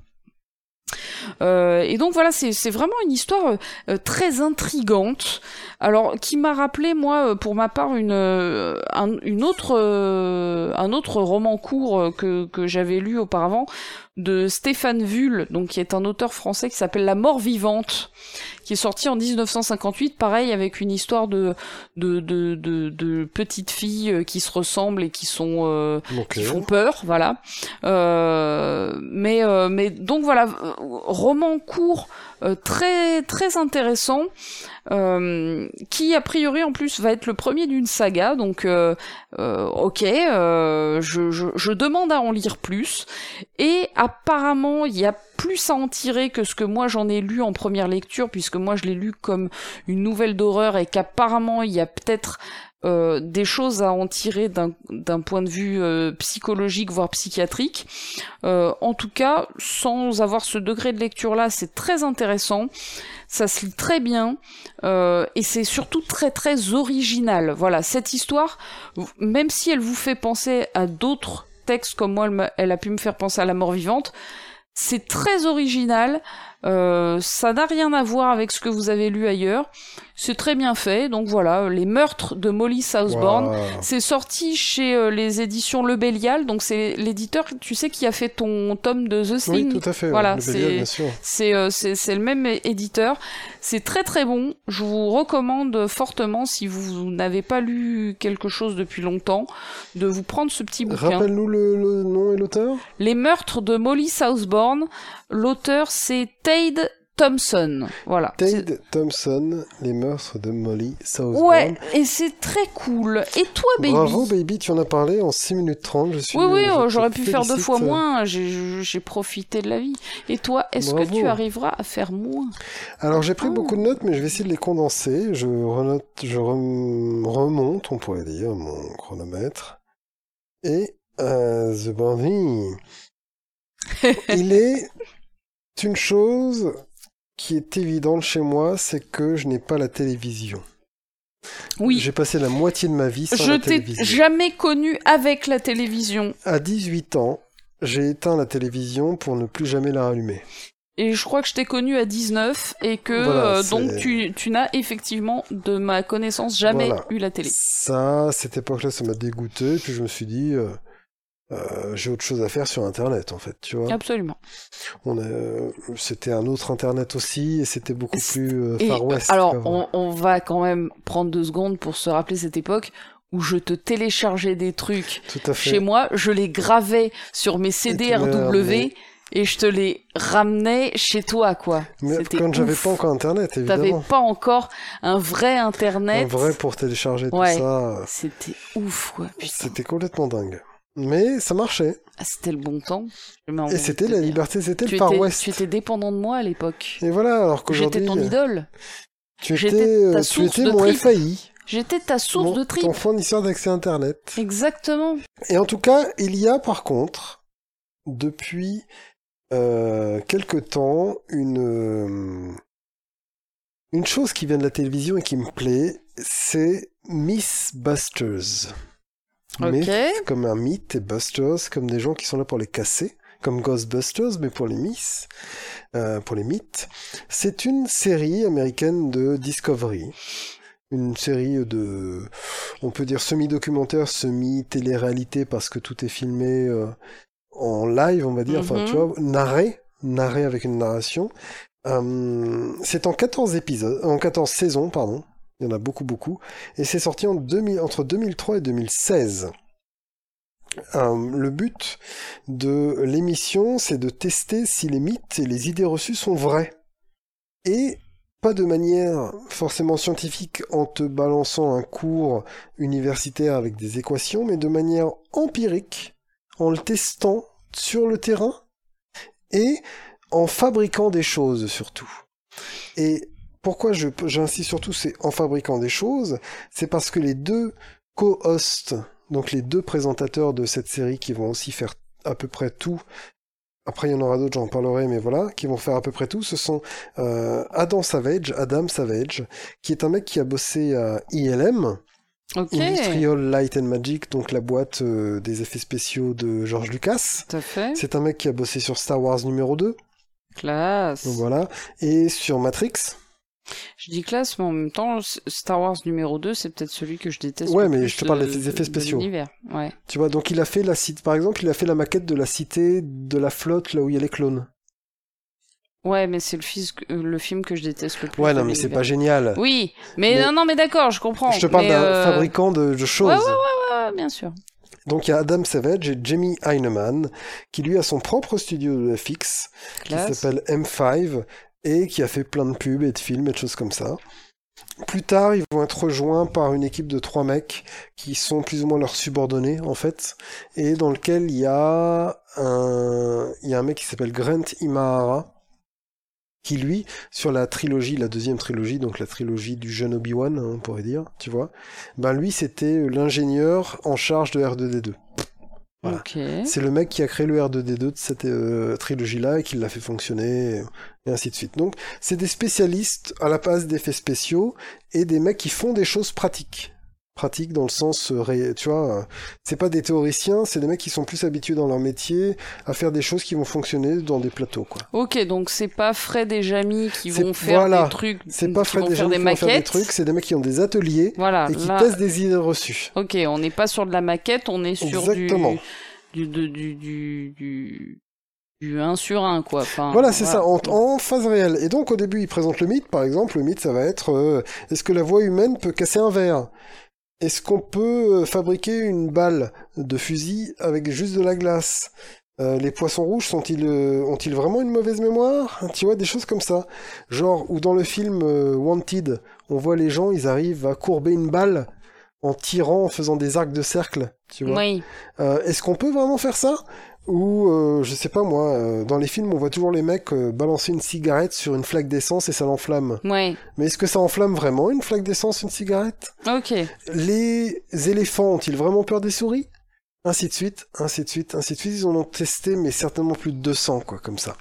Et donc voilà, c'est vraiment une histoire très intrigante. Alors qui m'a rappelé moi pour ma part un autre roman court que j'avais lu auparavant de Stéphane Vull, donc qui est un auteur français qui s'appelle La Mort Vivante, qui est sorti en 1958, pareil avec une histoire de petites filles qui se ressemblent et qui sont qui font peur, voilà. Mais donc voilà, roman court très très intéressant, qui a priori en plus va être le premier d'une saga, donc je demande à en lire plus, et apparemment il y a plus à en tirer que ce que moi j'en ai lu en première lecture, puisque moi je l'ai lu comme une nouvelle d'horreur, et qu'apparemment il y a peut-être des choses à en tirer d'un point de vue psychologique, voire psychiatrique. En tout cas, sans avoir ce degré de lecture-là, c'est très intéressant, ça se lit très bien, et c'est surtout très très original. Voilà, cette histoire, même si elle vous fait penser à d'autres textes comme moi, elle a pu me faire penser à La Mort Vivante, c'est très original, ça n'a rien à voir avec ce que vous avez lu ailleurs, c'est très bien fait. Donc voilà, Les Meurtres de Molly Southbourne, c'est sorti chez les éditions Le Bélial, donc c'est l'éditeur, tu sais, qui a fait ton tome de The Thing. Oui, tout à fait, voilà, Le Bélial, bien sûr. C'est le même éditeur, c'est très très bon, je vous recommande fortement, si vous n'avez pas lu quelque chose depuis longtemps, de vous prendre ce petit bouquin. Rappelle-nous le nom et l'auteur. Les Meurtres de Molly Southbourne, l'auteur c'est Tade Thompson, voilà. Tade Thompson, Les Meurtres de Molly Southbourne. Ouais, et c'est très cool. Et toi, Baby? Bravo, Baby, tu en as parlé en 6 minutes 30. Oui, j'aurais pu faire 2 fois moins, j'ai profité de la vie. Et toi, est-ce que tu arriveras à faire moins? Alors, j'ai pris beaucoup de notes, mais je vais essayer de les condenser. Je remonte, on pourrait dire, mon chronomètre. Et The Body, il est une chose qui est évidente chez moi, c'est que je n'ai pas la télévision. Oui. J'ai passé la moitié de ma vie sans la télévision. Je t'ai jamais connu avec la télévision. À 18 ans, j'ai éteint la télévision pour ne plus jamais la rallumer. Et je crois que je t'ai connu à 19 et que voilà, donc tu n'as effectivement, de ma connaissance, jamais eu la télé. Ça, cette époque-là, ça m'a dégoûté, puis je me suis dit... j'ai autre chose à faire sur Internet, en fait, tu vois. Absolument. C'était un autre Internet aussi, et c'était beaucoup plus Far West. Alors, on va quand même prendre 2 secondes pour se rappeler cette époque où je te téléchargeais des trucs chez moi, je les gravais sur mes CD RW, et je te les ramenais chez toi, quoi. Mais quand j'avais pas encore Internet, évidemment. T'avais pas encore un vrai Internet. Un vrai pour télécharger tout ça. C'était ouf, quoi. Putain. C'était complètement dingue. Mais ça marchait. C'était le bon temps. Et c'était la liberté, c'était le Far West. Tu étais dépendant de moi à l'époque. Et voilà, alors qu'aujourd'hui... J'étais ton idole. Tu étais mon FAI. J'étais ta source de trip. Ton fournisseur d'accès Internet. Exactement. Et en tout cas, il y a par contre, depuis quelque temps, une chose qui vient de la télévision et qui me plaît, c'est Mythbusters. Myth, comme un mythe, et Busters, comme des gens qui sont là pour les casser, comme Ghostbusters, mais pour les Myths. pour les mythes. C'est une série américaine de Discovery. Une série on peut dire semi-documentaire, semi-télé-réalité, parce que tout est filmé en live, on va dire, enfin, tu vois, narré avec une narration. C'est en 14 saisons, pardon. Il y en a beaucoup. Et c'est sorti entre 2003 et 2016. Le but de l'émission, c'est de tester si les mythes et les idées reçues sont vraies. Et pas de manière forcément scientifique en te balançant un cours universitaire avec des équations, mais de manière empirique, en le testant sur le terrain et en fabriquant des choses surtout. Et pourquoi j'insiste surtout c'est en fabriquant des choses, c'est parce que les deux co-hosts, donc les deux présentateurs de cette série qui vont aussi faire à peu près tout, après il y en aura d'autres, j'en parlerai, mais voilà, qui vont faire à peu près tout, ce sont Adam Savage, qui est un mec qui a bossé à ILM, Industrial Light and Magic, donc la boîte des effets spéciaux de George Lucas. Tout à fait. C'est un mec qui a bossé sur Star Wars numéro 2. Classe. Donc voilà. Et sur Matrix. Je dis classe, mais en même temps, Star Wars numéro 2, c'est peut-être celui que je déteste. Ouais, mais je te parle des effets spéciaux. Ouais. Tu vois, donc il a fait par exemple, il a fait la maquette de la cité de la flotte, là où il y a les clones. Ouais, mais c'est le film que je déteste le plus. Ouais, non, mais c'est pas génial. Oui, mais non, mais d'accord, je comprends. Je te parle d'un fabricant de choses. Ouais, bien sûr. Donc il y a Adam Savage et Jamie Heineman, qui lui a son propre studio de FX, qui s'appelle M5, et qui a fait plein de pubs et de films et de choses comme ça. Plus tard, ils vont être rejoints par une équipe de 3 mecs qui sont plus ou moins leurs subordonnés, en fait, et dans lequel il y a un mec qui s'appelle Grant Imahara, qui lui, sur la deuxième trilogie, donc la trilogie du jeune Obi-Wan, on pourrait dire, tu vois, ben lui, c'était l'ingénieur en charge de R2D2. Voilà. Okay. C'est le mec qui a créé le R2D2 de cette trilogie-là et qui l'a fait fonctionner, et ainsi de suite. Donc, c'est des spécialistes à la base d'effets spéciaux et des mecs qui font des choses pratiques. Pratiques dans le sens, tu vois, c'est pas des théoriciens, c'est des mecs qui sont plus habitués dans leur métier à faire des choses qui vont fonctionner dans des plateaux, quoi. Ok, donc c'est pas Fred et Jamie qui vont faire des trucs, c'est pas Fred et Jamie qui vont faire des trucs, c'est des mecs qui ont des ateliers et qui testent des idées reçues. Ok, on n'est pas sur de la maquette, on est sur du 1 sur 1, quoi. Enfin, voilà, c'est ça, en phase réelle. Et donc, au début, ils présentent le mythe, par exemple. Le mythe, ça va être est-ce que la voix humaine peut casser un verre ? Est-ce qu'on peut fabriquer une balle de fusil avec juste de la glace ? Les poissons rouges ont-ils vraiment une mauvaise mémoire ? Tu vois, des choses comme ça. Genre, ou dans le film Wanted, on voit les gens, ils arrivent à courber une balle en tirant, en faisant des arcs de cercle, tu vois. Oui. Est-ce qu'on peut vraiment faire ça ? Ou, je sais pas moi, dans les films, on voit toujours les mecs balancer une cigarette sur une flaque d'essence et ça l'enflamme. Ouais. Mais est-ce que ça enflamme vraiment une flaque d'essence, une cigarette ? Ok. Les éléphants ont-ils vraiment peur des souris ? Ainsi de suite. Ils en ont testé, mais certainement plus de 200, quoi, comme ça.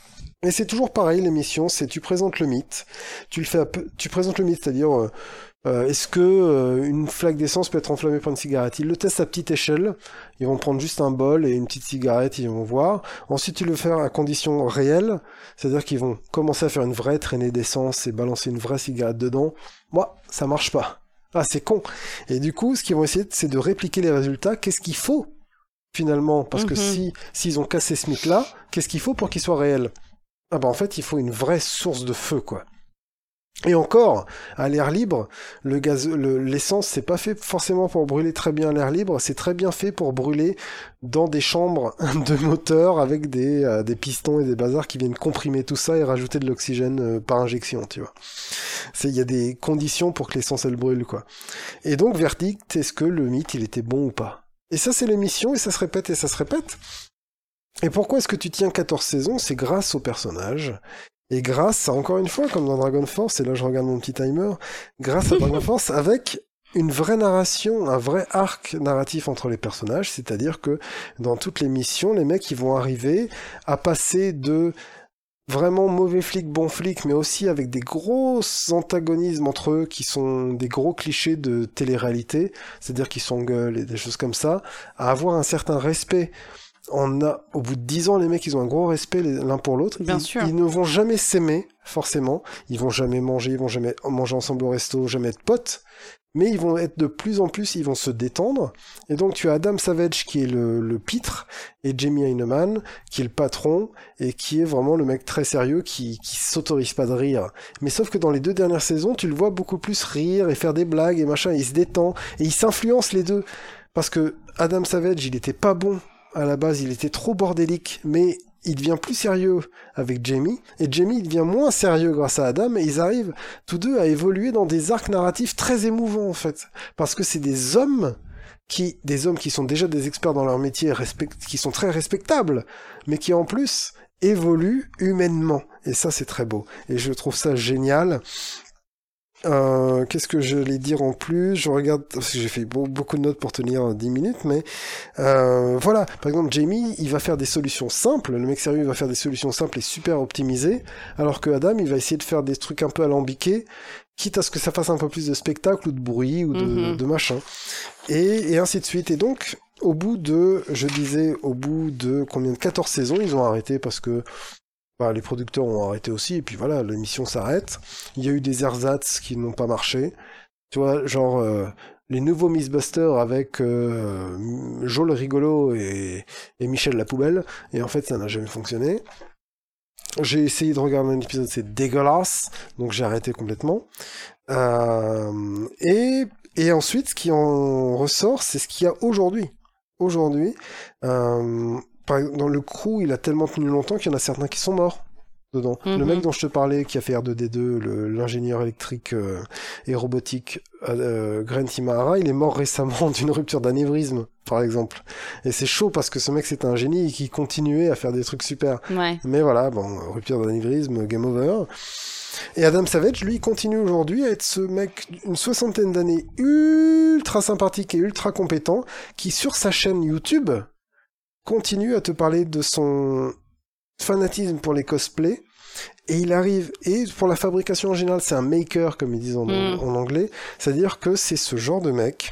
Et c'est toujours pareil, l'émission, c'est tu présentes le mythe. Tu présentes le mythe, c'est-à-dire... est-ce que une flaque d'essence peut être enflammée par une cigarette ? Ils le testent à petite échelle. Ils vont prendre juste un bol et une petite cigarette, ils vont voir. Ensuite, ils le font à conditions réelles, c'est-à-dire qu'ils vont commencer à faire une vraie traînée d'essence et balancer une vraie cigarette dedans. Moi, ça marche pas. Ah, c'est con. Et du coup, ce qu'ils vont essayer, c'est de répliquer les résultats. Qu'est-ce qu'il faut finalement ? Parce que s'ils ont cassé ce mythe-là, qu'est-ce qu'il faut pour qu'il soit réel ? Ah bah en fait, il faut une vraie source de feu, quoi. Et encore, à l'air libre, l'essence, c'est pas fait forcément pour brûler très bien à l'air libre, c'est très bien fait pour brûler dans des chambres de moteur avec des pistons et des bazars qui viennent comprimer tout ça et rajouter de l'oxygène par injection, tu vois. Il y a des conditions pour que l'essence, elle brûle, quoi. Et donc, verdict, est-ce que le mythe, il était bon ou pas ? Et ça, c'est l'émission, et ça se répète, et ça se répète. Et pourquoi est-ce que tu tiens 14 saisons ? C'est grâce aux personnages. Et grâce à, encore une fois, comme dans Dragon Force, et là je regarde mon petit timer, grâce à Dragon Force, avec une vraie narration, un vrai arc narratif entre les personnages, c'est-à-dire que dans toutes les missions, les mecs, ils vont arriver à passer de vraiment mauvais flics, bons flics, mais aussi avec des gros antagonismes entre eux qui sont des gros clichés de télé-réalité, c'est-à-dire qu'ils s'engueulent et des choses comme ça, à avoir un certain respect au bout de 10 ans, les mecs, ils ont un gros respect l'un pour l'autre. Bien sûr. Ils ne vont jamais s'aimer, forcément. Ils vont jamais manger, ils vont jamais manger ensemble au resto, jamais être potes. Mais ils vont être de plus en plus, ils vont se détendre. Et donc, tu as Adam Savage qui est le pitre, et Jamie Hyneman qui est le patron, et qui est vraiment le mec très sérieux qui s'autorise pas de rire. Mais sauf que dans les 2 dernières saisons, tu le vois beaucoup plus rire et faire des blagues et machin, il se détend, et il s'influence les deux. Parce que Adam Savage, il était pas bon à la base, il était trop bordélique, mais il devient plus sérieux avec Jamie, et Jamie il devient moins sérieux grâce à Adam, et ils arrivent tous deux à évoluer dans des arcs narratifs très émouvants en fait, parce que c'est des hommes qui sont déjà des experts dans leur métier, qui sont très respectables, mais qui en plus évoluent humainement, et ça c'est très beau, et je trouve ça génial. Qu'est-ce que je vais dire en plus? Je regarde, parce que j'ai fait beaucoup de notes pour tenir 10 minutes, mais voilà. Par exemple, Jamie, il va faire des solutions simples. Le mec sérieux, il va faire des solutions simples et super optimisées, alors que Adam, il va essayer de faire des trucs un peu alambiqués, quitte à ce que ça fasse un peu plus de spectacle ou de bruit ou de machin. Et ainsi de suite. Et donc, au bout de combien de 14 saisons, ils ont arrêté parce que les producteurs ont arrêté aussi, et puis voilà, l'émission s'arrête. Il y a eu des ersatz qui n'ont pas marché. Tu vois, genre, les nouveaux Mythbusters avec Joel Rigolo et Michel la poubelle, et en fait, ça n'a jamais fonctionné. J'ai essayé de regarder un épisode, c'est dégueulasse, donc j'ai arrêté complètement. Et ensuite, ce qui en ressort, c'est ce qu'il y a aujourd'hui. Aujourd'hui, dans le crew, il a tellement tenu longtemps qu'il y en a certains qui sont morts dedans. Le mec dont je te parlais, qui a fait R2D2, l'ingénieur électrique et robotique Grant Imahara, il est mort récemment d'une rupture d'anévrisme, par exemple. Et c'est chaud parce que ce mec c'était un génie et qui continuait à faire des trucs super. Ouais. Mais voilà, rupture d'anévrisme, game over. Et Adam Savage, lui, continue aujourd'hui à être ce mec d'une 60aine d'années ultra sympathique et ultra compétent qui, sur sa chaîne YouTube, continue à te parler de son fanatisme pour les cosplays, et il arrive, et pour la fabrication en général, c'est un maker, comme ils disent en anglais, c'est-à-dire que c'est ce genre de mec.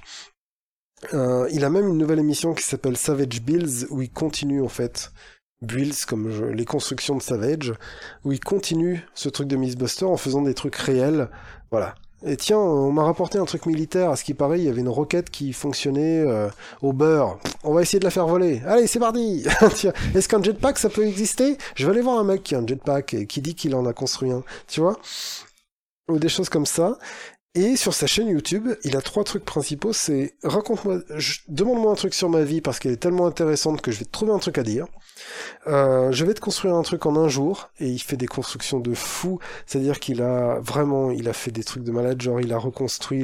Il a même une nouvelle émission qui s'appelle Savage Builds, où il continue en fait, Builds comme les constructions de Savage, où il continue ce truc de Mythbuster en faisant des trucs réels, voilà. Et tiens, on m'a rapporté un truc militaire, à ce qui paraît, il y avait une roquette qui fonctionnait au beurre. On va essayer de la faire voler. Allez, c'est parti. Tiens, est-ce qu'un jetpack, ça peut exister? Je vais aller voir un mec qui a un jetpack et qui dit qu'il en a construit un, tu vois? Ou des choses comme ça. Et sur sa chaîne YouTube, il a 3 trucs principaux, c'est demande-moi un truc sur ma vie parce qu'elle est tellement intéressante que je vais te trouver un truc à dire. Je vais te construire un truc en un jour, et il fait des constructions de fou, c'est-à-dire il a fait des trucs de malade, genre il a reconstruit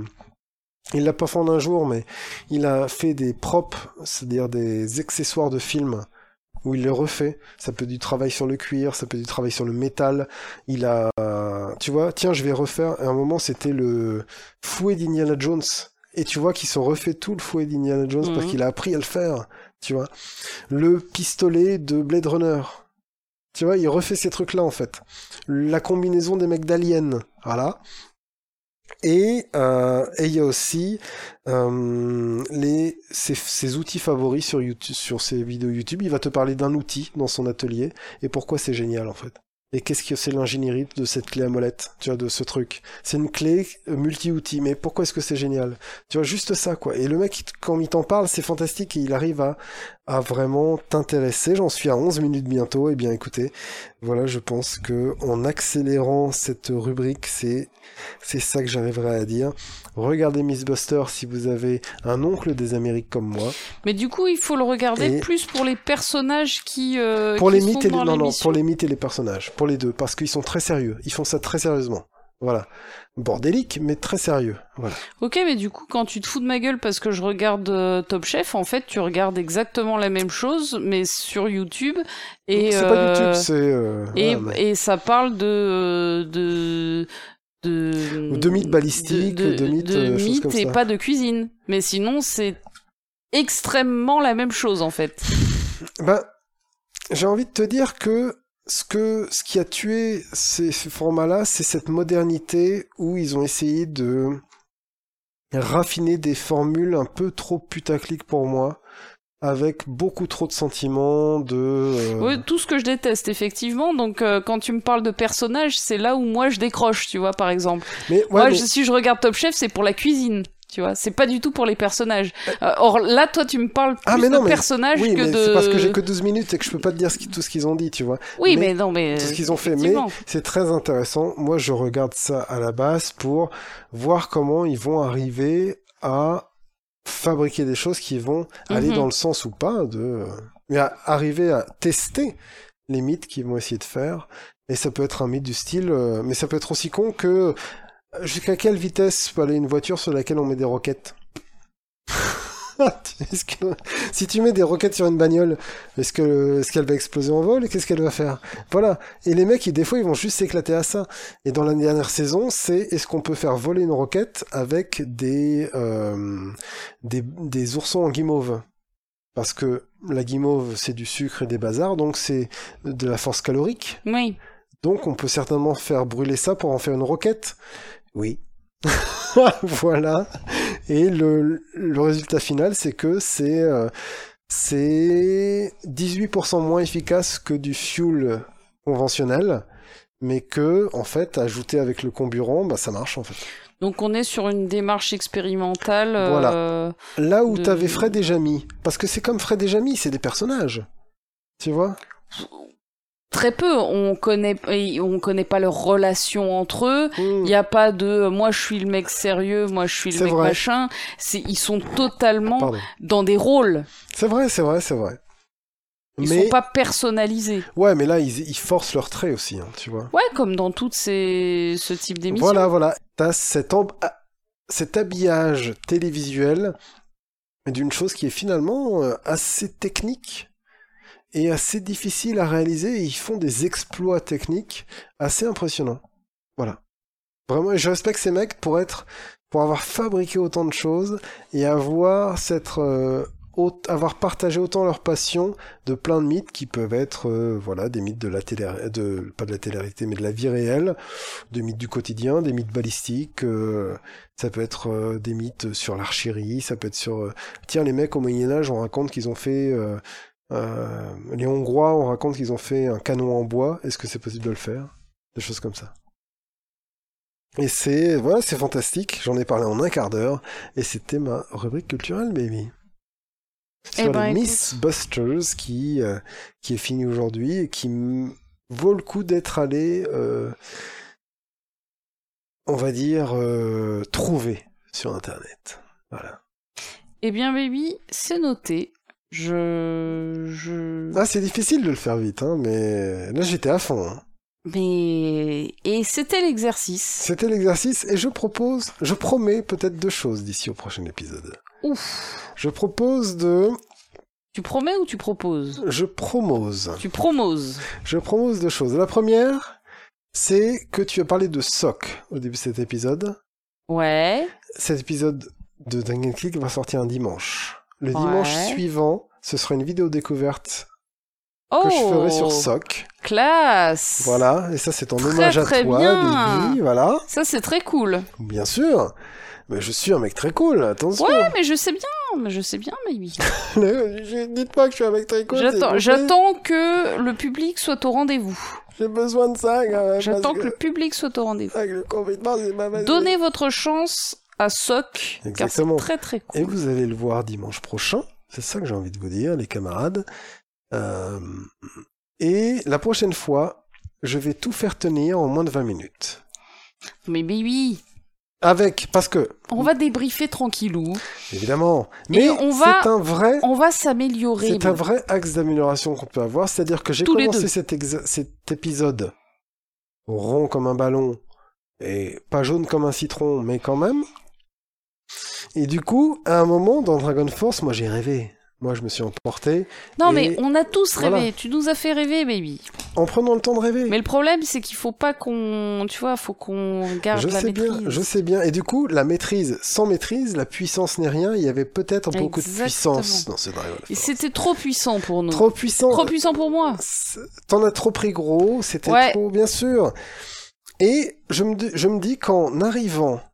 il l'a pas fait en un jour, mais il a fait des props, c'est-à-dire des accessoires de films, où il les refait. Ça peut être du travail sur le cuir, ça peut être du travail sur le métal. Il a, tu vois, tiens, je vais refaire, à un moment, c'était le fouet d'Indiana Jones. Et tu vois qu'ils se refait tout le fouet d'Indiana Jones parce qu'il a appris à le faire, tu vois. Le pistolet de Blade Runner. Tu vois, il refait ces trucs-là, en fait. La combinaison des mecs d'Alien. Voilà. Et il y a aussi ses outils favoris sur YouTube, sur ses vidéos YouTube. Il va te parler d'un outil dans son atelier et pourquoi c'est génial en fait. Et qu'est-ce que c'est l'ingénierie de cette clé à molette, tu vois, de ce truc. C'est une clé multi-outil, mais pourquoi est-ce que c'est génial? Tu vois, juste ça, quoi. Et le mec, quand il t'en parle, c'est fantastique et il arrive à vraiment t'intéresser. J'en suis à 11 minutes bientôt. Eh bien, écoutez, voilà, je pense que en accélérant cette rubrique, c'est ça que j'arriverai à dire. Regardez Mythbusters si vous avez un oncle des Amériques comme moi. Mais du coup, il faut le regarder plus pour les personnages qui pour les sont mythes dans non, l'émission. pour les mythes et les personnages, pour les deux, parce qu'ils sont très sérieux. Ils font ça très sérieusement. Voilà. Bordélique, mais très sérieux. Voilà. Ok, mais du coup, quand tu te fous de ma gueule parce que je regarde Top Chef, en fait, tu regardes exactement la même chose, mais sur YouTube. Et, c'est pas YouTube, c'est... et ça parle de mythes balistiques, de mythes comme et ça. pas de cuisine. Mais sinon, c'est extrêmement la même chose, en fait. Ben, j'ai envie de te dire que ce qui a tué ce format-là, c'est cette modernité où ils ont essayé de raffiner des formules un peu trop putaclic pour moi. avec beaucoup trop de sentiments, Oui, tout ce que je déteste, effectivement. Donc, quand tu me parles de personnages, c'est là où moi je décroche, tu vois, par exemple. Si je regarde Top Chef, c'est pour la cuisine. Tu vois, c'est pas du tout pour les personnages. Or là, toi, tu me parles plus de personnages que de... c'est parce que j'ai que 12 minutes et que je peux pas te dire tout ce qu'ils ont dit, tu vois. Oui, mais non, mais... Tout ce qu'ils ont fait. Mais c'est très intéressant. Moi, je regarde ça à la base pour voir comment ils vont arriver à fabriquer des choses qui vont aller dans le sens ou pas mais arriver à tester les mythes qu'ils vont essayer de faire. Et ça peut être un mythe du style... mais ça peut être aussi con que... Jusqu'à quelle vitesse peut aller une voiture sur laquelle on met des roquettes? Si tu mets des roquettes sur une bagnole, est-ce qu'elle va exploser en vol et qu'est-ce qu'elle va faire? Voilà. Et les mecs, des fois, ils vont juste s'éclater à ça. Et dans la dernière saison, est-ce qu'on peut faire voler une roquette avec des oursons en guimauve? Parce que la guimauve, c'est du sucre et des bazars, donc c'est de la force calorique. Oui. Donc on peut certainement faire brûler ça pour en faire une roquette. Oui. Voilà. Et le résultat final, c'est que c'est 18% moins efficace que du fuel conventionnel, mais que, en fait, ajouté avec le comburant, ça marche, en fait. Donc on est sur une démarche expérimentale. Voilà. Là où t'avais Fred et Jamie. Parce que c'est comme Fred et Jamie, c'est des personnages. Tu vois ? Très peu, on connaît pas leur relation entre eux. Il y a pas de moi je suis le mec sérieux, moi je suis le mec machin. Ils sont totalement dans des rôles. C'est vrai. Ils sont pas personnalisés. Ouais, mais là ils forcent leurs traits aussi, hein, tu vois. Ouais, comme dans ce type d'émission. Voilà. T'as cet habillage télévisuel d'une chose qui est finalement assez technique. Et assez difficile à réaliser, et ils font des exploits techniques assez impressionnants. Voilà. Vraiment, je respecte ces mecs pour avoir fabriqué autant de choses, et avoir partagé autant leur passion de plein de mythes qui peuvent être, des mythes pas de la télé-réalité, mais de la vie réelle, des mythes du quotidien, des mythes balistiques, ça peut être des mythes sur l'archerie, ça peut être sur, les mecs au Moyen-Âge, on raconte qu'ils ont fait, les Hongrois, on raconte qu'ils ont fait un canon en bois. Est-ce que c'est possible de le faire? Des choses comme ça. Et c'est fantastique. J'en ai parlé en un quart d'heure. Et c'était ma rubrique culturelle, baby. Sur les Mythbusters qui est fini aujourd'hui et qui vaut le coup d'être allé, on va dire, trouver sur Internet. Voilà. Eh bien, baby, c'est noté. c'est difficile de le faire vite, hein, mais là j'étais à fond. Hein. Et c'était l'exercice. C'était l'exercice, et je promets peut-être 2 choses d'ici au prochain épisode. Ouf. Je propose de... Tu promets ou tu proposes? Je promose. Tu promoses. Je promose 2 choses. La première, c'est que tu as parlé de SOC au début de cet épisode. Ouais. Cet épisode de Dungeon Click va sortir un dimanche. Le dimanche suivant, ce sera une vidéo découverte que je ferai sur SOC. Classe. Voilà, et ça c'est en hommage à toi, Baby, voilà. Ça c'est très cool. Bien sûr. Mais je suis un mec très cool, attention. Ouais, mais je sais bien, Baby. Dites pas que je suis un mec très cool. J'attends que le public soit au rendez-vous. J'ai besoin de ça, quand même. J'attends que le public soit au rendez-vous. Avec le confinement, c'est pas facile. Donnez votre chance à SOC, car c'est très très cool. Et vous allez le voir dimanche prochain, c'est ça que j'ai envie de vous dire, les camarades. Et la prochaine fois, je vais tout faire tenir en moins de 20 minutes. Mais Baby... Parce que... On va débriefer tranquillou. Évidemment. Mais on va s'améliorer. C'est un vrai axe d'amélioration qu'on peut avoir, c'est-à-dire que j'ai commencé cet épisode rond comme un ballon, et pas jaune comme un citron, mais quand même. Et du coup, à un moment, dans Dragon Force, moi j'ai rêvé. Moi, je me suis emporté. Non, mais on a tous rêvé. Voilà. Tu nous as fait rêver, Baby. En prenant le temps de rêver. Mais le problème, c'est qu'il faut pas qu'on... Tu vois, faut qu'on garde la maîtrise. Je sais bien. Et du coup, la maîtrise, sans maîtrise, la puissance n'est rien. Il y avait peut-être beaucoup de puissance dans ce Dragon Force. Et c'était trop puissant pour nous. Trop puissant. Trop puissant pour moi. T'en as trop pris gros. C'était trop, bien sûr. Et je me dis qu'en arrivant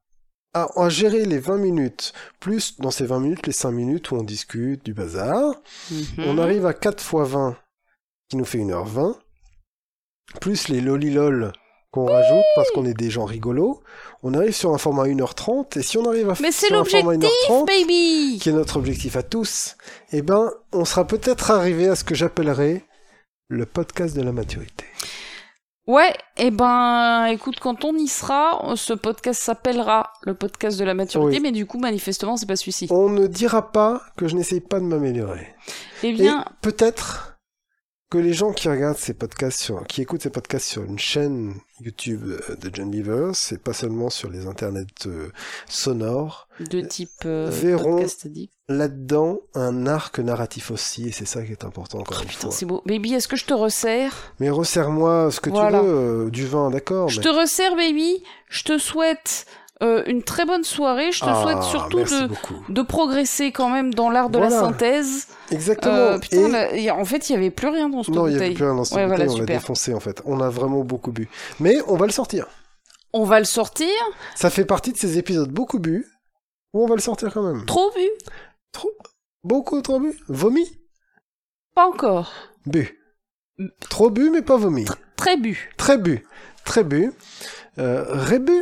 à gérer les 20 minutes, plus dans ces 20 minutes, les 5 minutes où on discute du bazar. On arrive à 4 x 20, qui nous fait 1h20, plus les lolilol qu'on rajoute parce qu'on est des gens rigolos. On arrive sur un format 1h30, et si on arrive à Mais c'est sur un format 1h30, baby, qui est notre objectif à tous, eh ben, on sera peut-être arrivé à ce que j'appellerais le podcast de la maturité. Ouais, et ben, écoute, quand on y sera, ce podcast s'appellera le podcast de la maturité, mais du coup, manifestement, c'est pas celui-ci. On ne dira pas que je n'essaye pas de m'améliorer. Eh bien... Et peut-être que les gens qui regardent ces podcasts qui écoutent ces podcasts sur une chaîne YouTube de John Beaver, c'est pas seulement sur les internets sonores, de type verront podcast addict. Là-dedans un arc narratif aussi, et c'est ça qui est important encore une fois. C'est beau. Baby, est-ce que je te resserre ? Mais resserre-moi ce que tu veux, du vin, d'accord. Je te resserre, baby. Je te souhaite une très bonne soirée. Je te souhaite surtout de progresser quand même dans l'art de la synthèse. Exactement. En fait, il n'y avait plus rien dans cette bouteille. Non, il n'y avait plus rien dans cette bouteille, on l'a défoncé en fait. On a vraiment beaucoup bu. Mais on va le sortir. On va le sortir. Ça fait partie de ces épisodes beaucoup bu, où on va le sortir quand même. Trop bu. Beaucoup trop bu. Vomi. Pas encore. Bu. Trop bu, mais pas vomi. Très bu. Très bu. Très bu. Rébu.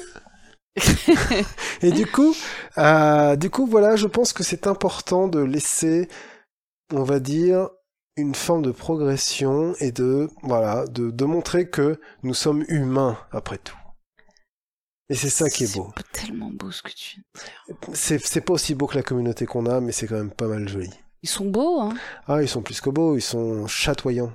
Et du coup, voilà, je pense que c'est important de laisser, on va dire, une forme de progression et de montrer que nous sommes humains après tout. Et c'est ça qui est beau. C'est tellement beau ce que tu viens de dire. C'est pas aussi beau que la communauté qu'on a, mais c'est quand même pas mal joli. Ils sont beaux, hein. Ah, ils sont plus que beaux, ils sont chatoyants.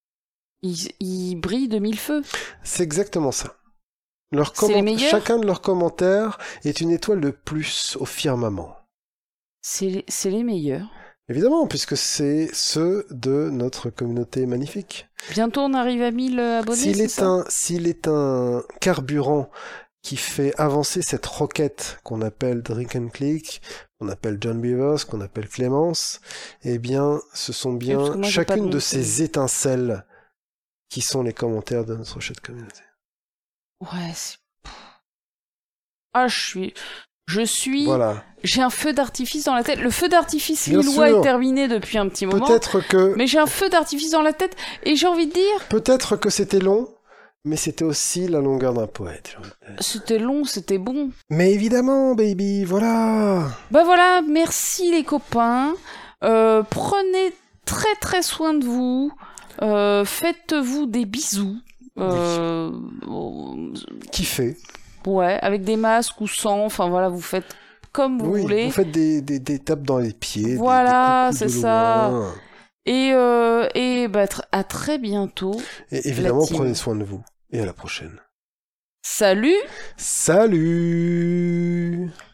Ils brillent de mille feux. C'est exactement ça. Chacun de leurs commentaires est une étoile de plus au firmament. C'est les meilleurs. Évidemment, puisque c'est ceux de notre communauté magnifique. Bientôt on arrive à 1000 abonnés, S'il est un carburant qui fait avancer cette roquette qu'on appelle Drink and Click, qu'on appelle John Beavers, qu'on appelle Clémence, eh bien, ce sont bien chacune de ces étincelles qui sont les commentaires de notre chouette communauté. Ouais, je suis... Voilà. J'ai un feu d'artifice dans la tête. Le feu d'artifice lillois est terminé depuis un petit moment. Mais j'ai un feu d'artifice dans la tête et j'ai envie de dire... Peut-être que c'était long, mais c'était aussi la longueur d'un poète. C'était long, c'était bon. Mais évidemment, baby, voilà. Bah voilà, merci les copains. Prenez très très soin de vous. Faites-vous des bisous. Kiffez. Ouais, avec des masques ou sans, enfin voilà, vous faites comme vous voulez. Vous faites des tapes dans les pieds. Voilà, c'est ça. Et à très bientôt. Et évidemment, prenez soin de vous. Et à la prochaine. Salut. Salut.